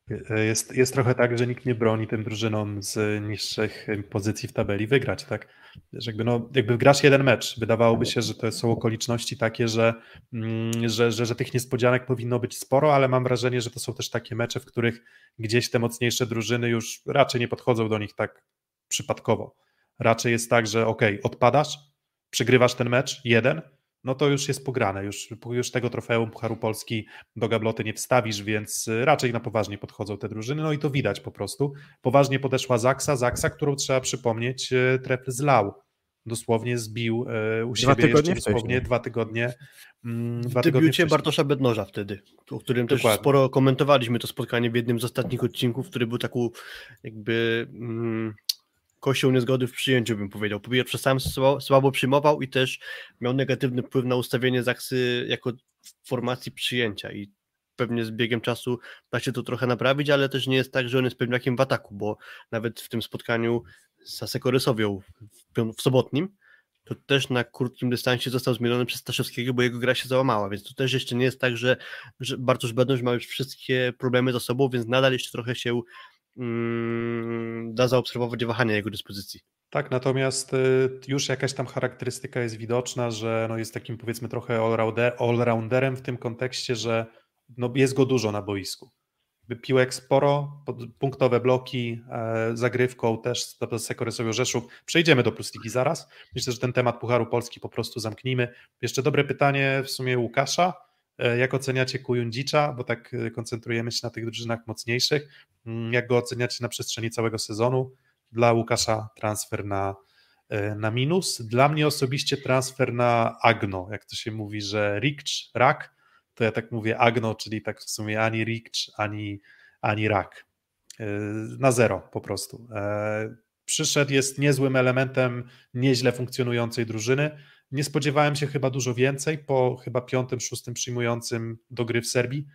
Jest, jest trochę tak, że nikt nie broni tym drużynom z niższych pozycji w tabeli wygrać, tak? Że jakby, no, jakby grasz jeden mecz, wydawałoby się, że to są okoliczności takie, że, mm, że, że, że tych niespodzianek powinno być sporo, ale mam wrażenie, że to są też takie mecze, w których gdzieś te mocniejsze drużyny już raczej nie podchodzą do nich tak przypadkowo. Raczej jest tak, że okej, okay, odpadasz, przegrywasz ten mecz, jeden, no to już jest pograne, już, już tego trofeum Pucharu Polski do gabloty nie wstawisz, więc raczej na poważnie podchodzą te drużyny, no i to widać po prostu. Poważnie podeszła Zaksa, Zaksa, którą trzeba przypomnieć, trefl zlał. Dosłownie zbił u Dwa siebie jeszcze tygodnie dosłownie wcześniej. dwa tygodnie. Mm, W dwa tygodnie debiucie wcześniej. Bartosza Bednoża wtedy, o którym też Dokładnie. sporo komentowaliśmy to spotkanie w jednym z ostatnich odcinków, który był taką jakby mm, kością niezgody w przyjęciu, bym powiedział. Po pierwsze sam słabo, słabo przyjmował i też miał negatywny wpływ na ustawienie Zaksy jako formacji przyjęcia i pewnie z biegiem czasu da się to trochę naprawić, ale też nie jest tak, że on jest pewniakiem w ataku, bo nawet w tym spotkaniu z Asekoresowią w, w sobotnim to też na krótkim dystansie został zmieniony przez Staszewskiego, bo jego gra się załamała, więc to też jeszcze nie jest tak, że, że Bartosz Bednoż ma już wszystkie problemy za sobą, więc nadal jeszcze trochę się mm, da zaobserwować wahania jego dyspozycji. Tak, natomiast y, już jakaś tam charakterystyka jest widoczna, że no jest takim powiedzmy trochę all-rounder, all-rounderem w tym kontekście, że no jest go dużo na boisku. Piłek sporo, punktowe bloki, e, zagrywką też z Sekoresowią Rzeszów. Przejdziemy do Plus Ligi zaraz. Myślę, że ten temat Pucharu Polski po prostu zamknijmy. Jeszcze dobre pytanie w sumie Łukasza. E, jak oceniacie Kujundzicza, bo tak koncentrujemy się na tych drużynach mocniejszych. Jak go oceniacie na przestrzeni całego sezonu? Dla Łukasza transfer na, e, na minus. Dla mnie osobiście transfer na Agno, jak to się mówi, że Rikcz, rak, to ja tak mówię Agno, czyli tak w sumie ani Rikcz, ani, ani rak. Na zero po prostu. Przyszedł, jest niezłym elementem nieźle funkcjonującej drużyny. Nie spodziewałem się chyba dużo więcej po chyba piątym, szóstym przyjmującym do gry w Serbii.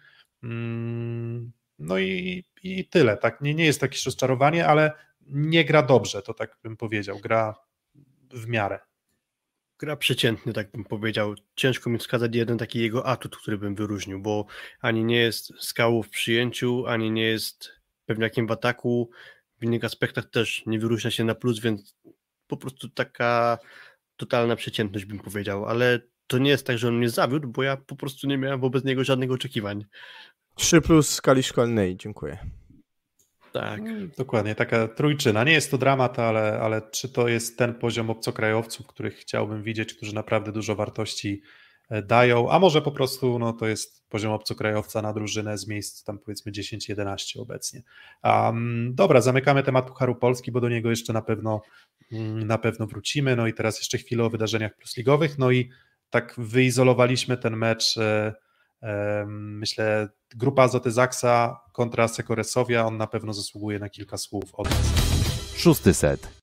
No i, i tyle. Tak? Nie, nie jest jakieś rozczarowanie, ale nie gra dobrze, to tak bym powiedział. Gra w miarę. Gra przeciętny, tak bym powiedział. Ciężko mi wskazać jeden taki jego atut, który bym wyróżnił, bo ani nie jest skałą w przyjęciu, ani nie jest pewniakiem w ataku. W innych aspektach też nie wyróżnia się na plus, więc po prostu taka totalna przeciętność bym powiedział, ale to nie jest tak, że on mnie zawiódł, bo ja po prostu nie miałem wobec niego żadnych oczekiwań. trzy plus w skali szkolnej, dziękuję. Tak. Dokładnie, taka trójczyna. Nie jest to dramat, ale, ale czy to jest ten poziom obcokrajowców, których chciałbym widzieć, którzy naprawdę dużo wartości dają, a może po prostu no, to jest poziom obcokrajowca na drużynę z miejsc tam powiedzmy dziesięć jedenaście obecnie. Um, dobra, zamykamy temat Pucharu Polski, bo do niego jeszcze na pewno, na pewno wrócimy. No i teraz jeszcze chwilę o wydarzeniach plusligowych. No i tak wyizolowaliśmy ten mecz, e, e, myślę, grupa Azoty Zaksa kontra Sekoresowia, on na pewno zasługuje na kilka słów od nas. Szósty set.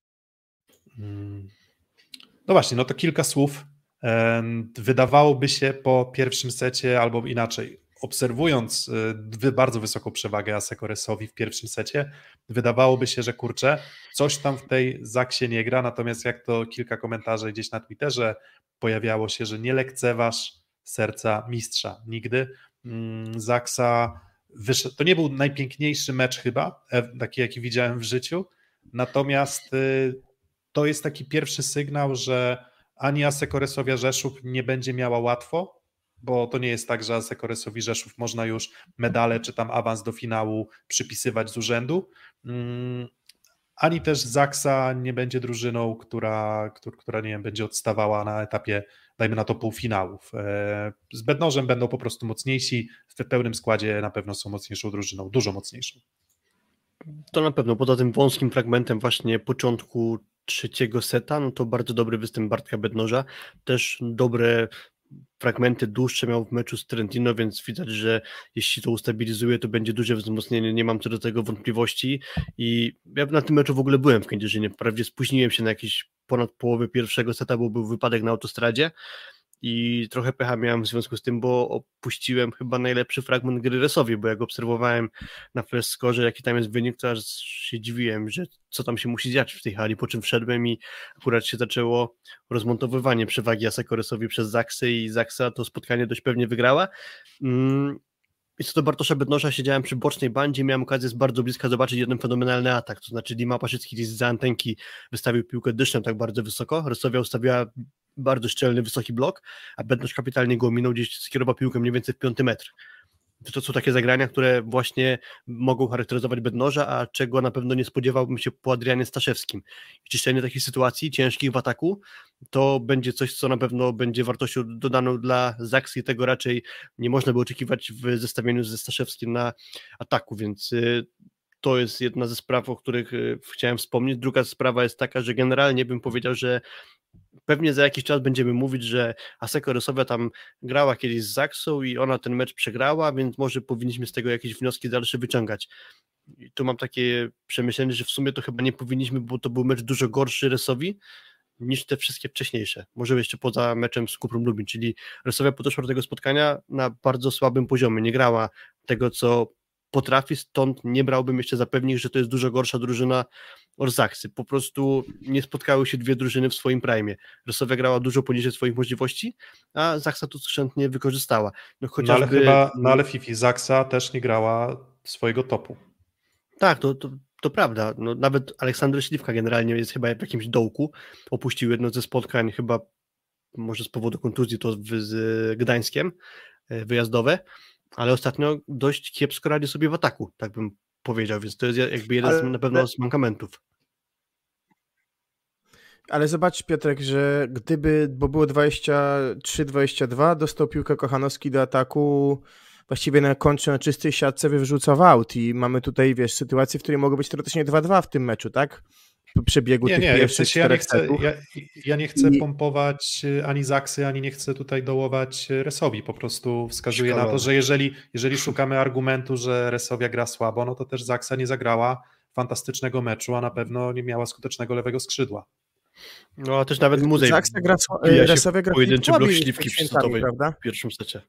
No właśnie, no to kilka słów. Wydawałoby się po pierwszym secie, albo inaczej, obserwując bardzo wysoką przewagę Asekoresowi w pierwszym secie, wydawałoby się, że kurczę, coś tam w tej Zaksie nie gra, natomiast jak to kilka komentarzy gdzieś na Twitterze pojawiało się, że nie lekceważ serca mistrza. Nigdy. Zaksa wyszedł, to nie był najpiękniejszy mecz chyba, taki jaki widziałem w życiu, natomiast to jest taki pierwszy sygnał, że ani Asekoresowia Rzeszów nie będzie miała łatwo, bo to nie jest tak, że Asekoresowi Rzeszów można już medale czy tam awans do finału przypisywać z urzędu, ani też Zaksa nie będzie drużyną, która, która nie wiem, będzie odstawała na etapie, dajmy na to, półfinałów. Z Bednożem będą po prostu mocniejsi, w pełnym składzie na pewno są mocniejszą drużyną, dużo mocniejszą. To na pewno, poza tym wąskim fragmentem właśnie początku trzeciego seta, no to bardzo dobry występ Bartka Bednoża, też dobre fragmenty dłuższe miał w meczu z Trentino, więc widać, że jeśli to ustabilizuje, to będzie duże wzmocnienie, nie mam co do tego wątpliwości i ja na tym meczu w ogóle byłem w Kędzierzynie, wprawdzie spóźniłem się na jakieś ponad połowę pierwszego seta, bo był wypadek na autostradzie i trochę pecha miałem w związku z tym, bo opuściłem chyba najlepszy fragment gry Resowi, bo jak obserwowałem na flash score, jaki tam jest wynik, to aż się dziwiłem, że co tam się musi dziać w tej hali, po czym wszedłem i akurat się zaczęło rozmontowywanie przewagi Asekoresowi przez Zaksę i Zaksa to spotkanie dość pewnie wygrała. I co do Bartosza Bednosza, siedziałem przy bocznej bandzie, miałem okazję z bardzo bliska zobaczyć jeden fenomenalny atak, to znaczy Dima Paszycki gdzieś z antenki wystawił piłkę dyszem tak bardzo wysoko, Resowia ustawiła bardzo szczelny, wysoki blok, a Bednosz kapitalnie go ominął, gdzieś skierował piłkę mniej więcej w piąty metr. To są takie zagrania, które właśnie mogą charakteryzować Bednoża, a czego na pewno nie spodziewałbym się po Adrianie Staszewskim. Czyszczenie takich sytuacji ciężkich w ataku to będzie coś, co na pewno będzie wartością dodaną dla Zaksy i tego raczej nie można by oczekiwać w zestawieniu ze Staszewskim na ataku, więc to jest jedna ze spraw, o których chciałem wspomnieć. Druga sprawa jest taka, że generalnie bym powiedział, że pewnie za jakiś czas będziemy mówić, że Asseco Resowia tam grała kiedyś z Zaksą i ona ten mecz przegrała, więc może powinniśmy z tego jakieś wnioski dalsze wyciągać. I tu mam takie przemyślenie, że w sumie to chyba nie powinniśmy, bo to był mecz dużo gorszy Resowi niż te wszystkie wcześniejsze. Może jeszcze poza meczem z Kuprą Lubin, czyli Resowia podeszła do tego spotkania na bardzo słabym poziomie. Nie grała tego, co potrafi, stąd nie brałbym jeszcze za pewnik, że to jest dużo gorsza drużyna od Zaksy. Po prostu nie spotkały się dwie drużyny w swoim prime. Resowia grała dużo poniżej swoich możliwości, a Zaksa to skrzętnie wykorzystała. No, chociażby... no ale chyba, no ale Fifi, Zaksa też nie grała swojego topu. Tak, to, to, to prawda. No, nawet Aleksander Śliwka generalnie jest chyba w jakimś dołku. Opuścił jedno ze spotkań, chyba może z powodu kontuzji, to z Gdańskiem, wyjazdowe, ale ostatnio dość kiepsko radzi sobie w ataku, tak bym powiedział, więc to jest jakby jeden ale, z, na pewno z mankamentów. Ale zobacz, Piotrek, że gdyby, bo było dwadzieścia trzy dwadzieścia dwa, dostał piłkę Kochanowski do ataku, właściwie na końcu na czystej siatce wyrzuca w aut i mamy tutaj, wiesz, sytuację, w której mogło być teoretycznie dwa dwa w tym meczu, tak? Po przebiegu nie, tych nie, pierwszych w sensie ja nie chcę, setów. ja, ja nie chcę I... pompować ani Zaksy, ani nie chcę tutaj dołować Resowi, po prostu wskazuję Szkoda. na to, że jeżeli, jeżeli szukamy argumentu, że Resowia gra słabo, no to też Zaksa nie zagrała fantastycznego meczu, a na pewno nie miała skutecznego lewego skrzydła. No a też nawet muzej. Zaksa gra, Resowia gra pojedynczy blok słabiej Śliwki przed świętami, prawda? w pierwszym secie.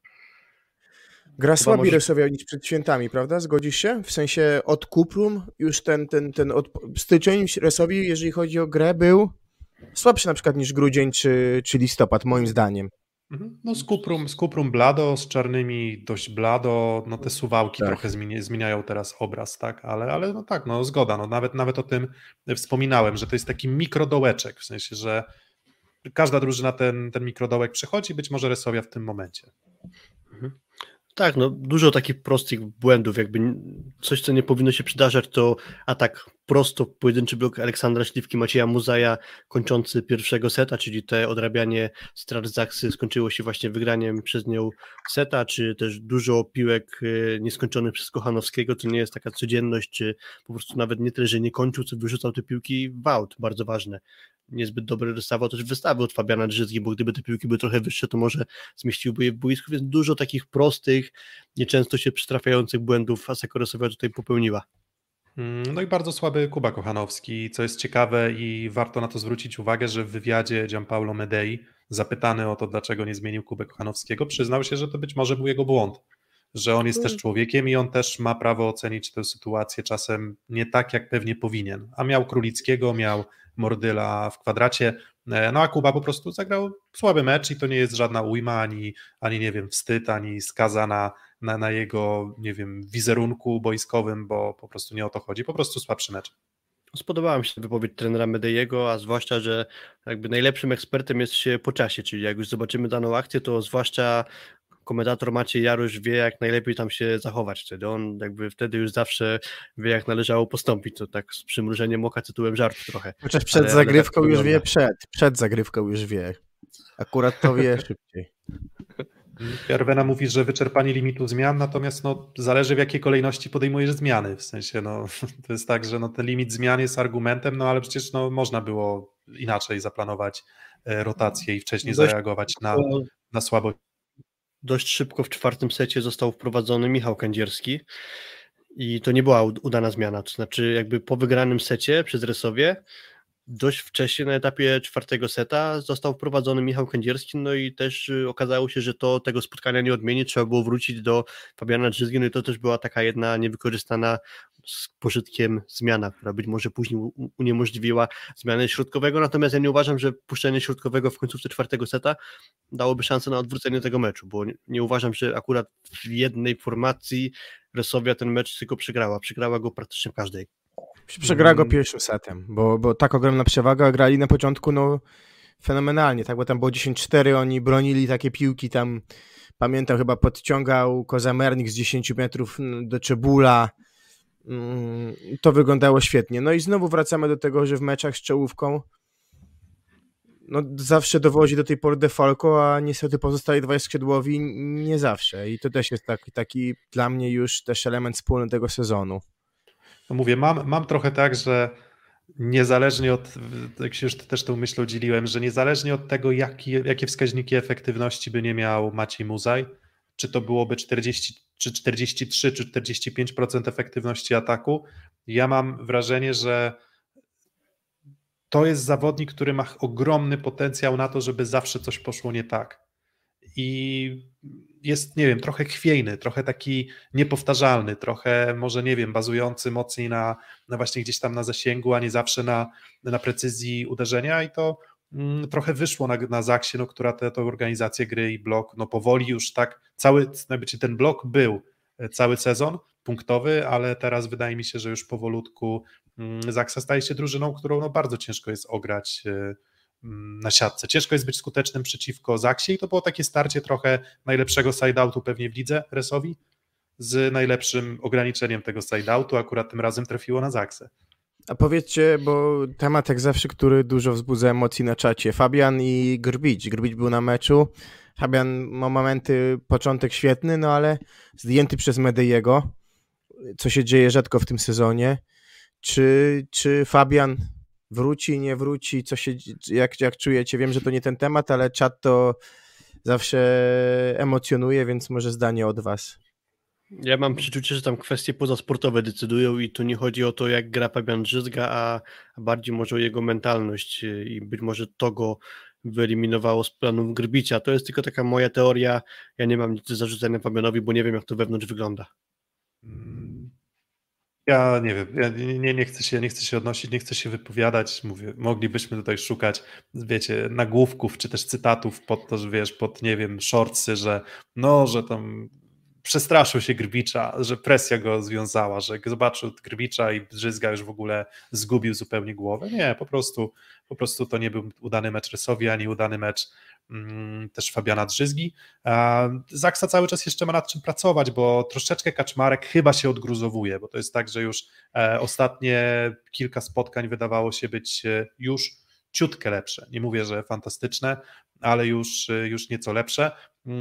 Gra Chyba słabiej może... Resowia niż przed świętami, prawda? Zgodzisz się? W sensie od Kuprum już ten, ten, ten od... styczeń Resowi, jeżeli chodzi o grę, był słabszy na przykład niż grudzień czy, czy listopad, moim zdaniem. No z Kuprum, z Kuprum blado, z czarnymi dość blado, no te suwałki tak. trochę zmieni, zmieniają teraz obraz, tak, ale, ale no tak, no zgoda, no nawet, nawet o tym wspominałem, że to jest taki mikrodołeczek, w sensie, że każda drużyna ten, ten mikrodołek przechodzi, być może Resowia w tym momencie. Mhm. Tak, no dużo takich prostych błędów, jakby coś, co nie powinno się przydarzać, to atak prosto, pojedynczy blok Aleksandra Śliwki, Macieja Muzaja, kończący pierwszego seta, czyli te odrabianie strat Zaksy skończyło się właśnie wygraniem przez nią seta, czy też dużo piłek nieskończonych przez Kochanowskiego, to nie jest taka codzienność, czy po prostu nawet nie tyle, że nie kończył, co wyrzucał te piłki w aut, bardzo ważne. Niezbyt dobry dostawał też wystawy od Fabiana Drzyzgi, bo gdyby te piłki były trochę wyższe, to może zmieściłby je w boisku, więc dużo takich prostych, nieczęsto się przytrafiających błędów Asseco Resowia tutaj popełniła. No i bardzo słaby Kuba Kochanowski, co jest ciekawe i warto na to zwrócić uwagę, że w wywiadzie Gianpaolo Medei, zapytany o to, dlaczego nie zmienił Kuby Kochanowskiego, przyznał się, że to być może był jego błąd, że on jest też człowiekiem i on też ma prawo ocenić tę sytuację czasem nie tak, jak pewnie powinien, a miał Królickiego, miał Mordyla w kwadracie, no a Kuba po prostu zagrał słaby mecz i to nie jest żadna ujma, ani, ani nie wiem, wstyd, ani skaza na, na, na jego, nie wiem, wizerunku boiskowym, bo po prostu nie o to chodzi, po prostu słabszy mecz. Spodobała mi się wypowiedź trenera Medeiego, a zwłaszcza, że jakby najlepszym ekspertem jest się po czasie, czyli jak już zobaczymy daną akcję, to zwłaszcza komentator Maciej Jaruś wie, jak najlepiej tam się zachować wtedy. On jakby wtedy już zawsze wie, jak należało postąpić. To tak z przymrużeniem oka tytułem żartu trochę. Chociaż przed ale, zagrywką ale tak już wie, przed. Przed zagrywką już wie. Akurat to wie szybciej. Erwena mówi, że wyczerpanie limitu zmian, natomiast no, zależy w jakiej kolejności podejmujesz zmiany. W sensie no, to jest tak, że no, ten limit zmian jest argumentem, no ale przecież no, można było inaczej zaplanować rotację i wcześniej dość zareagować na, na słabość. Dość szybko w czwartym secie został wprowadzony Michał Kędzierski i to nie była udana zmiana, to znaczy jakby po wygranym secie przez Resowie dość wcześnie na etapie czwartego seta został wprowadzony Michał Kędzierski, no i też okazało się, że to tego spotkania nie odmieni, trzeba było wrócić do Fabiana Drzyzgi, no i to też była taka jedna niewykorzystana z pożytkiem zmiana, która być może później uniemożliwiła zmianę środkowego, natomiast ja nie uważam, że puszczenie środkowego w końcówce czwartego seta dałoby szansę na odwrócenie tego meczu, bo nie, nie uważam, że akurat w jednej formacji Resowia ten mecz tylko przegrała, przegrała go praktycznie w każdej. Przegrała go pierwszym setem, bo, bo tak ogromna przewaga, grali na początku no fenomenalnie, tak, bo tam było dziesięć cztery, oni bronili takie piłki, tam pamiętam chyba podciągał Kozamernik z dziesięciu metrów do Czebula, to wyglądało świetnie. No i znowu wracamy do tego, że w meczach z czołówką no zawsze dowodzi do tej pory Defalco, a niestety pozostali dwaj skrzydłowi nie zawsze i to też jest taki, taki dla mnie już też element wspólny tego sezonu. No mówię, mam, mam trochę tak, że niezależnie od, jak się już też tą myślą dzieliłem, że niezależnie od tego, jaki, jakie wskaźniki efektywności by nie miał Maciej Muzaj, czy to byłoby czterdzieści, czy czterdzieści trzy, czy czterdzieści pięć procent efektywności ataku, ja mam wrażenie, że to jest zawodnik, który ma ogromny potencjał na to, żeby zawsze coś poszło nie tak. I jest, nie wiem, trochę chwiejny, trochę taki niepowtarzalny, trochę może, nie wiem, bazujący mocniej na, na właśnie gdzieś tam na zasięgu, a nie zawsze na, na precyzji uderzenia i to mm, trochę wyszło na, na Zaksie, no, która tę organizację gry i blok, no powoli już tak, cały, znaczy ten blok był cały sezon punktowy, ale teraz wydaje mi się, że już powolutku mm, Zaksa staje się drużyną, którą no, bardzo ciężko jest ograć y, na siatce. Ciężko jest być skutecznym przeciwko Zaksie i to było takie starcie trochę najlepszego side-outu pewnie w lidze Resowi z najlepszym ograniczeniem tego side-outu, akurat tym razem trafiło na Zaksę. A powiedzcie, bo temat jak zawsze, który dużo wzbudza emocji na czacie. Fabian i Grbić. Grbić był na meczu. Fabian ma momenty, początek świetny, no ale zdjęty przez Medeiego, co się dzieje rzadko w tym sezonie. Czy, czy Fabian wróci, nie wróci, co się, jak, jak czujecie? Wiem, że to nie ten temat, ale czat to zawsze emocjonuje, więc może zdanie od was. Ja mam przeczucie, że tam kwestie pozasportowe decydują i tu nie chodzi o to, jak gra Fabian Drzyzga, a bardziej może o jego mentalność i być może to go wyeliminowało z planów Grbicia. To jest tylko taka moja teoria, ja nie mam nic do zarzucenia Fabianowi, bo nie wiem, jak to wewnątrz wygląda. Ja nie wiem, ja nie, nie, chcę się, nie chcę się odnosić, nie chcę się wypowiadać, mówię, moglibyśmy tutaj szukać, wiecie, nagłówków, czy też cytatów pod to, że wiesz, pod, nie wiem, shortsy, że no, że tam przestraszył się Grbicza, że presja go związała, że zobaczył Grbicza i Drzyzga już w ogóle zgubił zupełnie głowę. Nie, po prostu, po prostu to nie był udany mecz Resowi, ani udany mecz mm, też Fabiana Drzyzgi. A Zaksa cały czas jeszcze ma nad czym pracować, bo troszeczkę Kaczmarek chyba się odgruzowuje, bo to jest tak, że już e, ostatnie kilka spotkań wydawało się być e, już ciutkę lepsze. Nie mówię, że fantastyczne, ale już, e, już nieco lepsze.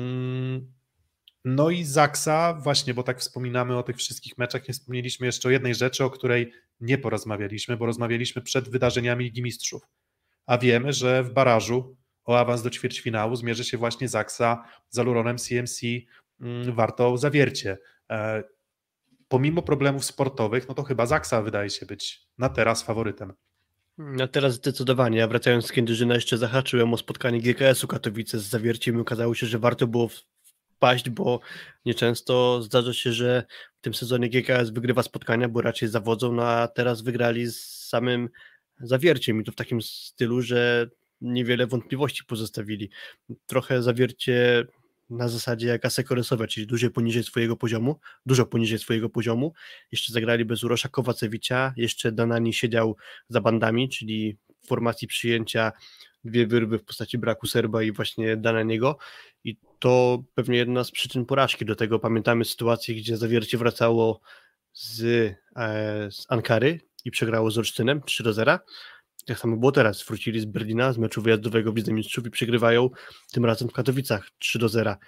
Mm, No i Zaksa, właśnie, bo tak wspominamy o tych wszystkich meczach, nie wspomnieliśmy jeszcze o jednej rzeczy, o której nie porozmawialiśmy, bo rozmawialiśmy przed wydarzeniami Ligi Mistrzów, a wiemy, że w barażu o awans do ćwierćfinału zmierzy się właśnie Zaksa z Aluronem C M C Wartą Zawiercie. E, pomimo problemów sportowych, no to chyba Zaksa wydaje się być na teraz faworytem. No teraz zdecydowanie, ja wracając z Kędzierzyna jeszcze zahaczyłem o spotkanie G K S-u Katowice z Zawierciem i okazało się, że warto było paść, bo nieczęsto zdarza się, że w tym sezonie G K S wygrywa spotkania, bo raczej zawodzą, no a teraz wygrali z samym Zawierciem i to w takim stylu, że niewiele wątpliwości pozostawili. Trochę Zawiercie na zasadzie jak Asseco Resowia, czyli dużo poniżej swojego poziomu, dużo poniżej swojego poziomu. Jeszcze zagrali bez Urosza Kowacewicza, jeszcze Danani siedział za bandami, czyli w formacji przyjęcia dwie wyrwy w postaci braku Serba i właśnie Dananiego i to pewnie jedna z przyczyn porażki. Do tego pamiętamy sytuację, gdzie Zawiercie wracało z, e, z Ankary i przegrało z Olsztynem trzy do zera. Tak samo było teraz. Wrócili z Berlina, z meczu wyjazdowego w Lidze Mistrzów i przegrywają tym razem w Katowicach trzy do zera.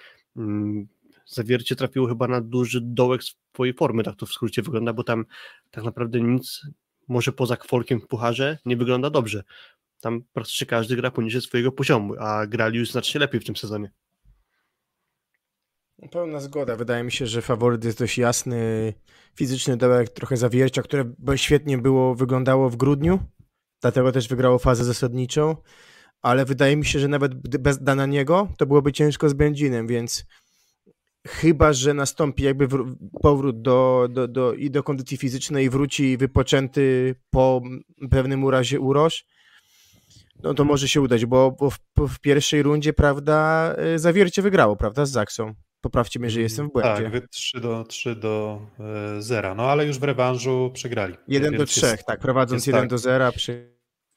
Zawiercie trafiło chyba na duży dołek swojej formy, tak to w skrócie wygląda, bo tam tak naprawdę nic, może poza Kwolkiem w pucharze, nie wygląda dobrze. Tam praktycznie każdy gra poniżej swojego poziomu, a grali już znacznie lepiej w tym sezonie. Pełna zgoda. Wydaje mi się, że faworyt jest dość jasny. Fizyczny dołek, trochę Zawiercia, które świetnie było, wyglądało w grudniu. dlatego też wygrało fazę zasadniczą, ale wydaje mi się, że nawet bez Dananiego to byłoby ciężko z Będzinem, więc chyba że nastąpi jakby wró- powrót do, do, do, i do kondycji fizycznej i wróci wypoczęty po pewnym urazie Uroš, no to może się udać, bo, bo w, w pierwszej rundzie, prawda, Zawiercie wygrało, prawda, z Zaksą. Poprawcie mnie, że jestem w błędzie. Tak, wy trzy do zera, no ale już w rewanżu przegrali. jeden do Więc trzech, jest, tak, prowadząc jest jeden tak. do zera. Przy...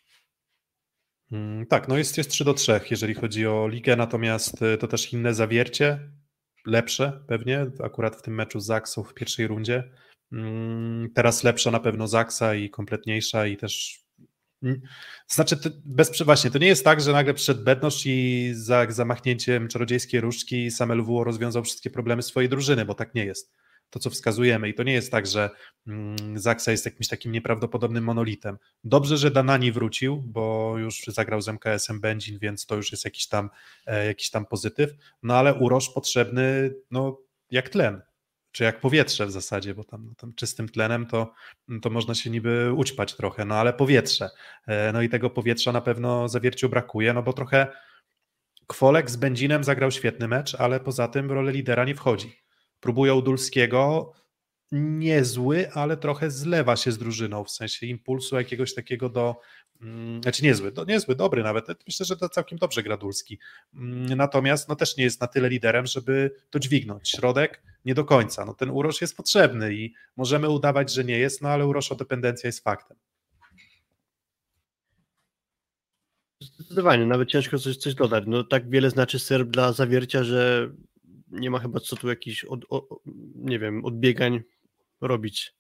Mm, Tak, no jest, jest trzy do trzech, jeżeli chodzi o ligę, natomiast y, to też inne Zawiercie, lepsze pewnie, akurat w tym meczu z Zaksą w pierwszej rundzie. Mm, Teraz lepsza na pewno Zaksa i kompletniejsza i też mm, znaczy to bez, właśnie, to nie jest tak, że nagle przyszedł Bednosz i za zamachnięciem czarodziejskiej różdżki sam L W O rozwiązał wszystkie problemy swojej drużyny, bo tak nie jest. To, co wskazujemy. I to nie jest tak, że mm, Zaksa jest jakimś takim nieprawdopodobnym monolitem. Dobrze, że Danani wrócił, bo już zagrał z M K S-em Będzin, więc to już jest jakiś tam, e, jakiś tam pozytyw. No ale Uroš potrzebny no, jak tlen, czy jak powietrze w zasadzie, bo tam, tam czystym tlenem to, to można się niby ućpać trochę, no ale powietrze. E, no i tego powietrza na pewno Zawierciu brakuje, no bo trochę Kwolek z Będzinem zagrał świetny mecz, ale poza tym w rolę lidera nie wchodzi. Próbują Dulskiego, niezły, ale trochę zlewa się z drużyną, w sensie impulsu jakiegoś takiego do, mm, znaczy niezły, do, niezły, dobry nawet, myślę, że to całkiem dobrze gra Dulski, Mm, natomiast no też nie jest na tyle liderem, żeby to dźwignąć. Środek nie do końca, no ten Uroš jest potrzebny i możemy udawać, że nie jest, no ale Urošodependencja jest faktem. Zdecydowanie, nawet ciężko coś, coś dodać. No tak wiele znaczy Serb dla Zawiercia, że nie ma chyba co tu jakichś od, o, nie wiem, odbiegań robić.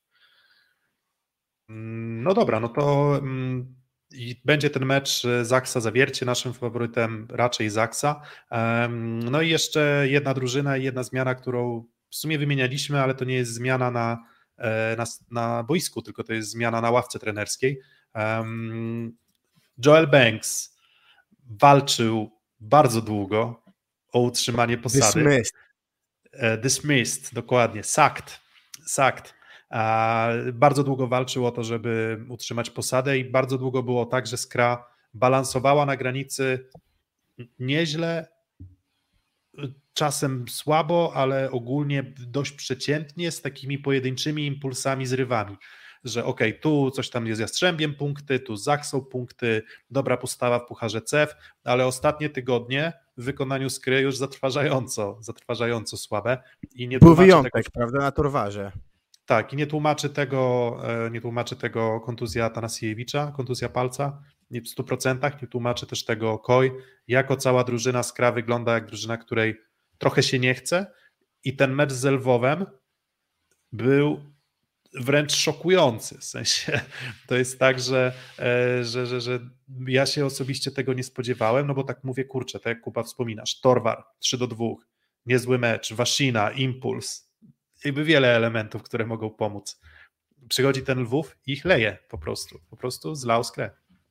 No dobra, no to mm, i będzie ten mecz Zaksa-Zawiercie, naszym faworytem raczej Zaksa. Em, No i jeszcze jedna drużyna i jedna zmiana, którą w sumie wymienialiśmy, ale to nie jest zmiana na, e, na, na boisku, tylko to jest zmiana na ławce trenerskiej. Em, Joel Banks walczył bardzo długo o utrzymanie posady. Dismissed. E, Dismissed, dokładnie, sacked, sacked. A bardzo długo walczył o to, żeby utrzymać posadę i bardzo długo było tak, że Skra balansowała na granicy nieźle, czasem słabo, ale ogólnie dość przeciętnie, z takimi pojedynczymi impulsami, zrywami, że okej, okay, tu coś tam jest Jastrzębiem punkty, tu z Zaksą punkty, dobra postawa w Pucharze C E F, ale ostatnie tygodnie w wykonaniu Skry już zatrważająco, zatrważająco słabe. I nie Był wyjątek, tego, prawda, na Torwarze. Tak, i nie tłumaczy tego, nie tłumaczy tego kontuzja Atanasiewicza, kontuzja palca, nie w stu procentach, nie tłumaczy też tego Koi. Jako cała drużyna Skra wygląda jak drużyna, której trochę się nie chce i ten mecz z Lwowem był wręcz szokujący, w sensie to jest tak, że, że, że, że ja się osobiście tego nie spodziewałem, no bo tak mówię, kurczę, tak jak Kuba wspominasz, Torwar trzy do dwóch, niezły mecz, Waszina, impuls, jakby wiele elementów, które mogą pomóc. Przychodzi ten Lwów i ich leje po prostu, po prostu zlał Skrę.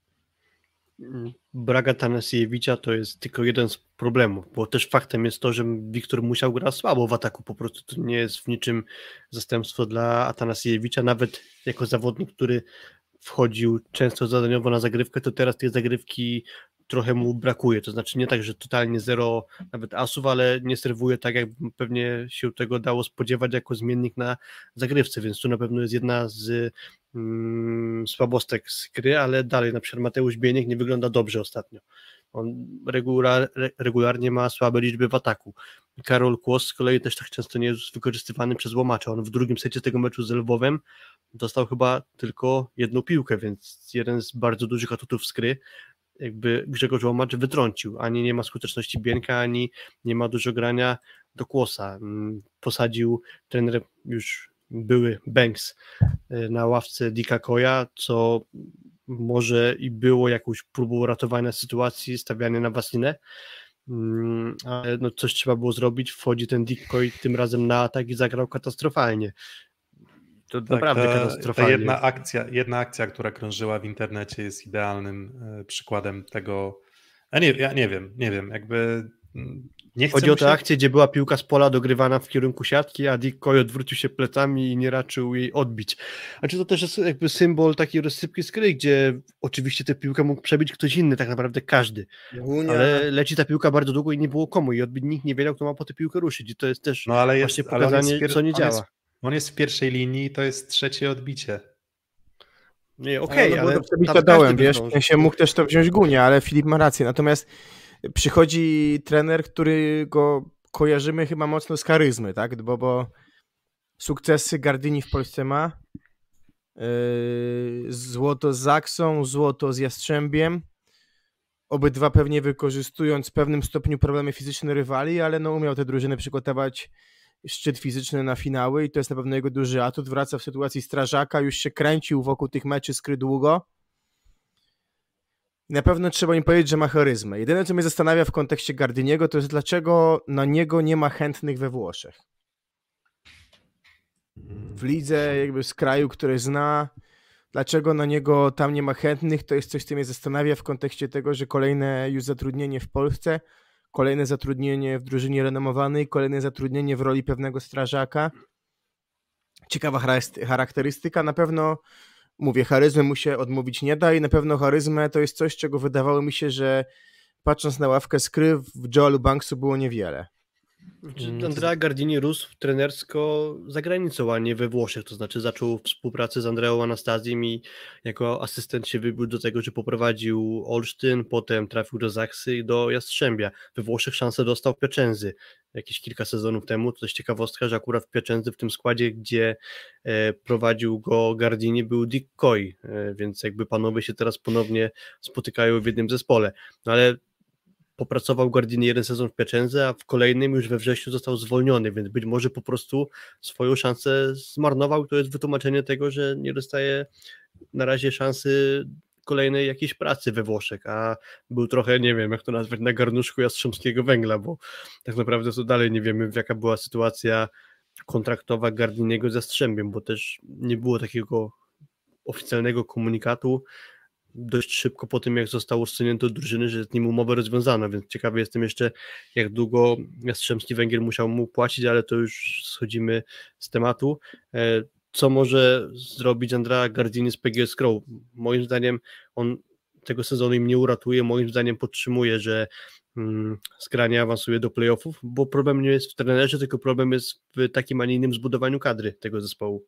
Brak Atanasiewicza to jest tylko jeden z problemów, bo też faktem jest to, że Wiktor Musiał gra słabo w ataku, po prostu to nie jest w niczym zastępstwo dla Atanasiewicza, nawet jako zawodnik, który wchodził często zadaniowo na zagrywkę, to teraz tej zagrywki trochę mu brakuje, to znaczy nie tak, że totalnie zero nawet asów, ale nie serwuje tak, jak pewnie się tego dało spodziewać jako zmiennik na zagrywce, więc tu na pewno jest jedna z mm, słabostek Skry, ale dalej na przykład Mateusz Bieniek nie wygląda dobrze ostatnio. On regular, regularnie ma słabe liczby w ataku. Karol Kłos z kolei też tak często nie jest wykorzystywany przez łomacza. On w drugim secie tego meczu z Lwowem dostał chyba tylko jedną piłkę, więc jeden z bardzo dużych atutów Skry jakby Grzegorz Łomacz wytrącił. Ani nie ma skuteczności Bienka, ani nie ma dużo grania do Kłosa. Posadził trener już były Banks na ławce Dicka Koja, co może i było jakąś próbą ratowania sytuacji, stawiania na Wasinę, ale no coś trzeba było zrobić, wchodzi ten Dick Koj tym razem na atak i zagrał katastrofalnie. To tak, naprawdę ta, katastrofalnie. Ta jedna akcja, jedna akcja, która krążyła w internecie, jest idealnym e, przykładem tego. Ja nie, ja nie wiem, nie wiem, jakby nie chcę Chodzi o mu się... tę akcję, gdzie była piłka z pola dogrywana w kierunku siatki, a Dick Coy odwrócił się plecami i nie raczył jej odbić. Znaczy to też jest jakby symbol takiej rozsypki skry, gdzie oczywiście tę piłkę mógł przebić ktoś inny, tak naprawdę każdy. Unia... Ale leci ta piłka bardzo długo i nie było komu i odbić nikt nie wiedział, kto ma po tę piłkę ruszyć. I to jest też No ale właśnie jest, ale on jest pokazanie, pier... co nie on działa. Jest, on jest w pierwszej linii i to jest trzecie odbicie. Nie, okej, okay, ale, ale to przebicia tam dołem, każdy wiesz, by w sensie mógł też to wziąć Gunia, ale Filip ma rację, natomiast przychodzi trener, który go kojarzymy chyba mocno z charyzmy, tak, bo, bo sukcesy Gardini w Polsce ma, yy, złoto z Zaksą, złoto z Jastrzębiem, obydwa pewnie wykorzystując w pewnym stopniu problemy fizyczne rywali, ale no umiał te drużyny przygotować szczyt fizyczny na finały i to jest na pewno jego duży atut. Wraca w sytuacji strażaka, już się kręcił wokół tych meczy skry długo. I na pewno trzeba im powiedzieć, że ma charyzmę. Jedyne, co mnie zastanawia w kontekście Gardiniego, to jest dlaczego na niego nie ma chętnych we Włoszech. W lidze jakby z kraju, który zna, dlaczego na niego tam nie ma chętnych, to jest coś, co mnie zastanawia w kontekście tego, że kolejne już zatrudnienie w Polsce, kolejne zatrudnienie w drużynie renomowanej, kolejne zatrudnienie w roli pewnego strażaka. Ciekawa charakterystyka. Na pewno, mówię, charyzmy mu się odmówić nie da i na pewno charyzmę to jest coś, czego wydawało mi się, że patrząc na ławkę skry w Joelu Banksu było niewiele. Andrea Gardini rósł trenersko za granicą, a nie we Włoszech, to znaczy zaczął współpracę z Andreą Anastazim i jako asystent się wybił do tego, że poprowadził Olsztyn, potem trafił do Zaksy i do Jastrzębia. We Włoszech szansę dostał w Piacenzy jakieś kilka sezonów temu. To też ciekawostka, że akurat w Piacenzy w tym składzie, gdzie e, prowadził go Gardini, był Dick Coy, e, więc jakby panowie się teraz ponownie spotykają w jednym zespole. No ale popracował Gardini jeden sezon w Piacenze, a w kolejnym już we wrześniu został zwolniony, więc być może po prostu swoją szansę zmarnował. To jest wytłumaczenie tego, że nie dostaje na razie szansy kolejnej jakiejś pracy we Włoszech, a był trochę, nie wiem jak to nazwać, na garnuszku Jastrzębskiego Węgla, bo tak naprawdę to dalej nie wiemy, jaka była sytuacja kontraktowa Gardiniego z Jastrzębiem, bo też nie było takiego oficjalnego komunikatu dość szybko po tym, jak został usunięty od drużyny, że z nim umowę rozwiązano, więc ciekawy jestem jeszcze, jak długo Jastrzębski Węgiel musiał mu płacić, ale to już schodzimy z tematu. Co może zrobić Andrea Gardini z P G S Crow? Moim zdaniem on tego sezonu im nie uratuje, moim zdaniem podtrzymuje, że hmm, Skra nie awansuje do playoffów, bo problem nie jest w trenerze, tylko problem jest w takim, a nie innym zbudowaniu kadry tego zespołu.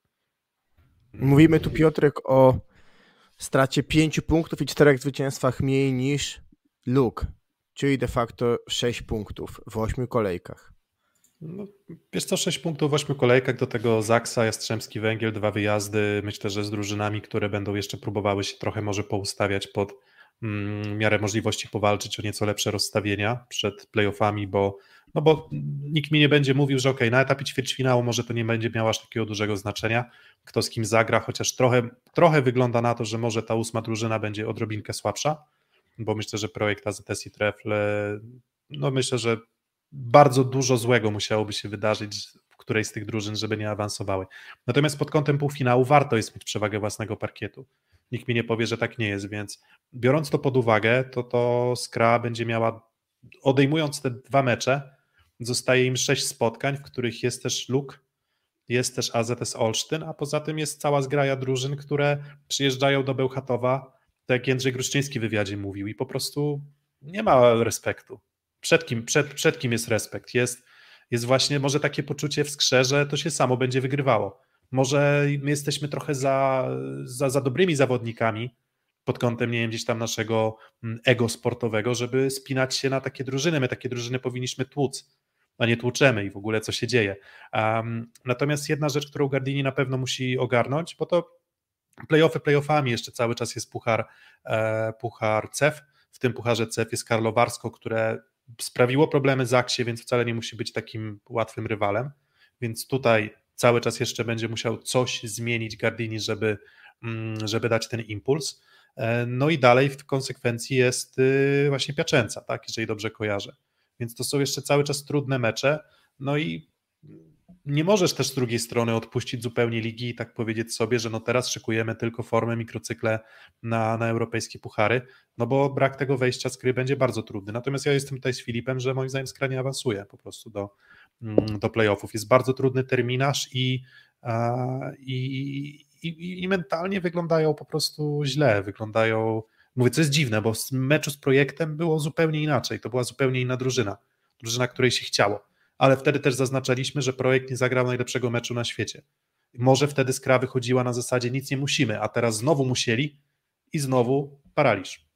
Mówimy tu, Piotrek, o stracie pięciu punktów i czterech zwycięstwach mniej niż Luke, czyli de facto sześć punktów w ośmiu kolejkach. No, wiesz co, sześć punktów w ośmiu kolejkach, do tego Zaksa, Jastrzębski Węgiel, dwa wyjazdy, myślę, że z drużynami, które będą jeszcze próbowały się trochę może poustawiać pod mm, miarę możliwości powalczyć o nieco lepsze rozstawienia przed playoffami, bo, no bo nikt mi nie będzie mówił, że okej, okay, na etapie ćwierćfinału może to nie będzie miało aż takiego dużego znaczenia, kto z kim zagra, chociaż trochę, trochę wygląda na to, że może ta ósma drużyna będzie odrobinkę słabsza, bo myślę, że projekt A Z S i Trefle, no myślę, że bardzo dużo złego musiałoby się wydarzyć w którejś z tych drużyn, żeby nie awansowały. Natomiast pod kątem półfinału warto jest mieć przewagę własnego parkietu. Nikt mi nie powie, że tak nie jest, więc biorąc to pod uwagę, to to Skra będzie miała, odejmując te dwa mecze, zostaje im sześć spotkań, w których jest też Luke, jest też A Z S Olsztyn, a poza tym jest cała zgraja drużyn, które przyjeżdżają do Bełchatowa, tak jak Jędrzej Gruszczyński w wywiadzie mówił, i po prostu nie ma respektu. Przed kim, przed, przed kim jest respekt? Jest, jest właśnie może takie poczucie w Skrze, że to się samo będzie wygrywało. Może my jesteśmy trochę za, za, za dobrymi zawodnikami pod kątem, nie wiem, gdzieś tam naszego ego sportowego, żeby spinać się na takie drużyny. My takie drużyny powinniśmy tłuc, a nie tłuczemy i w ogóle co się dzieje. Um, natomiast jedna rzecz, którą Gardini na pewno musi ogarnąć, bo to playoffy playoffami, jeszcze cały czas jest puchar, e, puchar C E F, w tym pucharze C E F jest Karlowarsko, które sprawiło problemy Zaksie, więc wcale nie musi być takim łatwym rywalem, więc tutaj cały czas jeszcze będzie musiał coś zmienić Gardini, żeby, żeby dać ten impuls. No i dalej w konsekwencji jest właśnie Piacenza, tak, jeżeli dobrze kojarzę. Więc to są jeszcze cały czas trudne mecze, no i nie możesz też z drugiej strony odpuścić zupełnie ligi i tak powiedzieć sobie, że no teraz szykujemy tylko formę, mikrocykle na, na europejskie puchary, no bo brak tego wejścia z gry będzie bardzo trudny. Natomiast ja jestem tutaj z Filipem, że moim zdaniem Skra nie awansuje po prostu do, do playoffów. Jest bardzo trudny terminarz i, i, i, i mentalnie wyglądają po prostu źle, wyglądają, mówię, co jest dziwne, bo w meczu z Projektem było zupełnie inaczej, to była zupełnie inna drużyna, drużyna, której się chciało. Ale wtedy też zaznaczaliśmy, że Projekt nie zagrał najlepszego meczu na świecie. Może wtedy Skra wychodziła na zasadzie nic nie musimy, a teraz znowu musieli i znowu paraliż.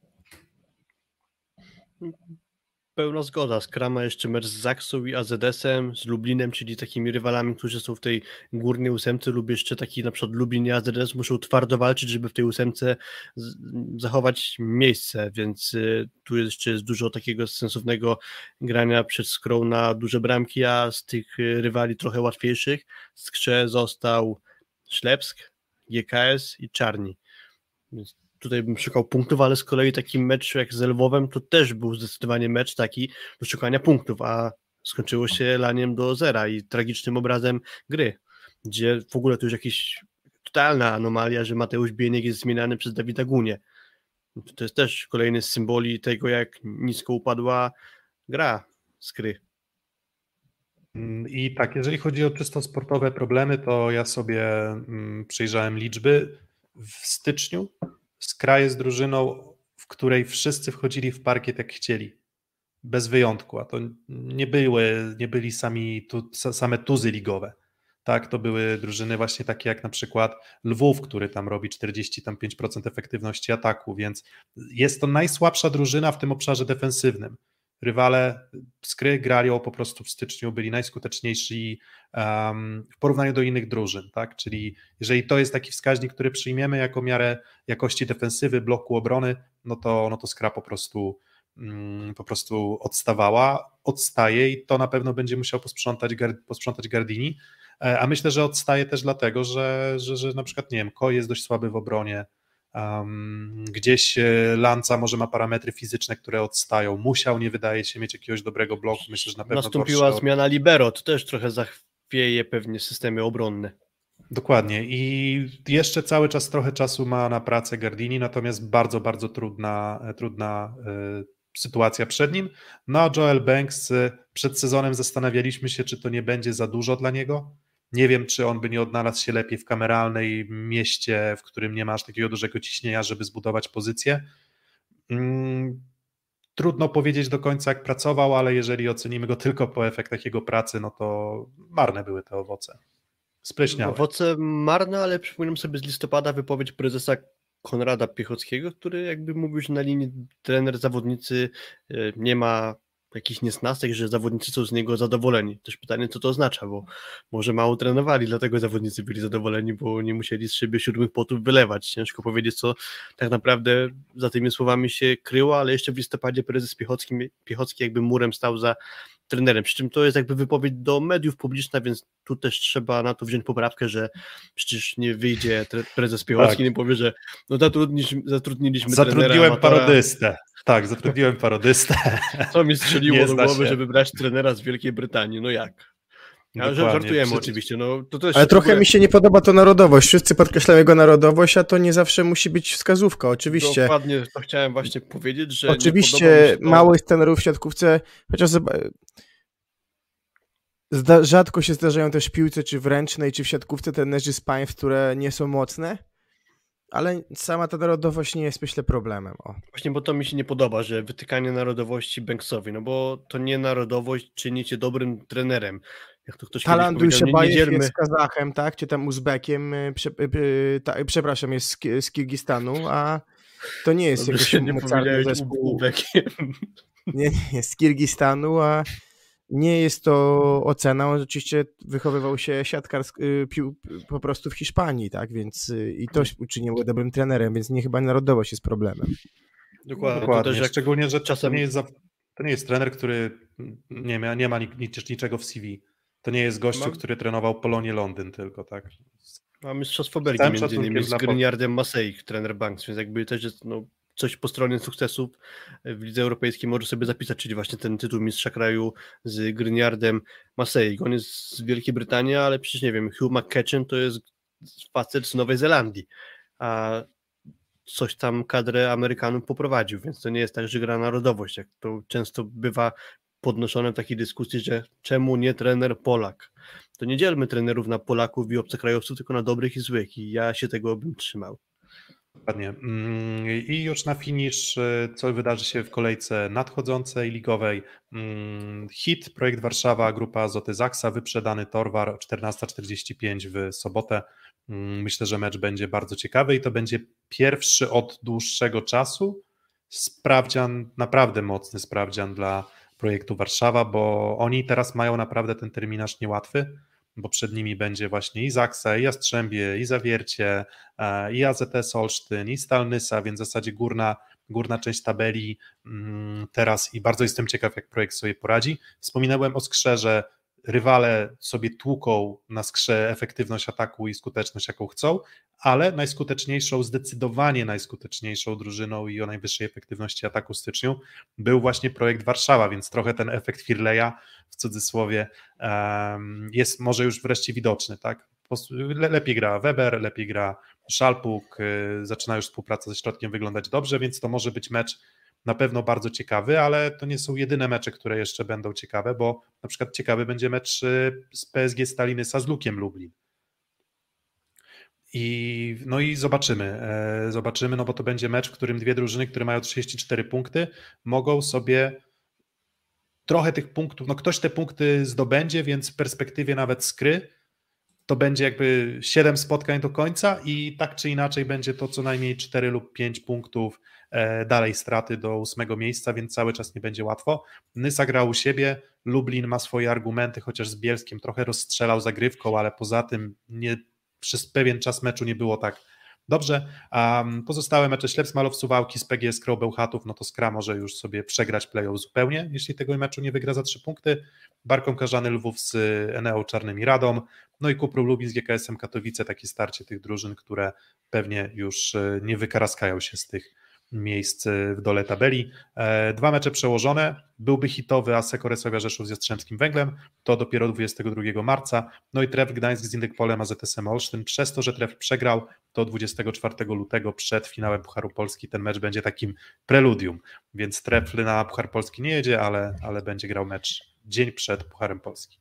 Pełna zgoda. Skra ma jeszcze mecz z Zaksą i A Z S-em, z Lublinem, czyli takimi rywalami, którzy są w tej górnej ósemce, lub jeszcze taki na przykład Lublin i A Z S muszą twardo walczyć, żeby w tej ósemce z- zachować miejsce, więc y, tu jeszcze jest dużo takiego sensownego grania przed Skrą na duże bramki, a z tych y, rywali trochę łatwiejszych w Skrze został Ślepsk, G K S i Czarni. Więc tutaj bym szukał punktów, ale z kolei taki mecz jak z Lwowem to też był zdecydowanie mecz taki do szukania punktów, a skończyło się laniem do zera i tragicznym obrazem gry, gdzie w ogóle to już jakaś totalna anomalia, że Mateusz Bieniek jest zmieniany przez Dawida Gunię. To jest też kolejny z symboli tego, jak nisko upadła gra z gry. I tak, jeżeli chodzi o czysto sportowe problemy, to ja sobie mm, przyjrzałem liczby. W styczniu Skra jest drużyną, w której wszyscy wchodzili w parkiet jak chcieli, bez wyjątku, a to nie były, nie byli sami tu, same tuzy ligowe. Tak, to były drużyny właśnie takie jak na przykład Lwów, który tam robi czterdzieści pięć procent efektywności ataku, więc jest to najsłabsza drużyna w tym obszarze defensywnym. Rywale Skry grali po prostu w styczniu, byli najskuteczniejsi um, w porównaniu do innych drużyn, tak? Czyli jeżeli to jest taki wskaźnik, który przyjmiemy jako miarę jakości defensywy, bloku obrony, no to, no to Skra po prostu, um, po prostu odstawała, odstaje i to na pewno będzie musiał posprzątać, posprzątać Gardini, a myślę, że odstaje też dlatego, że, że, że na przykład, nie wiem, Koi jest dość słaby w obronie, Um, gdzieś Lanza może ma parametry fizyczne, które odstają. Musiał, nie wydaje się, mieć jakiegoś dobrego bloku. Myślę, że na pewno Nastąpiła gorsze... zmiana libero, to też trochę zachwieje pewnie systemy obronne. Dokładnie i jeszcze cały czas trochę czasu ma na pracę Gardini, natomiast bardzo, bardzo trudna, trudna y, sytuacja przed nim. No a Joel Banks, y, przed sezonem zastanawialiśmy się, czy to nie będzie za dużo dla niego. Nie wiem, czy on by nie odnalazł się lepiej w kameralnej mieście, w którym nie ma aż takiego dużego ciśnienia, żeby zbudować pozycję. Mm, trudno powiedzieć do końca, jak pracował, ale jeżeli ocenimy go tylko po efektach jego pracy, no to marne były te owoce. Spleśniałe. Owoce marne, ale przypominam sobie z listopada wypowiedź prezesa Konrada Piechockiego, który jakby mówił, że na linii trener-zawodnicy nie ma jakichś niesnasek, że zawodnicy są z niego zadowoleni. Też pytanie, co to oznacza, bo może mało trenowali, dlatego zawodnicy byli zadowoleni, bo nie musieli z siebie siódmych potów wylewać. Ciężko powiedzieć, co tak naprawdę za tymi słowami się kryło, ale jeszcze w listopadzie prezes Piechocki, Piechocki jakby murem stał za trenerem, przy czym to jest jakby wypowiedź do mediów publiczna, więc tu też trzeba na to wziąć poprawkę, że przecież nie wyjdzie tre- prezes Piechocki, tak. Nie powie, że no zatrudniliśmy, zatrudniliśmy Zatrudniłem trenera parodystę. Tak, zatrudniłem parodystę. Co mi strzeliło do głowy, się. żeby brać trenera z Wielkiej Brytanii, no jak? Ja żartujemy Przecież... oczywiście. No, to też ale trochę ogóle... mi się nie podoba to narodowość. Wszyscy podkreślają jego narodowość, a to nie zawsze musi być wskazówka, oczywiście. Dokładnie to chciałem właśnie powiedzieć, że oczywiście to... mało jest trenerów w siatkówce, chociaż zda- rzadko się zdarzają też w piłce, czy w ręcznej, czy w siatkówce trenerzy z państw, które nie są mocne, ale sama ta narodowość nie jest, myślę, problemem. O. Właśnie, bo to mi się nie podoba, że wytykanie narodowości Banksowi, no bo to nie narodowość czyni cię dobrym trenerem. Jak to ktoś Talant kiedyś powiedział, nie, nie dzielmy... jest Kazachem, tak? Czy tam Uzbekiem, prze, ta, przepraszam, jest z, z Kirgistanu, a to nie jest jakoś mocarny zespół. Nie, nie, z Kirgistanu, a nie jest to ocena. On oczywiście wychowywał się siatkarsk, pił po prostu w Hiszpanii, tak? Więc i to uczynił go dobrym trenerem, więc nie chyba narodowość jest problemem. Dokładnie, Dokładnie. To też jak... szczególnie, że czasem nie jest, za... to nie jest trener, który nie ma, nie ma nic, niczego w C V. To nie jest gościu, Mam... który trenował Polonię Londyn tylko, tak? Ma mistrzostwo Belgii między innymi z Gryniardem Maseik, trener Banks, więc jakby też jest no, coś po stronie sukcesów w lidze europejskiej może sobie zapisać, czyli właśnie ten tytuł mistrza kraju z Gryniardem Marseille. On jest z Wielkiej Brytanii, ale przecież nie wiem, Hugh McCutcheon to jest facet z Nowej Zelandii, a coś tam kadrę Amerykanów poprowadził, więc to nie jest tak, że gra narodowość, jak to często bywa podnoszone w takiej dyskusji, że czemu nie trener Polak? To nie dzielmy trenerów na Polaków i obcokrajowców, tylko na dobrych i złych i ja się tego bym trzymał. Dokładnie. I już na finisz, co wydarzy się w kolejce nadchodzącej ligowej. Hit, Projekt Warszawa, grupa Azoty Zaksa, wyprzedany Torwar, czternasta czterdzieści pięć w sobotę. Myślę, że mecz będzie bardzo ciekawy i to będzie pierwszy od dłuższego czasu sprawdzian, naprawdę mocny sprawdzian dla Projektu Warszawa, bo oni teraz mają naprawdę ten terminarz niełatwy, bo przed nimi będzie właśnie i Zaksa, i Jastrzębie, i Zawiercie, i A Z S Olsztyn, i Stal Nysa, więc w zasadzie górna, górna część tabeli teraz i bardzo jestem ciekaw, jak projekt sobie poradzi. Wspominałem o Skrze, że rywale sobie tłuką na Skrze efektywność ataku i skuteczność, jaką chcą, ale najskuteczniejszą, zdecydowanie najskuteczniejszą drużyną i o najwyższej efektywności ataku w styczniu był właśnie Projekt Warszawa, więc trochę ten efekt Firleja w cudzysłowie jest może już wreszcie widoczny, tak? Lepiej gra Weber, lepiej gra Szalpuk, zaczyna już współpraca ze środkiem wyglądać dobrze, więc to może być mecz na pewno bardzo ciekawy, ale to nie są jedyne mecze, które jeszcze będą ciekawe, bo na przykład ciekawy będzie mecz z P S G Stali Nysa z Lukiem Lublin. I, no i zobaczymy, zobaczymy, no bo to będzie mecz, w którym dwie drużyny, które mają trzydzieści cztery punkty, mogą sobie trochę tych punktów, no ktoś te punkty zdobędzie, więc w perspektywie nawet Skry to będzie jakby siedem spotkań do końca i tak czy inaczej będzie to co najmniej cztery lub pięć punktów dalej straty do ósmego miejsca, więc cały czas nie będzie łatwo. Nysa grał u siebie, Lublin ma swoje argumenty, chociaż z Bielskiem trochę rozstrzelał zagrywką, ale poza tym nie, przez pewien czas meczu nie było tak dobrze. Um, pozostałe mecze Ślep Smalow Suwałki z P G S Crow Bełchatów, no to Skra może już sobie przegrać play-off zupełnie, jeśli tego meczu nie wygra za trzy punkty. Barką Karzany Lwów z Eneo Czarnymi Radom, no i Kuprów Lubin z G K S-em Katowice, takie starcie tych drużyn, które pewnie już nie wykaraskają się z tych miejsc w dole tabeli. Dwa mecze przełożone, byłby hitowy A S E Koresowia Rzeszów z Jastrzębskim Węglem, to dopiero dwudziestego drugiego marca, no i Tref Gdańsk z Indykpolem A Z S-em Olsztyn, przez to, że Tref przegrał, to dwudziestego czwartego lutego przed finałem Pucharu Polski ten mecz będzie takim preludium, więc Tref na Puchar Polski nie jedzie, ale, ale będzie grał mecz dzień przed Pucharem Polski.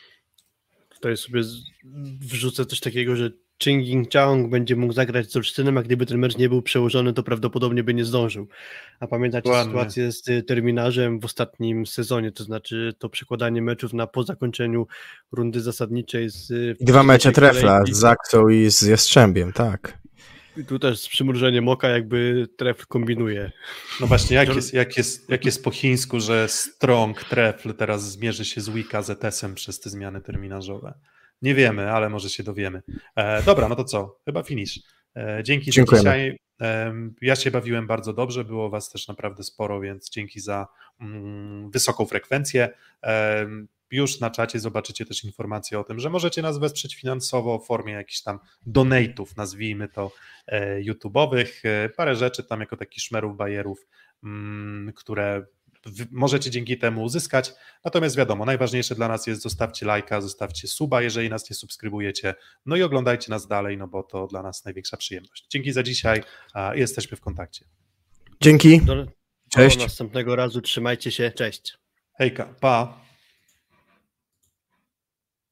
Tutaj sobie wrzucę coś takiego, że Ching Ying Chang będzie mógł zagrać z Olsztynem, a gdyby ten mecz nie był przełożony, to prawdopodobnie by nie zdążył. A pamiętacie Ładnie. sytuację z terminarzem w ostatnim sezonie, to znaczy to przekładanie meczów na po zakończeniu rundy zasadniczej z... Dwa mecze Trefla z Zaksą i z Jastrzębiem, tak. I tu też z przymrużeniem oka jakby Trefl kombinuje. No właśnie, jak jest, jak jest, jak jest po chińsku, że Strong Trefl teraz zmierzy się z Wika Z S-em przez te zmiany terminarzowe. Nie wiemy, ale może się dowiemy. E, dobra, no to co? Chyba finish. E, dzięki Dziękujemy. za dzisiaj. E, ja się bawiłem bardzo dobrze, było was też naprawdę sporo, więc dzięki za mm, wysoką frekwencję. E, już na czacie zobaczycie też informacje o tym, że możecie nas wesprzeć finansowo w formie jakichś tam donate'ów, nazwijmy to e, YouTube'owych. E, parę rzeczy tam jako takich szmerów, bajerów, mm, które możecie dzięki temu uzyskać, natomiast wiadomo, najważniejsze dla nas jest zostawcie lajka, zostawcie suba, jeżeli nas nie subskrybujecie, no i oglądajcie nas dalej, no bo to dla nas największa przyjemność. Dzięki za dzisiaj, a jesteśmy w kontakcie. Dzięki, Do, cześć. Do następnego razu, trzymajcie się, cześć. Hejka, pa.